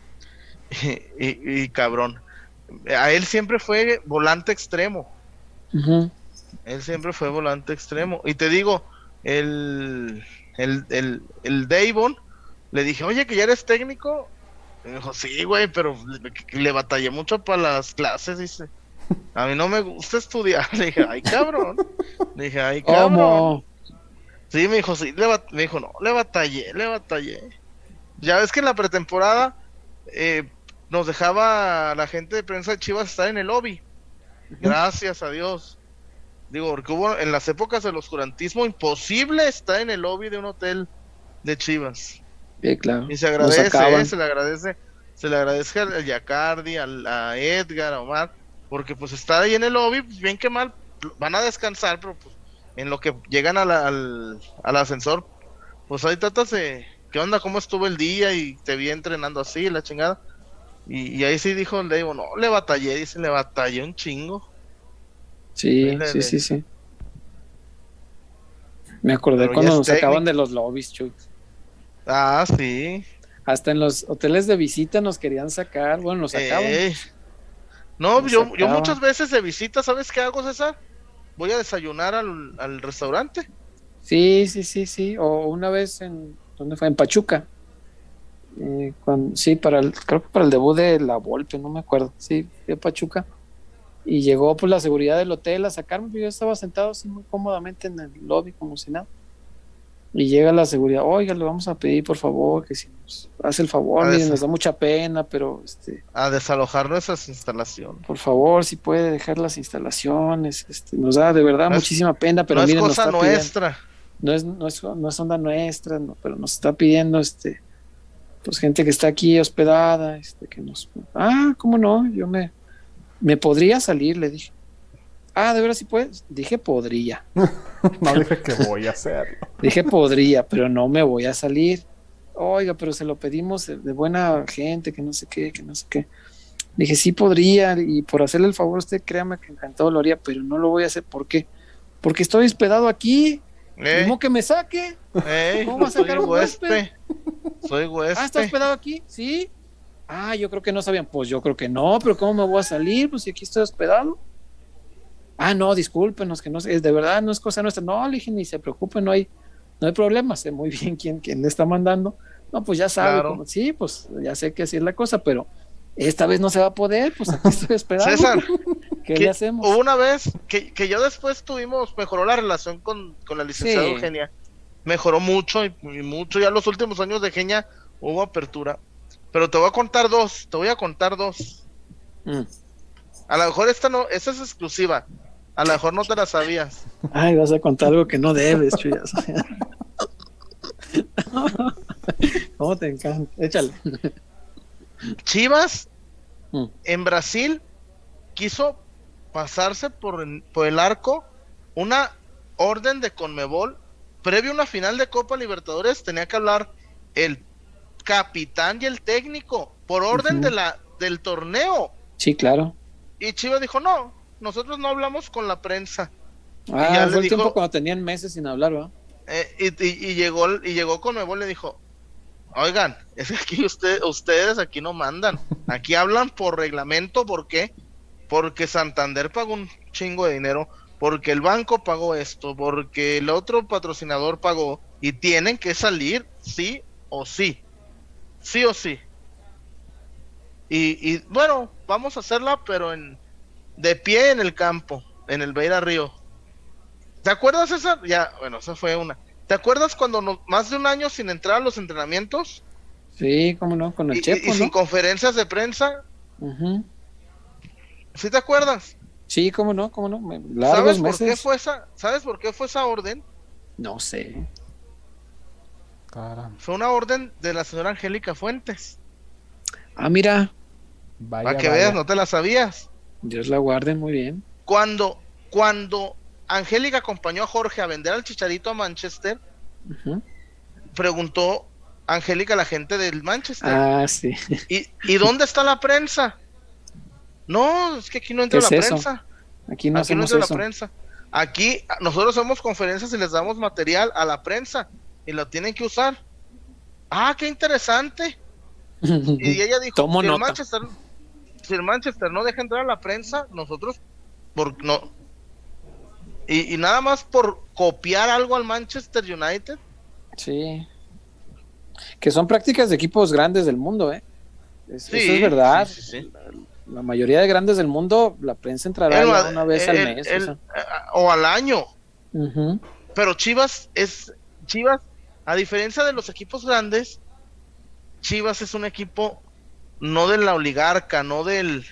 y cabrón. A él siempre fue volante extremo. Uh-huh. Él siempre fue volante extremo. Y te digo, el Davon, le dije, oye, que ya eres técnico. Y me dijo, sí, güey, pero le batallé mucho para las clases, dice. A mí no me gusta estudiar. Le dije, ay, cabrón. ¿Cómo? Sí, me dijo, sí, me dijo, no, le batallé. Ya ves que en la pretemporada nos dejaba la gente de prensa de Chivas estar en el lobby. Gracias a Dios. Digo, porque hubo en las épocas del oscurantismo imposible estar en el lobby de un hotel de Chivas. Sí, claro. Y se agradece, se se le agradece al Yacardi, a Edgar, a Omar, porque pues estar ahí en el lobby, pues bien que mal, van a descansar, pero pues en lo que llegan al ascensor, pues ahí tratas de, ¿qué onda? ¿Cómo estuvo el día? Y te vi entrenando así, la chingada. Y ahí sí dijo, le digo, no, le batallé, dice, le batallé un chingo. Sí, sí. Me acordé Pero cuando nos sacaban de los lobbies, Chuy. Ah, sí. Hasta en los hoteles de visita nos querían sacar, bueno, nos sacaban. No, yo muchas veces de visita, ¿sabes qué hago, César? Voy a desayunar al restaurante. Sí. O una vez ¿dónde fue? En Pachuca. Sí, creo que para el debut de La Volpe, no me acuerdo. Sí, fui a Pachuca. Y llegó pues la seguridad del hotel a sacarme, pero yo estaba sentado así muy cómodamente en el lobby, como si nada. Y llega la seguridad, oiga, le vamos a pedir por favor que si nos hace el favor, miren, nos da mucha pena, pero a desalojar nuestras instalaciones. Por favor, si puede dejar las instalaciones, nos da de verdad muchísima pena, pero no miren, es cosa nos está nuestra. Pidiendo, no es onda nuestra, pero nos está pidiendo pues gente que está aquí hospedada, ¿cómo no? Yo me podría salir, le dije. ¿De verdad si puedes? Dije podría. No dije que voy a hacerlo. Dije podría, pero no me voy a salir. Oiga, pero se lo pedimos de buena gente, que no sé qué. Dije, sí podría, y por hacerle el favor a usted, créame que encantado lo haría, pero no lo voy a hacer. ¿Por qué? Porque estoy hospedado aquí. ¿Cómo que me saque? ¿Cómo va a sacar un huésped? Soy huésped. ¿Está hospedado aquí? Sí. Yo creo que no sabían. Pues yo creo que no, pero ¿cómo me voy a salir? Pues si aquí estoy hospedado. No, discúlpenos, que no es de verdad, no es cosa nuestra. No, le dije, ni se preocupe, no hay problema, sé muy bien quién le está mandando. No, pues ya sabe, claro. Sí, pues ya sé que así es la cosa, pero esta vez no se va a poder, pues aquí estoy esperando. César, ¿qué le hacemos? Hubo una vez que yo después mejoró la relación con la licenciada Eugenia, mejoró mucho y mucho, ya los últimos años de Eugenia hubo apertura, pero te voy a contar dos. A lo mejor esta es exclusiva. A lo mejor no te la sabías. Vas a contar algo que no debes, Chuyas. ¿Cómo te encanta? Échale. Chivas en Brasil quiso pasarse por el arco una orden de Conmebol previo a una final de Copa Libertadores. Tenía que hablar el capitán y el técnico por orden del torneo. Sí, claro. Y Chivas dijo, no, nosotros no hablamos con la prensa. Fue el tiempo cuando tenían meses sin hablar, ¿verdad? Y llegó Conmebol y le dijo, oigan, es que aquí ustedes aquí no mandan, aquí hablan por reglamento. ¿Por qué? Porque Santander pagó un chingo de dinero, porque el banco pagó esto, porque el otro patrocinador pagó, y tienen que salir sí o sí. Y bueno, vamos a hacerla, pero de pie en el campo, en el Beira Río. ¿Te acuerdas, César? Ya, bueno, esa fue una. ¿Te acuerdas cuando más de un año sin entrar a los entrenamientos? Sí, cómo no, con el Chepo, y sin conferencias de prensa. ¿Sí te acuerdas? Sí, cómo no, largos meses. ¿Sabes por qué fue esa orden? No sé. Fue una orden de la señora Angélica Fuentes. Mira. Para que veas, no te la sabías. Dios la guarde, muy bien. Cuando Angélica acompañó a Jorge a vender al Chicharito a Manchester, preguntó Angélica a la gente del Manchester. Sí. ¿Y dónde está la prensa? No, es que aquí no entra la prensa. Aquí no entra la prensa. Aquí nosotros hacemos conferencias y les damos material a la prensa y lo tienen que usar. Qué interesante. Y ella dijo, si el Manchester no deja entrar a la prensa, nosotros no. Y nada más por copiar algo al Manchester United. Sí. Que son prácticas de equipos grandes del mundo, eso es verdad. Sí. La mayoría de grandes del mundo, la prensa entrará una vez al mes. O al año. Pero Chivas, a diferencia de los equipos grandes, Chivas es un equipo no de la oligarca, no de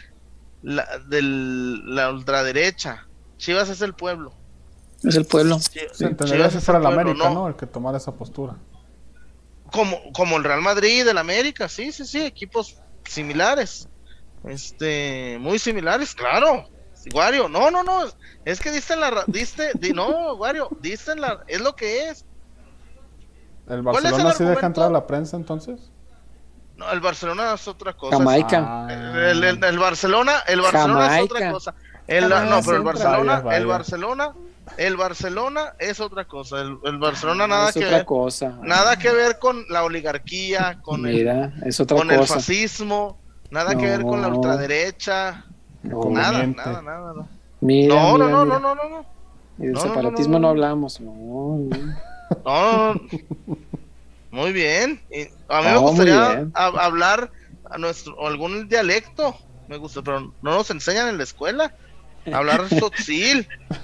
la ultraderecha. Chivas es el pueblo. Es el pueblo. Tendría que ser el América, ¿no? El que tomara esa postura. Como el Real Madrid, el América, sí, equipos similares. Muy similares, claro. Wario, no, es que no, Wario, es lo que es. ¿El ¿Cuál es el Barcelona sí deja argumento? entrar a la prensa entonces? No, el Barcelona es otra cosa. Jamaica. Ah, El Barcelona es Jamaica. otra cosa. Jamás No, pero el entra. Barcelona, Vaya. el Barcelona es otra cosa. El Barcelona nada es que otra ver, cosa. nada que ver con la oligarquía, con Mira, es otra el cosa. fascismo, nada que ver con la No. ultraderecha, No, nada, Conveniente. nada. mira, No, mira, no, mira. no. Y del No, separatismo no. no hablamos. No. No. Muy bien. Y a mí me No, muy gustaría bien. hablar algún dialecto. Me gusta, pero no nos enseñan en la escuela. Hablar tzotzil,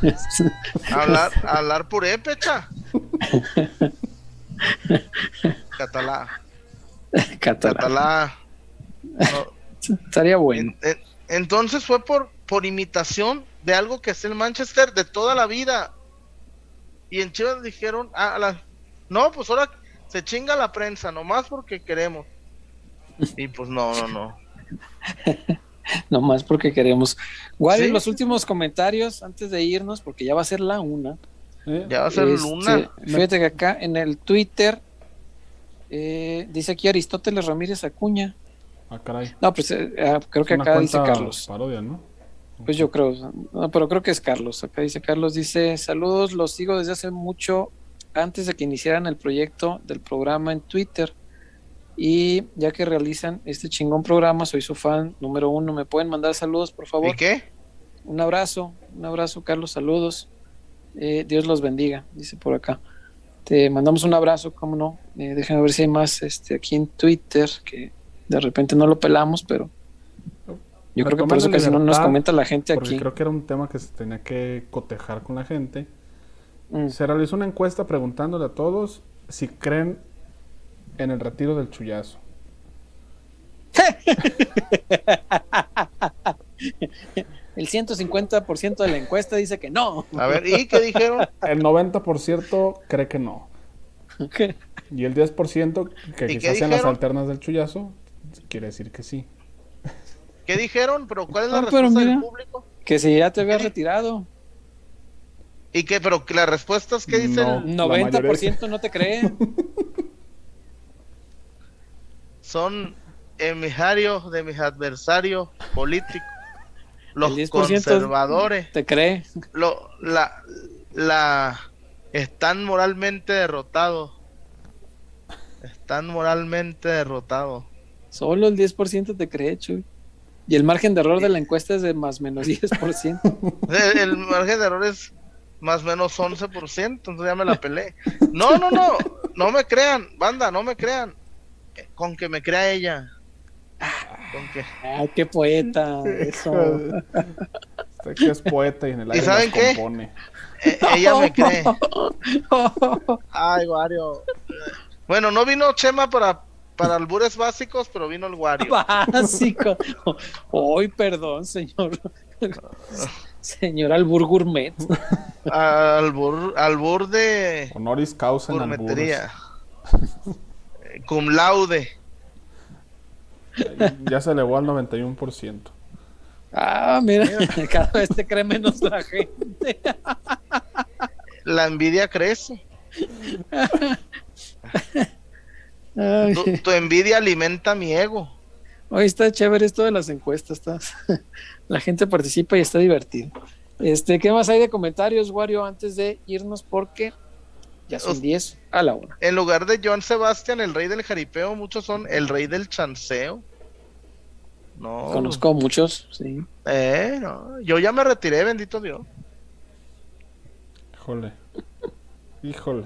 hablar purépecha. Catalá. Catalá. No, Estaría bueno. entonces fue por imitación de algo que es el Manchester de toda la vida. Y en Chivas dijeron, no, pues ahora se chinga la prensa, nomás porque queremos. Y pues no. Nomás porque queremos. Wario, Sí. los últimos comentarios antes de irnos, porque ya va a ser la 1. Ya va a ser luna. Fíjate que acá en el Twitter dice aquí Aristóteles Ramírez Acuña. Ah, caray. No, pues creo que Es una acá dice cuenta Carlos. parodia, ¿no? Pues yo creo, no, pero creo que es Carlos. Acá dice Carlos, dice, saludos, los sigo desde hace mucho antes de que iniciaran el proyecto del programa en Twitter. Y ya que realizan este chingón programa, soy su fan número 1. ¿Me pueden mandar saludos, por favor? ¿Y qué? Un abrazo, Carlos, saludos. Dios los bendiga, dice por acá. Te mandamos un abrazo, cómo no. Déjame ver si hay más aquí en Twitter, que de repente no lo pelamos, pero yo creo que por eso casi no nos comenta la gente porque aquí. creo que era un tema que se tenía que cotejar con la gente. Mm. Se realizó una encuesta preguntándole a todos si creen en el retiro del chullazo. El 150% de la encuesta dice que no. A ver, ¿y qué dijeron? El 90% cree que no. Y el 10% que ¿Y qué quizás sean las dijeron? alternas del chullazo, quiere decir que sí. ¿Qué dijeron? ¿Pero cuál es la pero respuesta mira. del público? Que si ya te habías ¿Qué? retirado. ¿Y qué? ¿Pero que las respuestas qué dicen? No. La 90% no te cree. Son emisarios de mis adversarios políticos. Los El 10% conservadores. te cree. Están moralmente derrotados. Están moralmente derrotados. Solo el 10% te cree, Chuy. Y el margen de error de la encuesta es de más menos 10%. El margen de error es más o menos 11%, entonces ya me la peleé. No me crean, banda, no me crean. Con que me crea ella. Con que... Ah, qué poeta. Eso. Usted que es poeta y en el aire saben las qué? compone. Ella me cree. Ay, Wario. Bueno, no vino Chema para albures básicos, pero vino el Wario. Básico. Ay, perdón, señor. Señor Albur Gourmet. Albur de Honoris causa en albures. gourmetería. Cum laude. Ya se elevó al 91%. Ah, mira, cada vez te cree menos la gente. La envidia crece. Ay, Tu envidia alimenta mi ego. hoy está chévere esto de las encuestas. La gente participa y está divertido. ¿Qué más hay de comentarios, Wario, antes de irnos? Porque ya son 10 a la 1. En lugar de Joan Sebastián, el rey del jaripeo, muchos son el rey del chanceo. No. Conozco muchos, sí. No. Yo ya me retiré, bendito Dios. Híjole.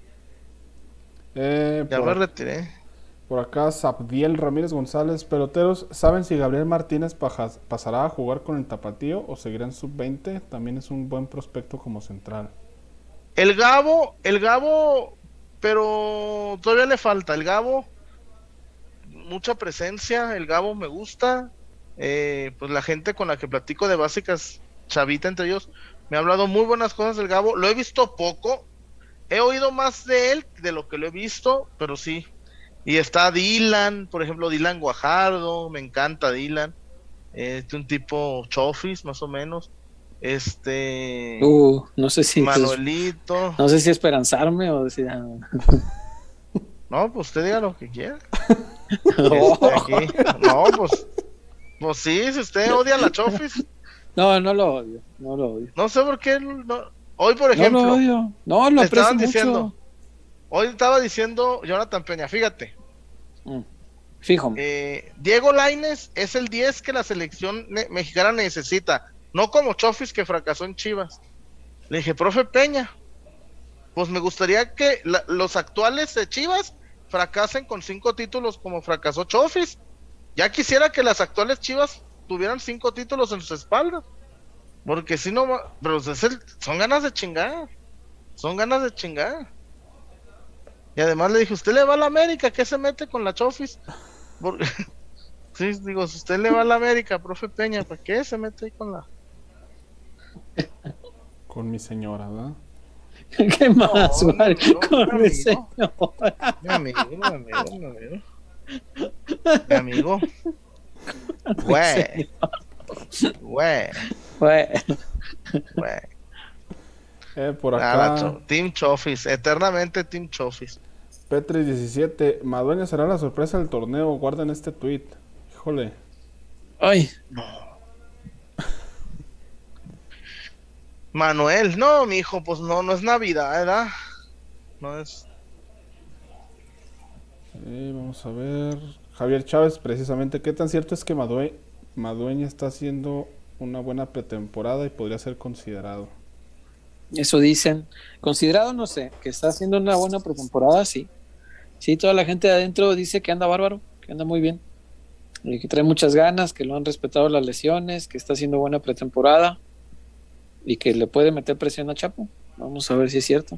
Ya me retiré. Por acá, Sabdiel Ramírez González. Peloteros, ¿saben si Gabriel Martínez pasará a jugar con el Tapatío o seguirá en sub-20? También es un buen prospecto como central. El Gabo, pero todavía le falta. El Gabo, mucha presencia. El Gabo me gusta. Pues la gente con la que platico de básicas, chavita entre ellos, me ha hablado muy buenas cosas del Gabo. Lo he visto poco. He oído más de él de lo que lo he visto, pero sí. Y está Dylan, por ejemplo, Dylan Guajardo, me encanta Dylan. Un tipo chofis, más o menos. No sé si Manuelito. No sé si esperanzarme o decir. No, pues usted diga lo que quiera. Aquí. No, pues sí, si usted odia a la chofis. No lo odio. No sé por qué. Hoy, por ejemplo. No lo odio. No, lo aprecio mucho. Hoy estaba diciendo Jonathan Peña, fíjate. Fijo. Diego Lainez es el 10 que la selección mexicana necesita. No como Chofis, que fracasó en Chivas. Le dije, profe Peña, pues me gustaría que los actuales de Chivas fracasen con 5 títulos como fracasó Chofis. Ya quisiera que las actuales Chivas tuvieran 5 títulos en sus espaldas. Porque si no, pero son ganas de chingar. Son ganas de chingar. Y además le dije, ¿usted le va a la América? ¿Qué se mete con la Chofis? Porque... sí, digo, si usted le va a la América, profe Peña, ¿para qué se mete ahí con la... Con mi señora, ¿verdad? ¿Qué más, Mario? Con mi señora. Mi amigo. Güey. Por acá. Team Chofis, eternamente Team Chofis. Petri 17, Madueña será la sorpresa del torneo. Guarden este tweet. Híjole. Ay. No. Manuel, no, mi hijo, pues no es Navidad, ¿verdad? No es. Vamos a ver. Javier Chávez, precisamente, ¿qué tan cierto es que Madueña está haciendo una buena pretemporada y podría ser considerado? Eso dicen. Considerado, no sé, que está haciendo una buena pretemporada, sí. Sí, toda la gente de adentro dice que anda bárbaro, que anda muy bien. Y que trae muchas ganas, que lo han respetado las lesiones, que está haciendo buena pretemporada y que le puede meter presión a Chapo. Vamos a ver si es cierto.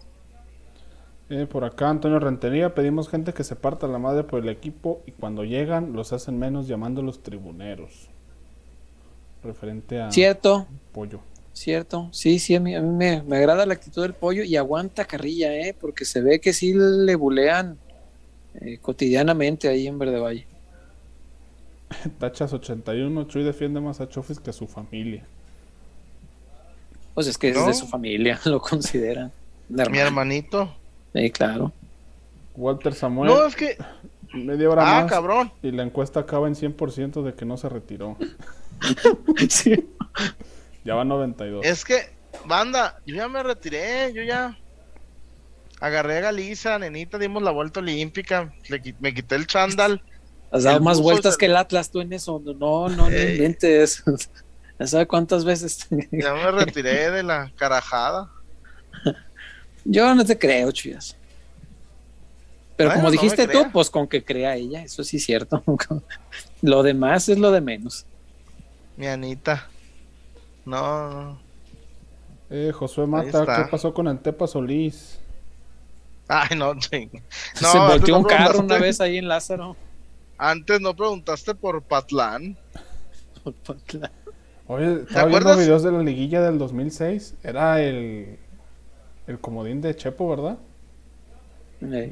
Por acá, Antonio Rentería, pedimos gente que se parta la madre por el equipo y cuando llegan los hacen menos llamándolos tribuneros. Referente a Cierto. Pollo. Cierto, sí, a mí me agrada la actitud del Pollo y aguanta carrilla, porque se ve que sí le bulean cotidianamente ahí en Verde Valle. Tachas 81, Chuy defiende más a Chofis que a su familia. Pues es que es de su familia, lo consideran. Mi hermanito. Sí, claro. Walter Samuel. No, es que... media hora más. Cabrón. Y la encuesta acaba en 100% de que no se retiró. Sí. Ya va 92. Es que, banda, yo ya me retiré, yo ya agarré a Galiza, nenita, dimos la vuelta olímpica, me quité el chándal. Has dado más vueltas que el Atlas tú en eso, no inventes. Ya sabes cuántas veces. Ya me retiré de la carajada. Yo no te creo, Chuyas. Pero bueno, como dijiste no tú, pues con que crea ella, eso sí es cierto. Lo demás es lo de menos. Mi Anita. No. Josué Mata, ¿qué pasó con el Tepa Solís? Ay, no, ching. No, se volteó un carro una vez ahí en Lázaro. Antes no preguntaste por Patlán. Por Patlán. Oye, estaba viendo videos de la liguilla del 2006. Era el comodín de Chepo, ¿verdad? Sí.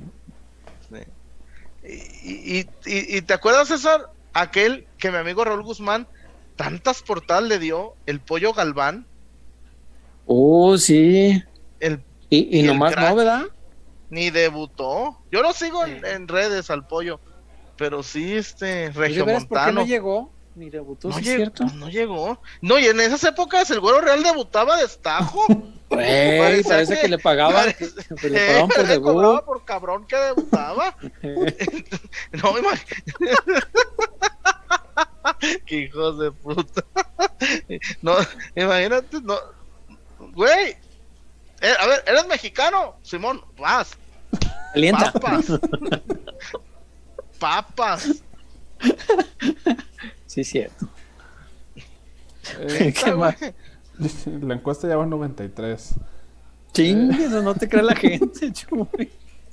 Y ¿te acuerdas, César? Aquel que mi amigo Raúl Guzmán tantas portadas le dio, el Pollo Galván. Oh, sí. Y nomás crack, no, ¿verdad? Ni debutó. Yo lo sigo en redes al Pollo, pero sí, Regiomontano. ¿Por qué no llegó? Ni debutó, ¿sí es cierto? No llegó. No, y en esas épocas el Güero Real debutaba de estajo. Parece que le pagaban. Que le pagaban por debut. Cobraba por cabrón que debutaba. No, imagínate. Qué hijos de puta. No, imagínate, no. Güey. A ver, ¿eres mexicano? Simón, vas. Alienta. Papas. Sí, cierto. ¿Qué más? La encuesta ya va en 93. Eso no te cree la gente, Chuy.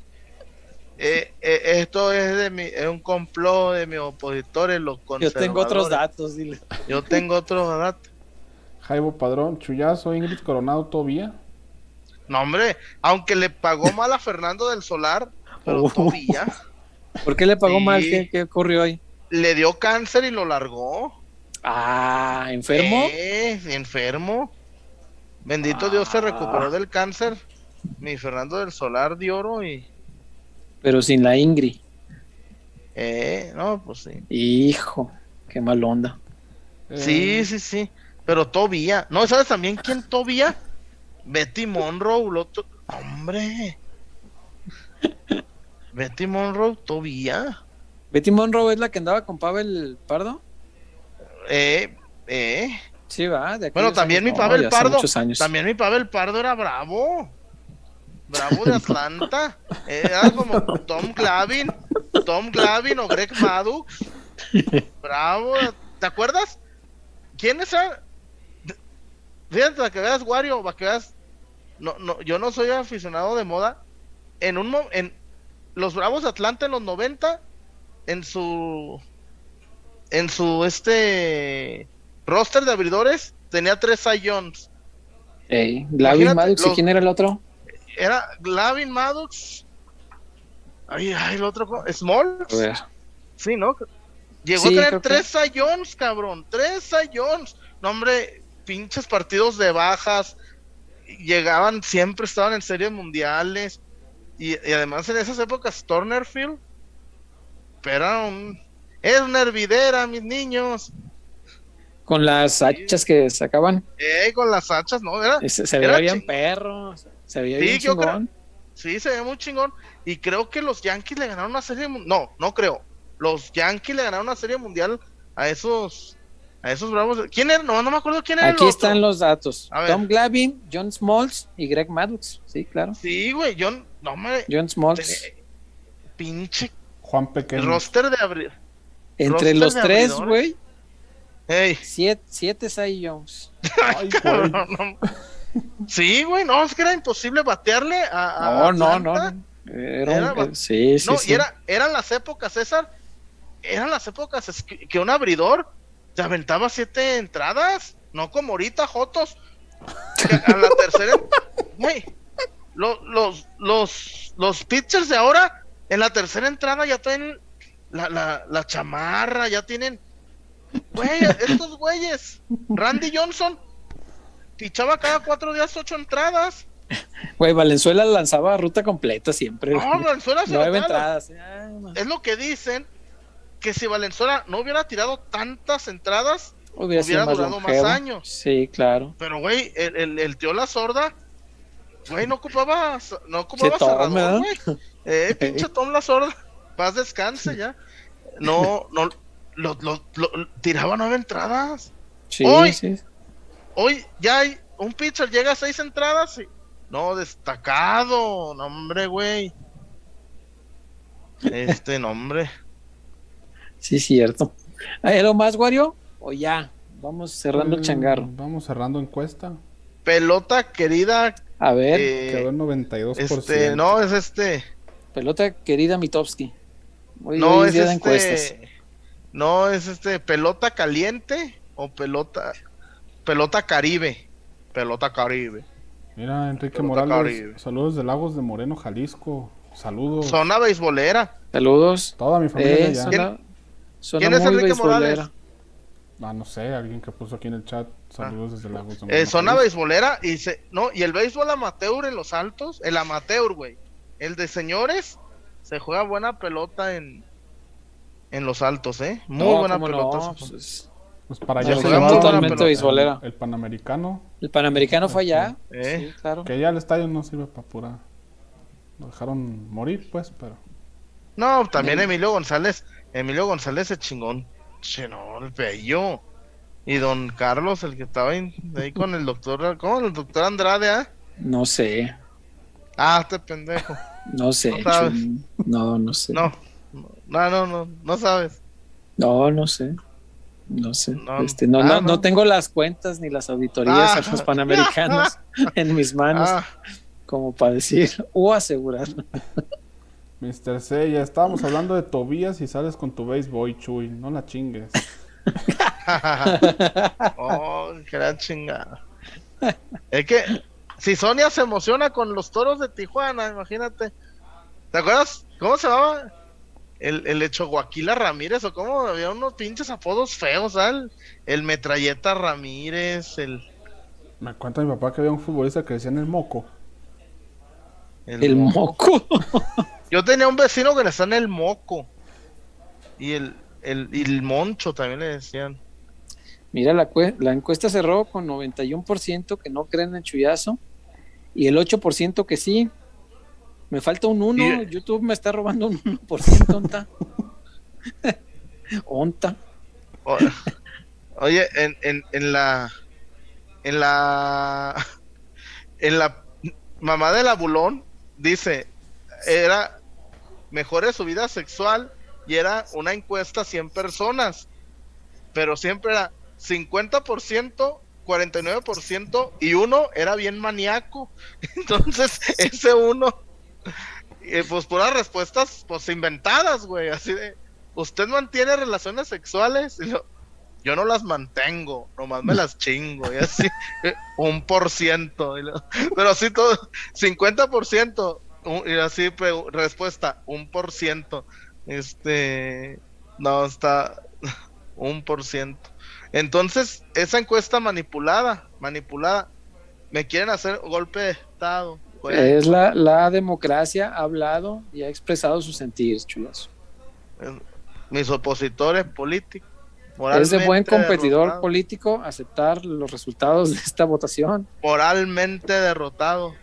Esto es un complot de mis opositores, los conservadores. Yo tengo otros datos, dile. Yo tengo otros datos. Jaibo Padrón, Chuyazo, Ingrid Coronado todavía. No, hombre, aunque le pagó mal a Fernando del Solar, pero todavía. ¿Por qué le pagó Sí. mal? ¿Qué ocurrió ahí? Le dio cáncer y lo largó. Ah, ¿enfermo? Enfermo. Bendito Dios, se recuperó del cáncer. Mi Fernando del Solar de Oro y... Pero sin la Ingrid. No, pues sí. Hijo, qué mal onda. Sí. Pero todavía. No, ¿sabes también quién todavía? Betty Monroe, hombre. Betty Monroe todavía. Betty Monroe es la que andaba con Pavel Pardo. Eh. Sí, va. De Bueno, aquellos también años. mi No, Pavel ya hace Pardo. muchos años. También mi Pavel Pardo era bravo. Bravo de Atlanta. Era como Tom Glavine o Greg Maddux. Bravo. ¿Te acuerdas? ¿Quién es? Fíjate, para que veas, Wario, para que veas. No, yo no soy aficionado de moda. En los Bravos de Atlanta en los 90, en su roster de abridores, tenía 3 Cy Youngs. Glavin Imagínate, Maddox, ¿y quién era el otro? Era Glavine, Maddux. Ay, el otro, Smalls. A ver. Sí, ¿no? Llegó Sí, a tener creo que- 3 Cy Youngs, cabrón. 3 Cy Youngs. No, hombre, pinches partidos de bajas. Llegaban, siempre estaban en series mundiales. Y además en esas épocas, Turner Field. Pero es una hervidera, mis niños. Con las hachas que sacaban. Con las hachas, ¿no? Se veía era bien ching- perro. Se veía Sí, bien yo creo- chingón. Sí, se ve muy chingón. Y creo que los Yankees le ganaron una serie. No creo. Los Yankees le ganaron una serie mundial a esos Bravos. ¿Quién era? No me acuerdo quién era. Aquí el están otro. los datos. A ver. Tom Glavine, John Smoltz y Greg Maddux. Sí, claro. Sí, güey. John Smoltz. Pinche Juan Pequeño. roster de abrir. Entre roster los de tres, abridores. güey, Ey, 7 Cy Youngs. Ay, güey. cabrón, no. Sí, güey, no, es que era imposible batearle a No. Atlanta. Sí. No, Sí. y eran las épocas, César, eran las épocas que un abridor se aventaba 7 entradas, no como ahorita, Jotos, que a la tercera, güey, los pitchers de ahora, en la tercera entrada ya tienen la chamarra, ya tienen, güey, estos güeyes, Randy Johnson, pichaba cada 4 días 8 entradas. Güey, Valenzuela lanzaba ruta completa siempre. No, Valenzuela se 9 batalla. entradas. Es lo que dicen, que si Valenzuela no hubiera tirado tantas entradas, Hubiera sido durado más longevo. años. Sí, claro. Pero, güey, el tío La Sorda, güey, no ocupaba Tom, cerrador, ¿verdad? güey. Pinche Tom La Sorda, paz descanse ya. No, lo tiraba 9 entradas. Sí, Hoy- sí. Hoy ya hay un pitcher, llega a 6 entradas y... No, destacado, no, hombre, güey. Nombre. Sí, cierto. ¿Hay algo más, Wario? O ya, vamos cerrando el changarro. Vamos cerrando encuesta. Pelota querida. A ver, Quedó en 92%. No, es pelota querida Mitofsky. Hoy no es es día de encuestas. No es pelota caliente o pelota Caribe. Pelota Caribe. Mira, Enrique Pelota Morales, Caribe. saludos de Lagos de Moreno, Jalisco. Saludos. Zona beisbolera. Saludos. Toda mi familia de allá. Zona ¿Quién es muy Enrique beisbolera. Morales? No sé, alguien que puso aquí en el chat. Saludos desde Lagos de Moreno. Zona Jalisco. beisbolera y el béisbol amateur en los altos, el amateur, güey. El de señores se juega buena pelota en los altos, Muy No, buena cómo pelota. no, se juega. pues, Pues para la allá se región llevaba totalmente el- beisbolera. El Panamericano. el Panamericano fue allá. Eh. Sí, claro. Que ya el estadio no sirve para pura. Lo dejaron morir, pues, pero. No, también Emilio González es chingón. Che, no, el bello. Y don Carlos, el que estaba ahí con el doctor, ¿cómo? El doctor Andrade, ¿ah? No sé. Este pendejo. No sé. No sabes. Chum. No sé. No sabes. No sé. No sé. No. No tengo las cuentas ni las auditorías a los panamericanos en mis manos como para decir o asegurar. Mr. C, ya estábamos hablando de Tobías y sales con tu béisbol, Chuy. No la chingues. Qué gran chingada. Es que si Sonia se emociona con los Toros de Tijuana, imagínate. ¿Te acuerdas? ¿Cómo se llamaba? el hecho Guaquila Ramírez, o cómo había unos pinches apodos feos, ¿sabes? El Metralleta Ramírez, Me cuenta mi papá que había un futbolista que decían el moco. El moco. Yo tenía un vecino que le decían el Moco. Y el Moncho también le decían. Mira, la encuesta cerró con 91% que no creen en Chuyazo y el 8% que sí. Me falta un 1. Y- YouTube me está robando un 1%. ¿Onta? ¿Onta? O- Oye, en la en la mamá del abulón dice, era mejore su vida sexual y era una encuesta a 100 personas, pero siempre era 50%, 49% y uno era bien maníaco. Entonces, ese uno, pues puras respuestas pues inventadas, güey, así de, ¿usted mantiene relaciones sexuales? Y yo no las mantengo, nomás me las chingo, y así, 1%, pero así todo, 50%, y así, respuesta, 1%, no, está, 1%. Entonces, esa encuesta manipulada, me quieren hacer golpe de estado, güey. Es la democracia, ha hablado y ha expresado sus sentidos, Chuyazo. Mis opositores políticos. Es de buen competidor derrotado. político aceptar los resultados de esta votación. Moralmente derrotado.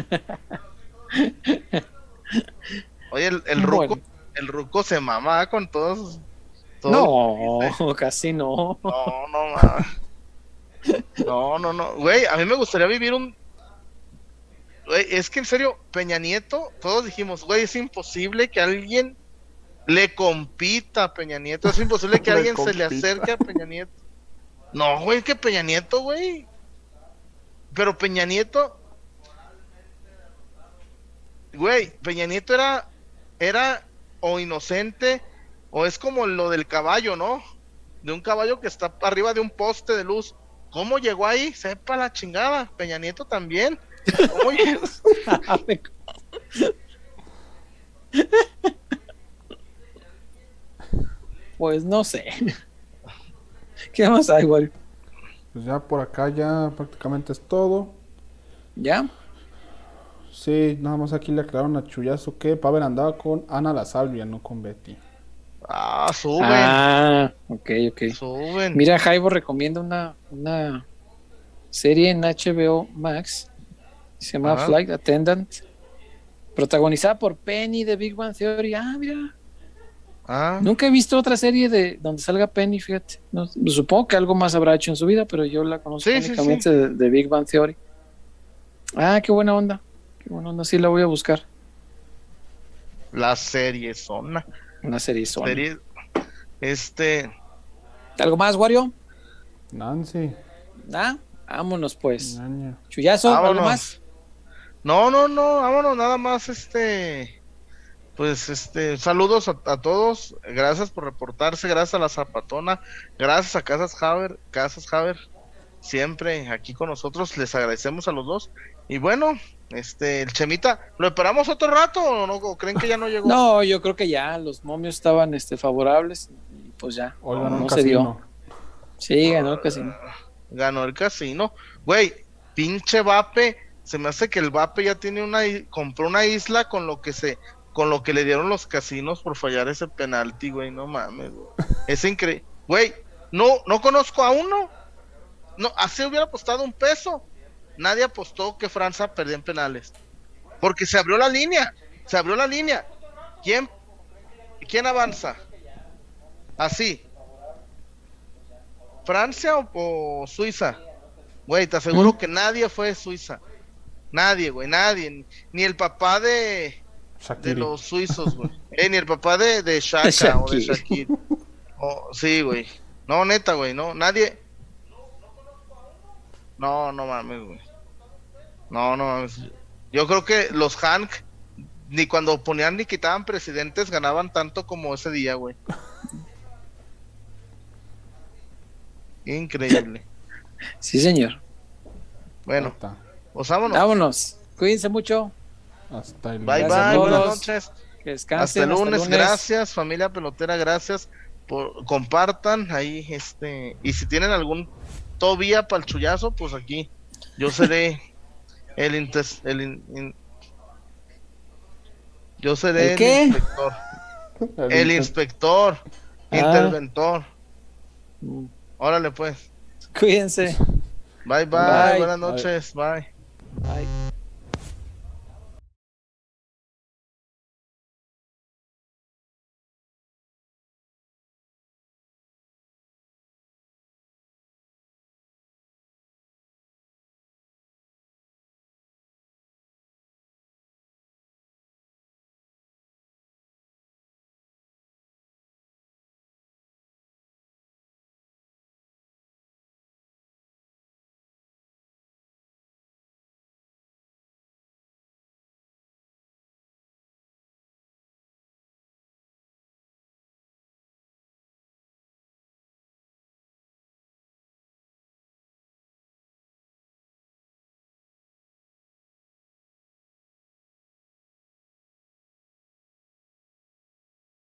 Oye, el ruco, Bueno. el ruco se mama con todos. No, casi no. No, ma. No. Güey, a mí me gustaría vivir Güey, es que en serio, Peña Nieto, todos dijimos, güey, es imposible que alguien le compita a Peña Nieto. Es imposible que Le alguien se le compita. acerque a Peña Nieto. No, güey, que Peña Nieto, güey. Pero Peña Nieto, güey, Peña Nieto era o inocente, o es como lo del caballo, ¿no? De un caballo que está arriba de un poste de luz. ¿Cómo llegó ahí? Sepa la chingada. Peña Nieto también. ¿Cómo llegó? Pues no sé. ¿Qué más hay, Wario? Pues ya por acá ya prácticamente es todo. ¿Ya? Sí, nada más aquí le aclararon a Chuyazo que Pavel andaba con Ana La Salvia, no con Betty. Ah, suben. Ah, ok. Suben. Mira, Jaibo recomienda una serie en HBO Max. Se llama Ajá. Flight Attendant. Protagonizada por Penny de Big Bang Theory. Ah, mira. Ah, Nunca he visto otra serie de donde salga Penny, fíjate. No, supongo que algo más habrá hecho en su vida, pero yo la conozco Sí, sí, únicamente de Big Bang Theory. Ah, qué buena onda. Qué buena onda, sí la voy a buscar. la serie zona. Una serie sola. Serie. ¿Algo más, Wario? Nancy. Ah, vámonos pues. Ñaña. Chuyazo, ¿algo Vámonos. más? No, vámonos, nada más, saludos a todos, gracias por reportarse, gracias a la Zapatona, gracias a Casas Haber, siempre aquí con nosotros, les agradecemos a los dos, y bueno, el Chemita, ¿lo esperamos otro rato o no? ¿O creen que ya no llegó? No, yo creo que ya los momios estaban favorables y pues ya, Hoy ganó no un se dio. casino. Sí, ganó el casino. Ganó el casino, güey, pinche Vape, se me hace que el Vape ya compró una isla con lo que le dieron los casinos por fallar ese penalti, güey, no mames, güey. Es increíble, güey, no conozco a uno, no, así hubiera apostado un peso, nadie apostó que Francia perdía en penales, porque se abrió la línea, ¿quién avanza? Así, ¿Francia o Suiza? Güey, te aseguro que nadie fue Suiza. Nadie, güey, nadie. Ni el papá de Shaqiri. los suizos, güey. Ni el papá de Shaka o de Shakir. Sí, güey. No, neta, güey, no, nadie. No mames, güey. No mames. Yo creo que los Hank, ni cuando ponían ni quitaban presidentes, ganaban tanto como ese día, güey. Increíble. Sí, señor. Bueno, Ahí está. pues vámonos. Vámonos. Cuídense mucho. Hasta el Bye, Gracias a bye, buenas todos. noches. Que descansen. Hasta el lunes, gracias, familia pelotera, gracias. Compartan ahí, y si tienen algún tobía para el chullazo, pues aquí yo seré yo seré ¿El qué? inspector. El inspector, interventor. Órale pues. Cuídense. Bye, Bye. buenas noches, bye.